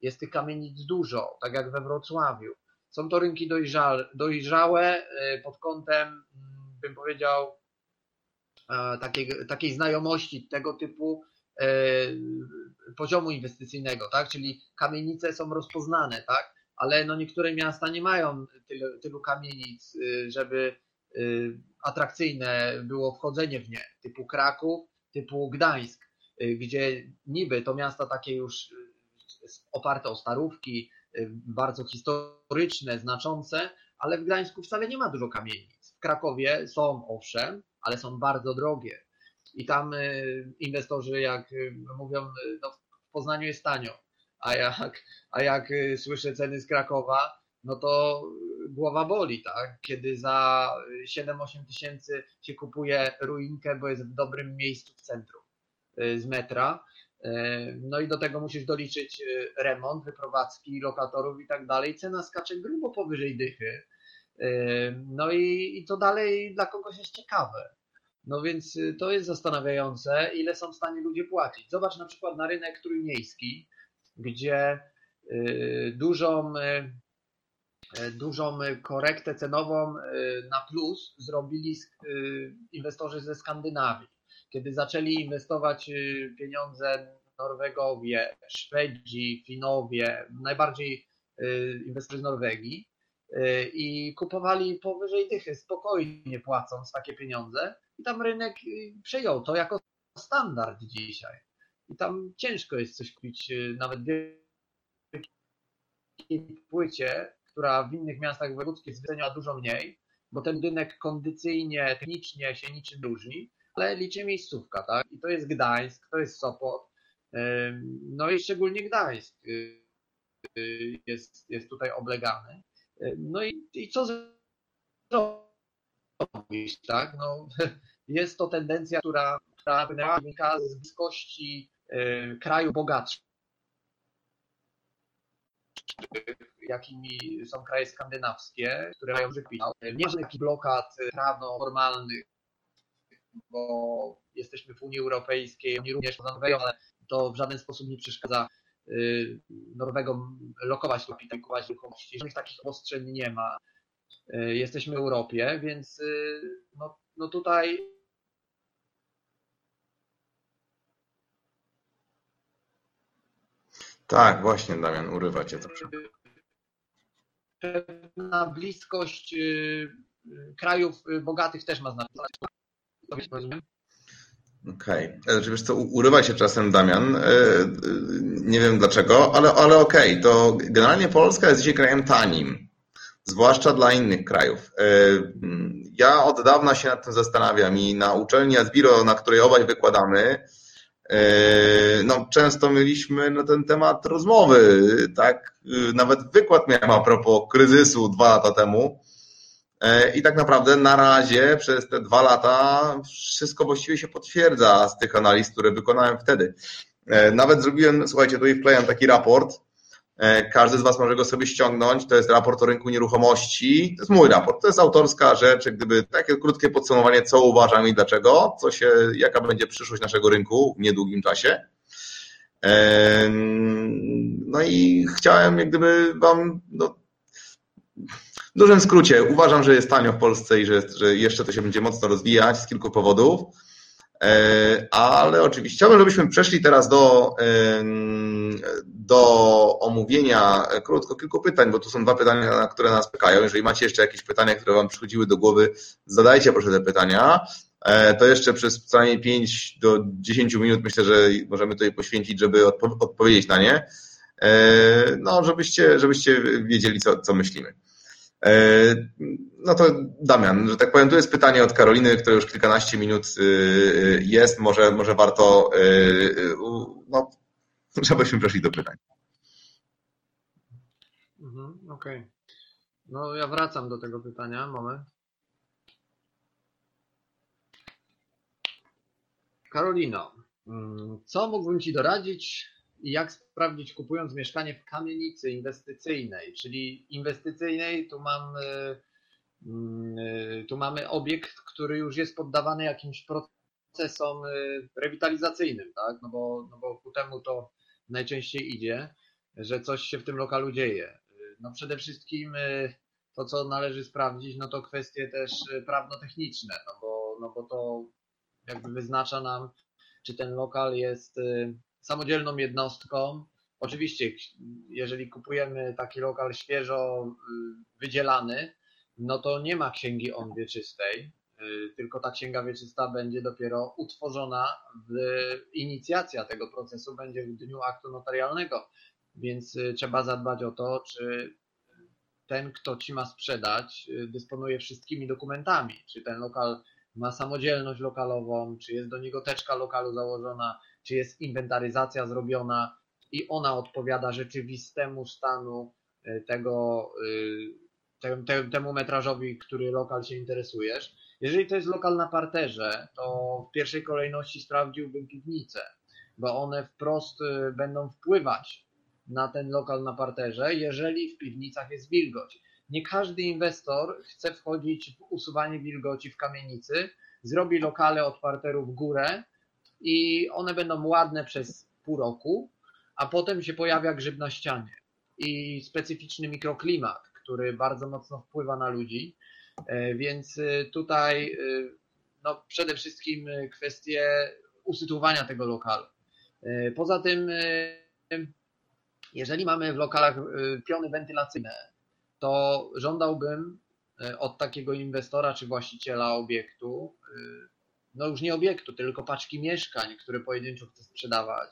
S3: jest tych kamienic dużo, tak jak we Wrocławiu. Są to rynki dojrzałe, dojrzałe pod kątem, bym powiedział, takiej, takiej znajomości tego typu poziomu inwestycyjnego, tak? Czyli kamienice są rozpoznane, tak? Ale no niektóre miasta nie mają tylu, tylu kamienic, żeby atrakcyjne było wchodzenie w nie, typu Kraków, typu Gdańsk, gdzie niby to miasta takie już oparte o starówki, bardzo historyczne, znaczące, ale w Gdańsku wcale nie ma dużo kamienic. W Krakowie są, owszem, ale są bardzo drogie. I tam inwestorzy, jak mówią, no w Poznaniu jest tanio, a jak, a jak słyszę ceny z Krakowa, no to głowa boli, tak? Kiedy za siedem osiem tysięcy się kupuje ruinkę, bo jest w dobrym miejscu w centrum z metra. No i do tego musisz doliczyć remont, wyprowadzki, lokatorów i tak dalej. Cena skacze grubo powyżej dychy. No i, i to dalej dla kogoś jest ciekawe. No więc to jest zastanawiające, ile są w stanie ludzie płacić. Zobacz na przykład na rynek trójmiejski, gdzie dużą, dużą korektę cenową na plus zrobili inwestorzy ze Skandynawii. Kiedy zaczęli inwestować pieniądze Norwegowie, Szwedzi, Finowie, najbardziej inwestorzy z Norwegii i kupowali powyżej dychy, spokojnie płacąc takie pieniądze i tam rynek przyjął to jako standard dzisiaj. I tam ciężko jest coś kupić nawet w wielkiej płycie, która w innych miastach wojewódzkich wyceniała dużo mniej, bo ten rynek kondycyjnie, technicznie się niczym różni, ale liczy miejscówka, tak? I to jest Gdańsk, to jest Sopot, no i szczególnie Gdańsk jest, jest tutaj oblegany. No i, i co zrobić, tak? No, jest to tendencja, która, która wynika z bliskości kraju bogatszych, jakimi są kraje skandynawskie, które mają duży kapitał. Nie ma żadnych blokad prawno-formalnych, bo jesteśmy w Unii Europejskiej, oni również zamawiają, ale to w żaden sposób nie przeszkadza Norwegom lokować kapitał, kupować nieruchomości. Żadnych takich obostrzeń nie ma. Jesteśmy w Europie, więc no, no tutaj
S2: Tak, właśnie, Damian, urywa cię to.
S3: Pewna bliskość krajów bogatych też ma znaczenie.
S2: Okej. Okay. Wiesz co, urywa się czasem Damian, nie wiem dlaczego, ale, ale okej, okay. To generalnie Polska jest dzisiaj krajem tanim, zwłaszcza dla innych krajów. Ja od dawna się nad tym zastanawiam i na uczelni Asbiro, na której obaj wykładamy, no, często mieliśmy na ten temat rozmowy, tak? Nawet wykład miałem a propos kryzysu dwa lata temu. I tak naprawdę na razie przez te dwa lata wszystko właściwie się potwierdza z tych analiz, które wykonałem wtedy. Nawet zrobiłem, słuchajcie, tutaj wklejam taki raport. Każdy z Was może go sobie ściągnąć. To jest raport o rynku nieruchomości. To jest mój raport. To jest autorska rzecz, jak gdyby takie krótkie podsumowanie, co uważam i dlaczego, co się, jaka będzie przyszłość naszego rynku w niedługim czasie. No i chciałem jak gdyby Wam, no, w dużym skrócie, uważam, że jest tanio w Polsce i że, że jeszcze to się będzie mocno rozwijać z kilku powodów, ale oczywiście chciałbym, żebyśmy przeszli teraz do, do omówienia krótko kilku pytań, bo tu są dwa pytania, na które nas czekają. Jeżeli macie jeszcze jakieś pytania, które Wam przychodziły do głowy, zadajcie proszę te pytania. To jeszcze przez co najmniej pięć do dziesięciu minut myślę, że możemy tutaj poświęcić, żeby odpo- odpowiedzieć na nie. No, żebyście, żebyście wiedzieli, co, co myślimy. No to Damian, że tak powiem, tu jest pytanie od Karoliny, które już kilkanaście minut jest, może, może warto, no, żebyśmy przeszli do pytań.
S3: Mhm, okej. Okay. No ja wracam do tego pytania, moment. Karolino, co mógłbym Ci doradzić i jak sprawdzić, kupując mieszkanie w kamienicy inwestycyjnej, czyli inwestycyjnej, tu mam, tu mamy obiekt, który już jest poddawany jakimś procesom rewitalizacyjnym, tak? No bo, no bo ku temu to najczęściej idzie. że coś się w tym lokalu dzieje. No przede wszystkim to, co należy sprawdzić, no to kwestie też prawno-techniczne, no bo, no bo to jakby wyznacza nam, czy ten lokal jest samodzielną jednostką. Oczywiście, jeżeli kupujemy taki lokal świeżo wydzielany, no to nie ma księgi on wieczystej, tylko ta księga wieczysta będzie dopiero utworzona, w, inicjacja tego procesu będzie w dniu aktu notarialnego, więc trzeba zadbać o to, czy ten, kto ci ma sprzedać, dysponuje wszystkimi dokumentami, czy ten lokal ma samodzielność lokalową, czy jest do niego teczka lokalu założona, czy jest inwentaryzacja zrobiona i ona odpowiada rzeczywistemu stanu tego, temu metrażowi, który lokal się interesujesz. Jeżeli to jest lokal na parterze, to w pierwszej kolejności sprawdziłbym piwnice, bo one wprost będą wpływać na ten lokal na parterze, jeżeli w piwnicach jest wilgoć. Nie każdy inwestor chce wchodzić w usuwanie wilgoci w kamienicy, zrobi lokale od parteru w górę i one będą ładne przez pół roku, a potem się pojawia grzyb na ścianie i specyficzny mikroklimat, który bardzo mocno wpływa na ludzi, więc tutaj no, przede wszystkim kwestie usytuowania tego lokalu. Poza tym, jeżeli mamy w lokalach piony wentylacyjne, to żądałbym od takiego inwestora czy właściciela obiektu, no już nie obiektu, tylko paczki mieszkań, które pojedynczo chce sprzedawać,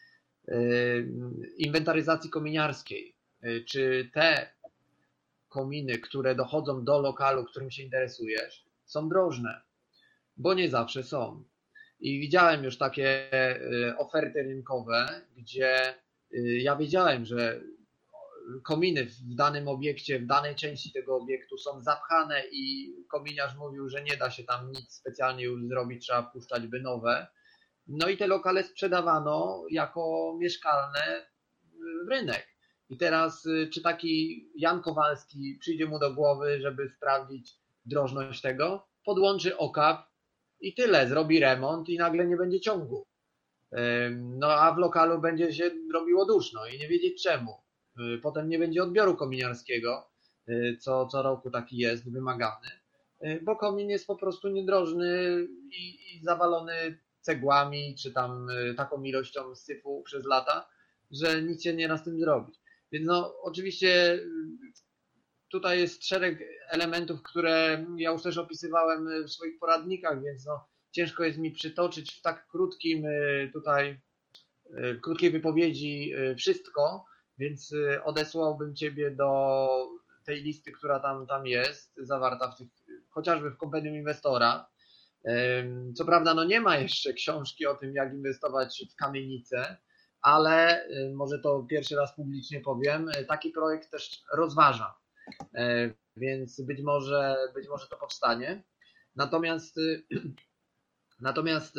S3: inwentaryzacji kominiarskiej, czy te kominy, które dochodzą do lokalu, którym się interesujesz, są drożne, bo nie zawsze są. I widziałem już takie oferty rynkowe, gdzie ja wiedziałem, że kominy w danym obiekcie, w danej części tego obiektu są zapchane i kominiarz mówił, że nie da się tam nic specjalnie już zrobić, trzeba puszczać by nowe. No i te lokale sprzedawano jako mieszkalne w rynek. I teraz czy taki Jan Kowalski przyjdzie mu do głowy, żeby sprawdzić drożność tego, podłączy okap i tyle, zrobi remont i nagle nie będzie ciągu. No a w lokalu będzie się robiło duszno i nie wiedzieć czemu. Potem nie będzie odbioru kominiarskiego, co, co roku taki jest wymagany, bo komin jest po prostu niedrożny i, i zawalony cegłami, czy tam taką ilością syfu przez lata, że nic się nie da z tym zrobić. Więc no oczywiście tutaj jest szereg elementów, które ja już też opisywałem w swoich poradnikach, więc no ciężko jest mi przytoczyć w tak krótkim tutaj, w krótkiej wypowiedzi wszystko, więc odesłałbym Ciebie do tej listy, która tam, tam jest zawarta w tych, chociażby w kompendium inwestora. Co prawda no nie ma jeszcze książki o tym, jak inwestować w kamienicę, ale może to pierwszy raz publicznie powiem, taki projekt też rozważam, więc być może, być może to powstanie. Natomiast, natomiast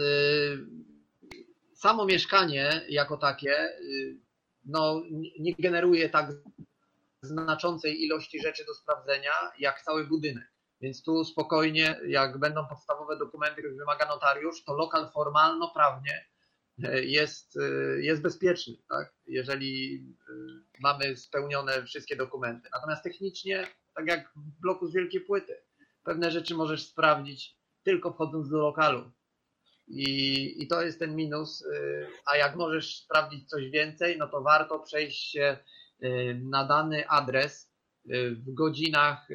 S3: samo mieszkanie jako takie no, nie generuje tak znaczącej ilości rzeczy do sprawdzenia jak cały budynek. Więc tu spokojnie, jak będą podstawowe dokumenty, których wymaga notariusz, to lokal formalno-prawnie jest, jest bezpieczny, tak? Jeżeli mamy spełnione wszystkie dokumenty. Natomiast technicznie, tak jak w bloku z wielkiej płyty, pewne rzeczy możesz sprawdzić tylko wchodząc do lokalu. I, I to jest ten minus, a jak możesz sprawdzić coś więcej, no to warto przejść się na dany adres w godzinach,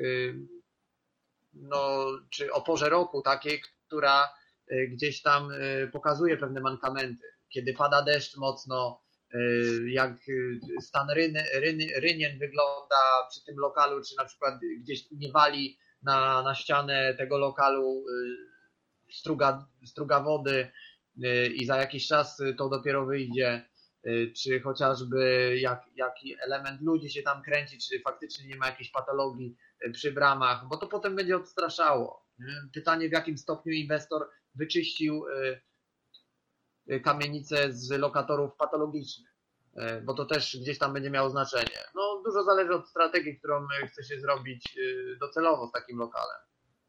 S3: no, czy o porze roku takiej, która gdzieś tam pokazuje pewne mankamenty. Kiedy pada deszcz mocno, jak stan ryny, ryny, rynien wygląda przy tym lokalu, czy na przykład gdzieś nie wali na, na ścianę tego lokalu struga, struga wody i za jakiś czas to dopiero wyjdzie, czy chociażby jak, jaki element ludzi się tam kręci, czy faktycznie nie ma jakiejś patologii przy bramach, bo to potem będzie odstraszało. Pytanie, w jakim stopniu inwestor wyczyścił kamienicę z lokatorów patologicznych, bo to też gdzieś tam będzie miało znaczenie. No, dużo zależy od strategii, którą chce się zrobić docelowo z takim lokalem.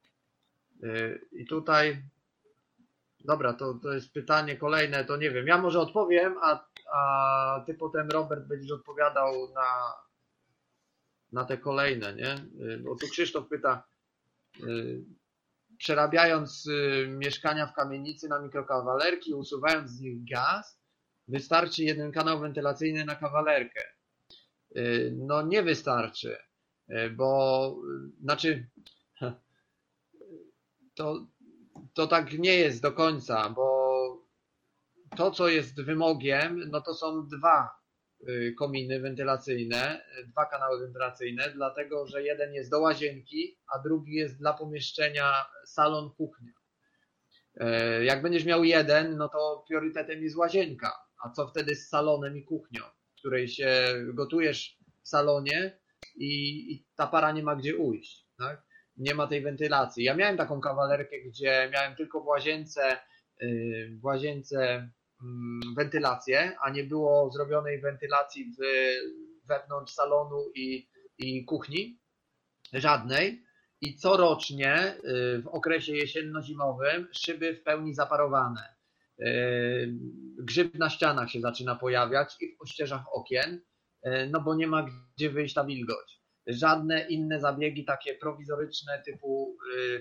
S3: I tutaj, dobra, to, to jest pytanie kolejne, to nie wiem, ja może odpowiem, a, a ty potem, Robert, będziesz odpowiadał na, na te kolejne, nie? Bo tu Krzysztof pyta, przerabiając mieszkania w kamienicy na mikrokawalerki, usuwając z nich gaz, wystarczy jeden kanał wentylacyjny na kawalerkę. No nie wystarczy, bo znaczy to, to tak nie jest do końca, bo to, co jest wymogiem, no to są dwa kominy wentylacyjne, dwa kanały wentylacyjne, dlatego że jeden jest do łazienki, a drugi jest dla pomieszczenia salon, kuchnia. Jak będziesz miał jeden, no to priorytetem jest łazienka, a co wtedy z salonem i kuchnią, w której się gotujesz w salonie i, i ta para nie ma gdzie ujść, tak? Nie ma tej wentylacji. Ja miałem taką kawalerkę, gdzie miałem tylko w łazience, w łazience wentylację, a nie było zrobionej wentylacji w, wewnątrz salonu i, i kuchni, żadnej. I corocznie w okresie jesienno-zimowym szyby w pełni zaparowane. Grzyb na ścianach się zaczyna pojawiać i w ościeżach okien, no bo nie ma gdzie wyjść ta wilgoć. Żadne inne zabiegi takie prowizoryczne typu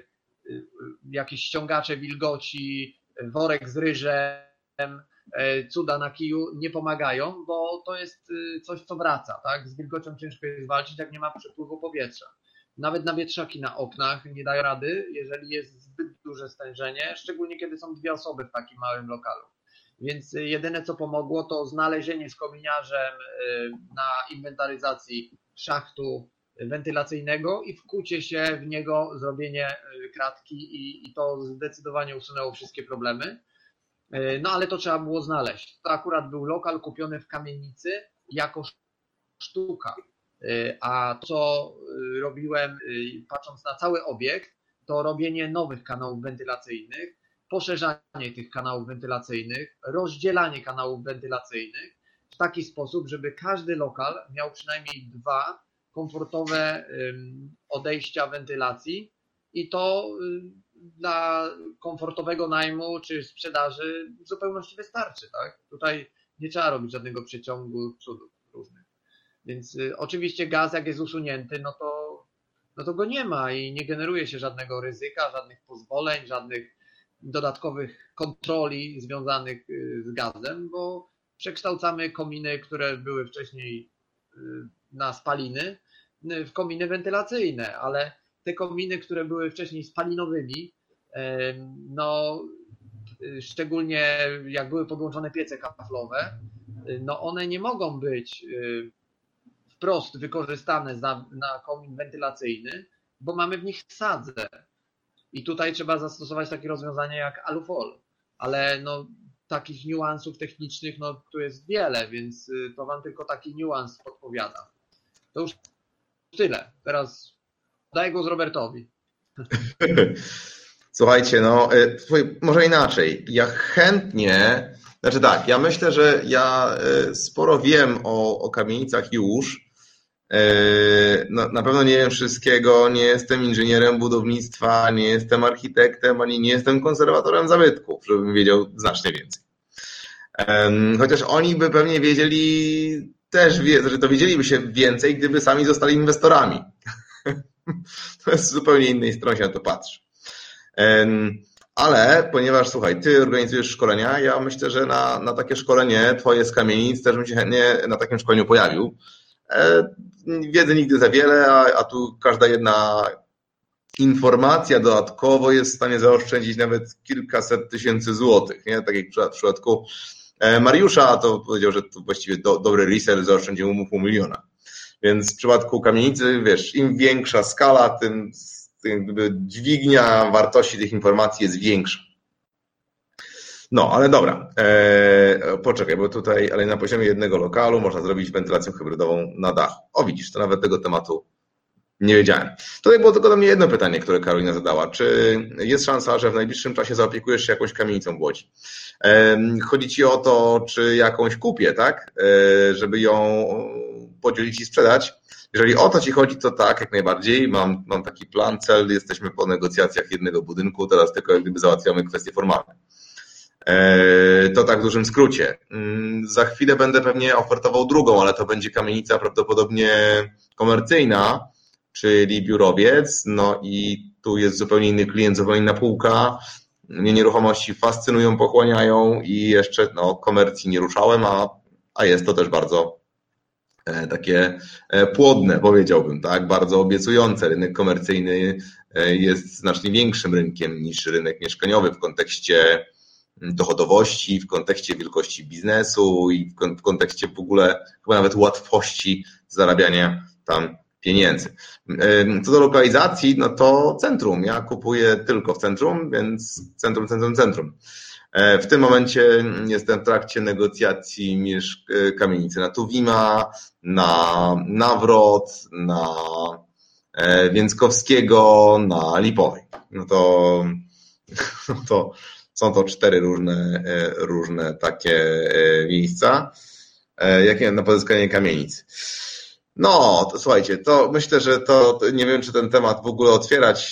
S3: jakieś ściągacze wilgoci, worek z ryżem, cuda na kiju nie pomagają, bo to jest coś, co wraca, tak? Z wilgocią ciężko jest walczyć, jak nie ma przepływu powietrza. Nawet na wietrzaki na oknach nie dają rady, jeżeli jest zbyt duże stężenie, szczególnie kiedy są dwie osoby w takim małym lokalu. Więc jedyne, co pomogło, to znalezienie z kominiarzem na inwentaryzacji szachtu wentylacyjnego i wkucie się w niego, zrobienie kratki i, i to zdecydowanie usunęło wszystkie problemy. No ale to trzeba było znaleźć. To akurat był lokal kupiony w kamienicy jako sztuka. A to, co robiłem, patrząc na cały obiekt, to robienie nowych kanałów wentylacyjnych, poszerzanie tych kanałów wentylacyjnych, rozdzielanie kanałów wentylacyjnych w taki sposób, żeby każdy lokal miał przynajmniej dwa komfortowe odejścia wentylacji i to dla komfortowego najmu czy sprzedaży w zupełności wystarczy, tak? Tutaj nie trzeba robić żadnego przeciągu cudów różnych. Więc y, oczywiście gaz, jak jest usunięty, no to, no to go nie ma i nie generuje się żadnego ryzyka, żadnych pozwoleń, żadnych dodatkowych kontroli związanych y, z gazem, bo przekształcamy kominy, które były wcześniej y, na spaliny, y, w kominy wentylacyjne, ale te kominy, które były wcześniej spalinowymi, y, no y, szczególnie jak były podłączone piece kaflowe, y, no one nie mogą być y, wprost wykorzystane na, na komin wentylacyjny, bo mamy w nich sadzę. I tutaj trzeba zastosować takie rozwiązanie jak alufol. Ale no, takich niuansów technicznych no, tu jest wiele, więc to wam tylko taki niuans podpowiada. To już tyle. Teraz daję głos Robertowi.
S2: Słuchajcie, no może inaczej. Ja chętnie, znaczy tak, ja myślę, że ja sporo wiem o, o kamienicach już. No, na pewno nie wiem wszystkiego, nie jestem inżynierem budownictwa, nie jestem architektem, ani nie jestem konserwatorem zabytków, żebym wiedział znacznie więcej. Chociaż oni by pewnie wiedzieli też, że to wiedzieliby się więcej, gdyby sami zostali inwestorami. To jest z zupełnie innej strony się na to patrzy. Ale ponieważ, słuchaj, ty organizujesz szkolenia, ja myślę, że na, na takie szkolenie twoje z kamienic też bym się chętnie na takim szkoleniu pojawił. Wiedzy nigdy za wiele, a, a tu każda jedna informacja dodatkowo jest w stanie zaoszczędzić nawet kilkaset tysięcy złotych. Nie? Tak jak w przypadku Mariusza, to powiedział, że to właściwie do, dobry resell zaoszczędził mu pół miliona. Więc w przypadku kamienicy, wiesz, im większa skala, tym, tym jakby dźwignia wartości tych informacji jest większa. No, ale dobra, eee, poczekaj, bo tutaj, ale na poziomie jednego lokalu można zrobić wentylację hybrydową na dachu. O widzisz, to nawet tego tematu nie wiedziałem. Tutaj było tylko do mnie jedno pytanie, które Karolina zadała. Czy jest szansa, że w najbliższym czasie zaopiekujesz się jakąś kamienicą w Łodzi? Eee, chodzi ci o to, czy jakąś kupię, tak? Eee, żeby ją podzielić i sprzedać. Jeżeli o to ci chodzi, to tak, jak najbardziej. Mam, mam taki plan, cel, jesteśmy po negocjacjach jednego budynku, teraz tylko jak gdyby załatwiamy kwestie formalne. To tak w dużym skrócie. Za chwilę będę pewnie ofertował drugą, ale to będzie kamienica prawdopodobnie komercyjna, czyli biurowiec. No i tu jest zupełnie inny klient, zupełnie inna półka. Mnie nieruchomości fascynują, pochłaniają i jeszcze no, komercji nie ruszałem, a, a jest to też bardzo takie płodne, powiedziałbym, tak, bardzo obiecujące. Rynek komercyjny jest znacznie większym rynkiem niż rynek mieszkaniowy w kontekście dochodowości, w kontekście wielkości biznesu i w kontekście w ogóle chyba nawet łatwości zarabiania tam pieniędzy. Co do lokalizacji, no to centrum. Ja kupuję tylko w centrum, więc centrum, centrum, centrum. W tym momencie jestem w trakcie negocjacji kamienicy na Tuwima, na Nawrot, na Więckowskiego, na Lipowej. No to, no to są to cztery różne, różne takie miejsca, jakie na pozyskanie kamienic. No, to słuchajcie, to myślę, że to, to nie wiem, czy ten temat w ogóle otwierać.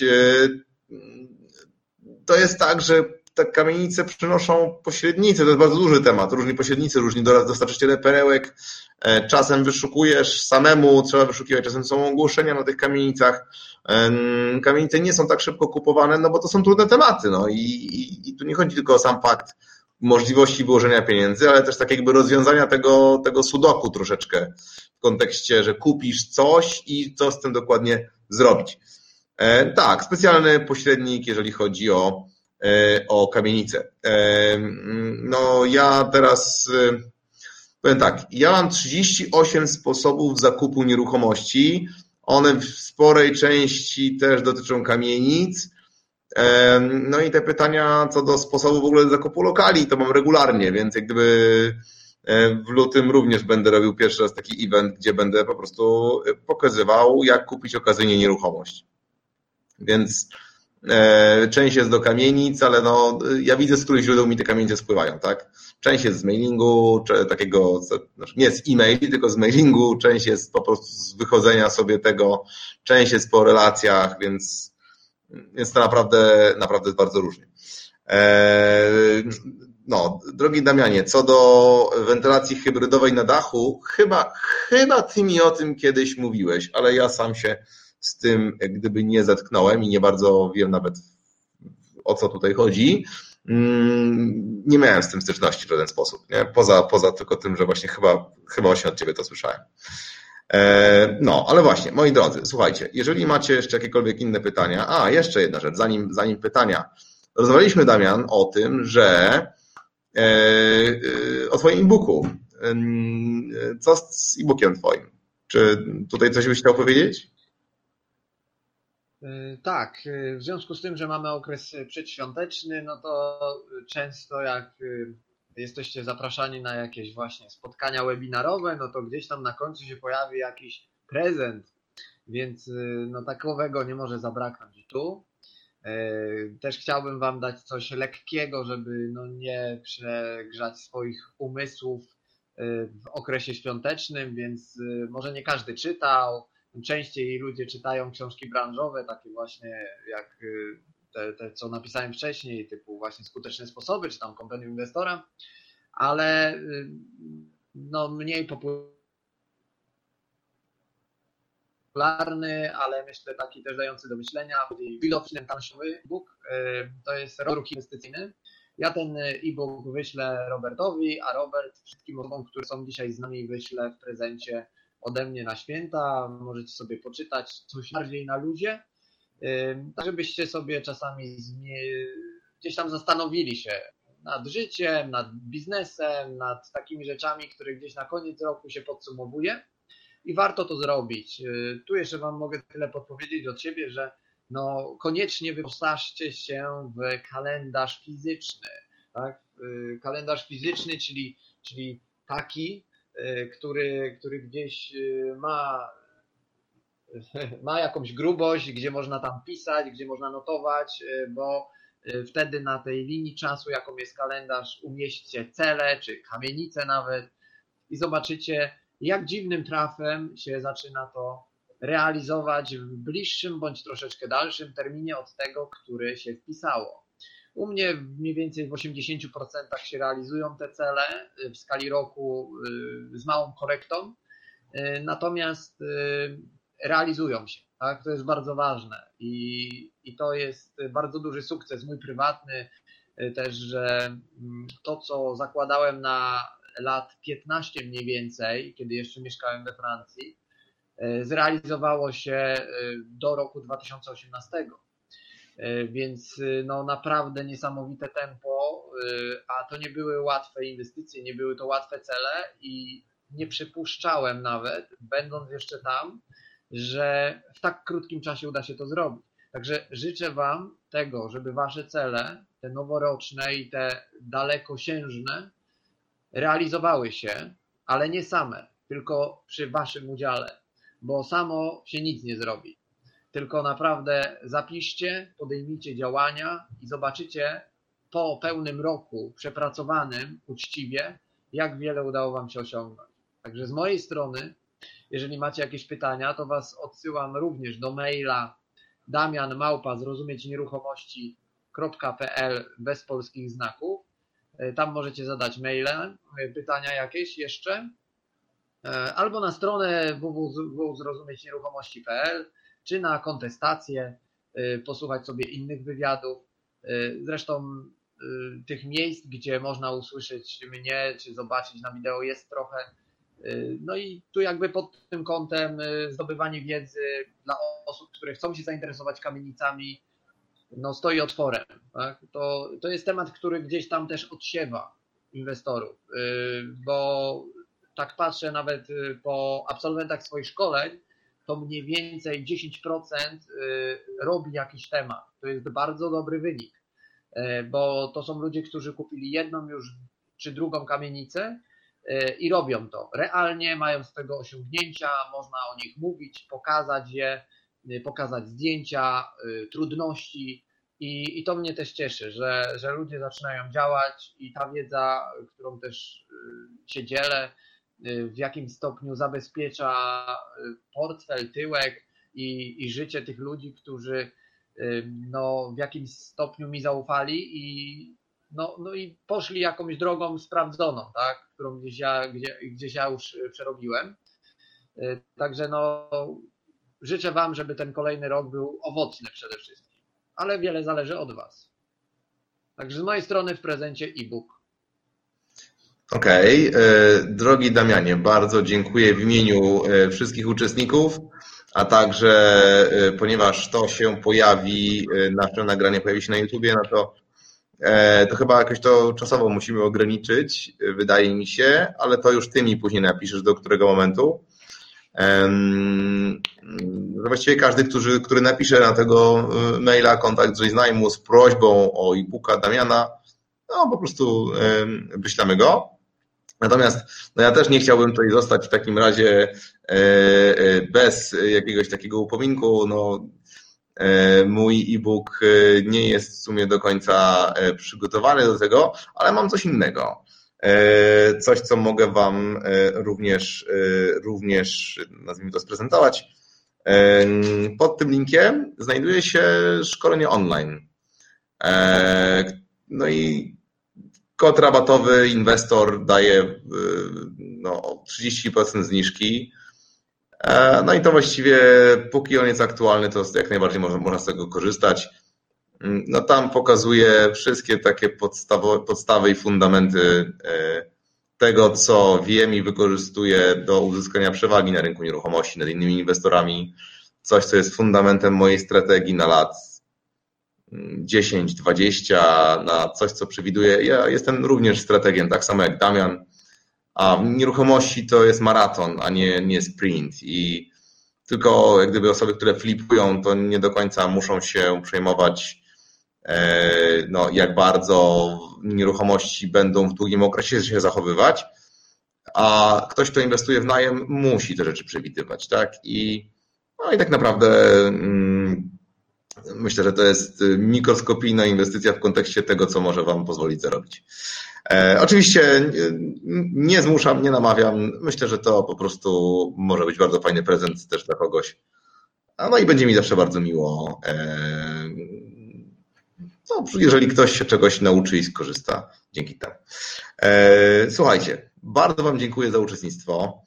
S2: To jest tak, że te kamienice przynoszą pośrednicy, to jest bardzo duży temat, różni pośrednicy, różni dostarczyciele perełek, czasem wyszukujesz samemu, trzeba wyszukiwać, czasem są ogłoszenia na tych kamienicach. Kamienice nie są tak szybko kupowane, no bo to są trudne tematy, no i, i, i tu nie chodzi tylko o sam fakt możliwości wyłożenia pieniędzy, ale też tak jakby rozwiązania tego, tego sudoku troszeczkę w kontekście, że kupisz coś i co z tym dokładnie zrobić. E, tak, specjalny pośrednik, jeżeli chodzi o, e, o kamienicę. E, no ja teraz e, powiem tak, ja mam trzydzieści osiem sposobów zakupu nieruchomości. One w sporej części też dotyczą kamienic. No i te pytania co do sposobu w ogóle zakupu lokali to mam regularnie, więc jak gdyby w lutym również będę robił pierwszy raz taki event, gdzie będę po prostu pokazywał, jak kupić okazyjnie nieruchomość. Więc część jest do kamienic, ale no, ja widzę, z których źródeł mi te kamienice spływają, tak? Część jest z mailingu, czy takiego, nie z e-maili, tylko z mailingu, część jest po prostu z wychodzenia sobie tego, część jest po relacjach, więc, więc to naprawdę, naprawdę jest bardzo różnie. No, drogi Damianie, co do wentylacji hybrydowej na dachu, chyba, chyba ty mi o tym kiedyś mówiłeś, ale ja sam się z tym jak gdyby nie zetknąłem i nie bardzo wiem nawet, o co tutaj chodzi. Nie miałem z tym styczności w żaden sposób, nie? Poza, poza tylko tym, że właśnie chyba, chyba właśnie od ciebie to słyszałem. No, ale właśnie, moi drodzy, słuchajcie, jeżeli macie jeszcze jakiekolwiek inne pytania, a jeszcze jedna rzecz, zanim, zanim pytania. Rozmawialiśmy, Damian, o tym, że o twoim e-booku. Co z e-bookiem twoim? Czy tutaj coś byś chciał powiedzieć?
S3: Tak, w związku z tym, że mamy okres przedświąteczny, no to często jak jesteście zapraszani na jakieś właśnie spotkania webinarowe, no to gdzieś tam na końcu się pojawi jakiś prezent, więc no takowego nie może zabraknąć tu. Też chciałbym wam dać coś lekkiego, żeby no nie przegrzać swoich umysłów w okresie świątecznym, więc może nie każdy czytał. Częściej ludzie czytają książki branżowe, takie właśnie jak te, te, co napisałem wcześniej, typu właśnie Skuteczne sposoby, czy tam Kompendium Inwestora, ale no mniej popularny, ale myślę taki też dający do myślenia, widoczny tanszowy e-book, to jest ruch inwestycyjny. Ja ten e-book wyślę Robertowi, a Robert wszystkim osobom, które są dzisiaj z nami, wyślę w prezencie ode mnie na święta. Możecie sobie poczytać coś bardziej na luzie, tak żebyście sobie czasami gdzieś tam zastanowili się nad życiem, nad biznesem, nad takimi rzeczami, które gdzieś na koniec roku się podsumowuje i warto to zrobić. Tu jeszcze wam mogę tyle podpowiedzieć od siebie, że no koniecznie wyposażcie się w kalendarz fizyczny, tak? Kalendarz fizyczny, czyli, czyli taki, który, który gdzieś ma, ma jakąś grubość, gdzie można tam pisać, gdzie można notować, bo wtedy na tej linii czasu, jaką jest kalendarz, umieśćcie cele, czy kamienice nawet i zobaczycie, jak dziwnym trafem się zaczyna to realizować w bliższym bądź troszeczkę dalszym terminie od tego, który się wpisało. U mnie mniej więcej w osiemdziesięciu procentach się realizują te cele w skali roku z małą korektą, natomiast realizują się. Tak? To jest bardzo ważne i, i to jest bardzo duży sukces mój prywatny też, że to, co zakładałem na lat piętnaście mniej więcej, kiedy jeszcze mieszkałem we Francji, zrealizowało się do roku dwa tysiące osiemnastego. Więc no naprawdę niesamowite tempo, a to nie były łatwe inwestycje, nie były to łatwe cele i nie przypuszczałem nawet, będąc jeszcze tam, że w tak krótkim czasie uda się to zrobić. Także życzę Wam tego, żeby Wasze cele, te noworoczne i te dalekosiężne, realizowały się, ale nie same, tylko przy Waszym udziale, bo samo się nic nie zrobi. Tylko naprawdę zapiszcie, podejmijcie działania i zobaczycie po pełnym roku przepracowanym uczciwie, jak wiele udało Wam się osiągnąć. Także z mojej strony, jeżeli macie jakieś pytania, to Was odsyłam również do maila damian małpa zrozumieć nieruchomości kropka p l bez polskich znaków. Tam możecie zadać maile, pytania jakieś jeszcze, albo na stronę w w w kropka zrozumieć nieruchomości kropka p l, czy na kontestację, posłuchać sobie innych wywiadów. Zresztą tych miejsc, gdzie można usłyszeć mnie, czy zobaczyć na wideo jest trochę. No i tu jakby pod tym kątem zdobywanie wiedzy dla osób, które chcą się zainteresować kamienicami, no stoi otworem. Tak? To, to jest temat, który gdzieś tam też odsiewa inwestorów, bo tak patrzę nawet po absolwentach swoich szkoleń, to mniej więcej dziesięć procent robi jakiś temat. To jest bardzo dobry wynik, bo to są ludzie, którzy kupili jedną już czy drugą kamienicę i robią to. Realnie mają z tego osiągnięcia, można o nich mówić, pokazać je, pokazać zdjęcia, trudności i, i to mnie też cieszy, że, że ludzie zaczynają działać i ta wiedza, którą też się dzielę, w jakim stopniu zabezpiecza portfel, tyłek i, i życie tych ludzi, którzy no, w jakimś stopniu mi zaufali i, no, no i poszli jakąś drogą sprawdzoną, tak? Którą gdzieś ja, gdzie, gdzieś ja już przerobiłem. Także no, życzę Wam, żeby ten kolejny rok był owocny przede wszystkim, ale wiele zależy od Was. Także z mojej strony w prezencie e-book.
S2: Okej, okay. Drogi Damianie, bardzo dziękuję w imieniu wszystkich uczestników, a także ponieważ to się pojawi, nasze nagranie pojawi się na YouTubie, no to, to chyba jakoś to czasowo musimy ograniczyć, wydaje mi się, ale to już Ty mi później napiszesz, do którego momentu. Właściwie każdy, który, który napisze na tego maila kontakt z Znajmu z prośbą o e-booka Damiana, no po prostu wyślamy go. Natomiast no ja też nie chciałbym tutaj zostać w takim razie bez jakiegoś takiego upominku. No, mój e-book nie jest w sumie do końca przygotowany do tego, ale mam coś innego. Coś, co mogę Wam również, również nazwijmy to, sprezentować. Pod tym linkiem znajduje się szkolenie online. No i kod rabatowy inwestor daje no, trzydzieści procent zniżki. No i to właściwie, póki on jest aktualny, to jak najbardziej można, można z tego korzystać. No tam pokazuje wszystkie takie podstawy, podstawy i fundamenty tego, co wiem i wykorzystuję do uzyskania przewagi na rynku nieruchomości nad innymi inwestorami. Coś, co jest fundamentem mojej strategii na lat dziesięć, dwadzieścia, na coś, co przewiduję. Ja jestem również strategiem, tak samo jak Damian, a nieruchomości to jest maraton, a nie, nie sprint i tylko jak gdyby osoby, które flipują, to nie do końca muszą się przejmować, no, jak bardzo nieruchomości będą w długim okresie się zachowywać, a ktoś, kto inwestuje w najem, musi te rzeczy przewidywać, tak? I, no i tak naprawdę mm, myślę, że to jest mikroskopijna inwestycja w kontekście tego, co może Wam pozwolić zarobić. E, oczywiście nie zmuszam, nie namawiam. Myślę, że to po prostu może być bardzo fajny prezent też dla kogoś. A no i będzie mi zawsze bardzo miło e, no, jeżeli ktoś się czegoś nauczy i skorzysta dzięki temu. Słuchajcie, bardzo Wam dziękuję za uczestnictwo.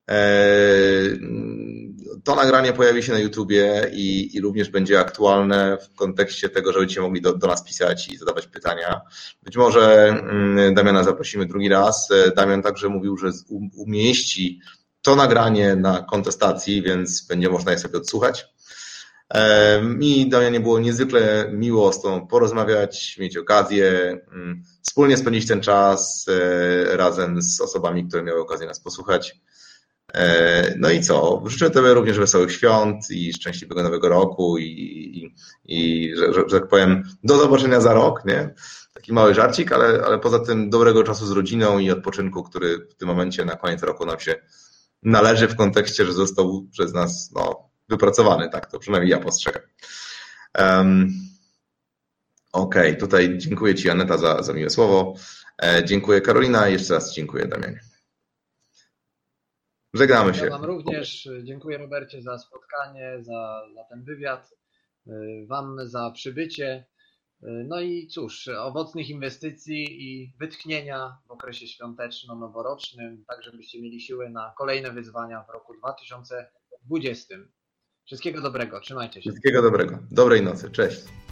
S2: To nagranie pojawi się na YouTubie i, i również będzie aktualne w kontekście tego, że będziecie mogli do, do nas pisać i zadawać pytania. Być może Damiana zaprosimy drugi raz. Damian także mówił, że umieści to nagranie na kontestacji, więc będzie można je sobie odsłuchać. Mi, Damianie, było niezwykle miło z Tobą porozmawiać, mieć okazję wspólnie spędzić ten czas razem z osobami, które miały okazję nas posłuchać. No i co? Życzę Tobie również wesołych świąt i szczęśliwego nowego roku i, i, i że, że, że tak powiem, do zobaczenia za rok, nie? Taki mały żarcik, ale, ale poza tym dobrego czasu z rodziną i odpoczynku, który w tym momencie na koniec roku nam się należy w kontekście, że został przez nas no, wypracowany, tak to przynajmniej ja postrzegam. Um, Okej, okay, tutaj dziękuję Ci, Aneta, za, za miłe słowo. E, dziękuję, Karolina, jeszcze raz dziękuję, Damianie. Żegnamy się.
S3: Ja Wam również dziękuję, Robercie, za spotkanie, za, za ten wywiad, Wam za przybycie. No i cóż, owocnych inwestycji i wytchnienia w okresie świąteczno-noworocznym, tak żebyście mieli siłę na kolejne wyzwania w roku dwa tysiące dwudziestym. Wszystkiego dobrego, trzymajcie się.
S2: Wszystkiego dobrego. Dobrej nocy, cześć.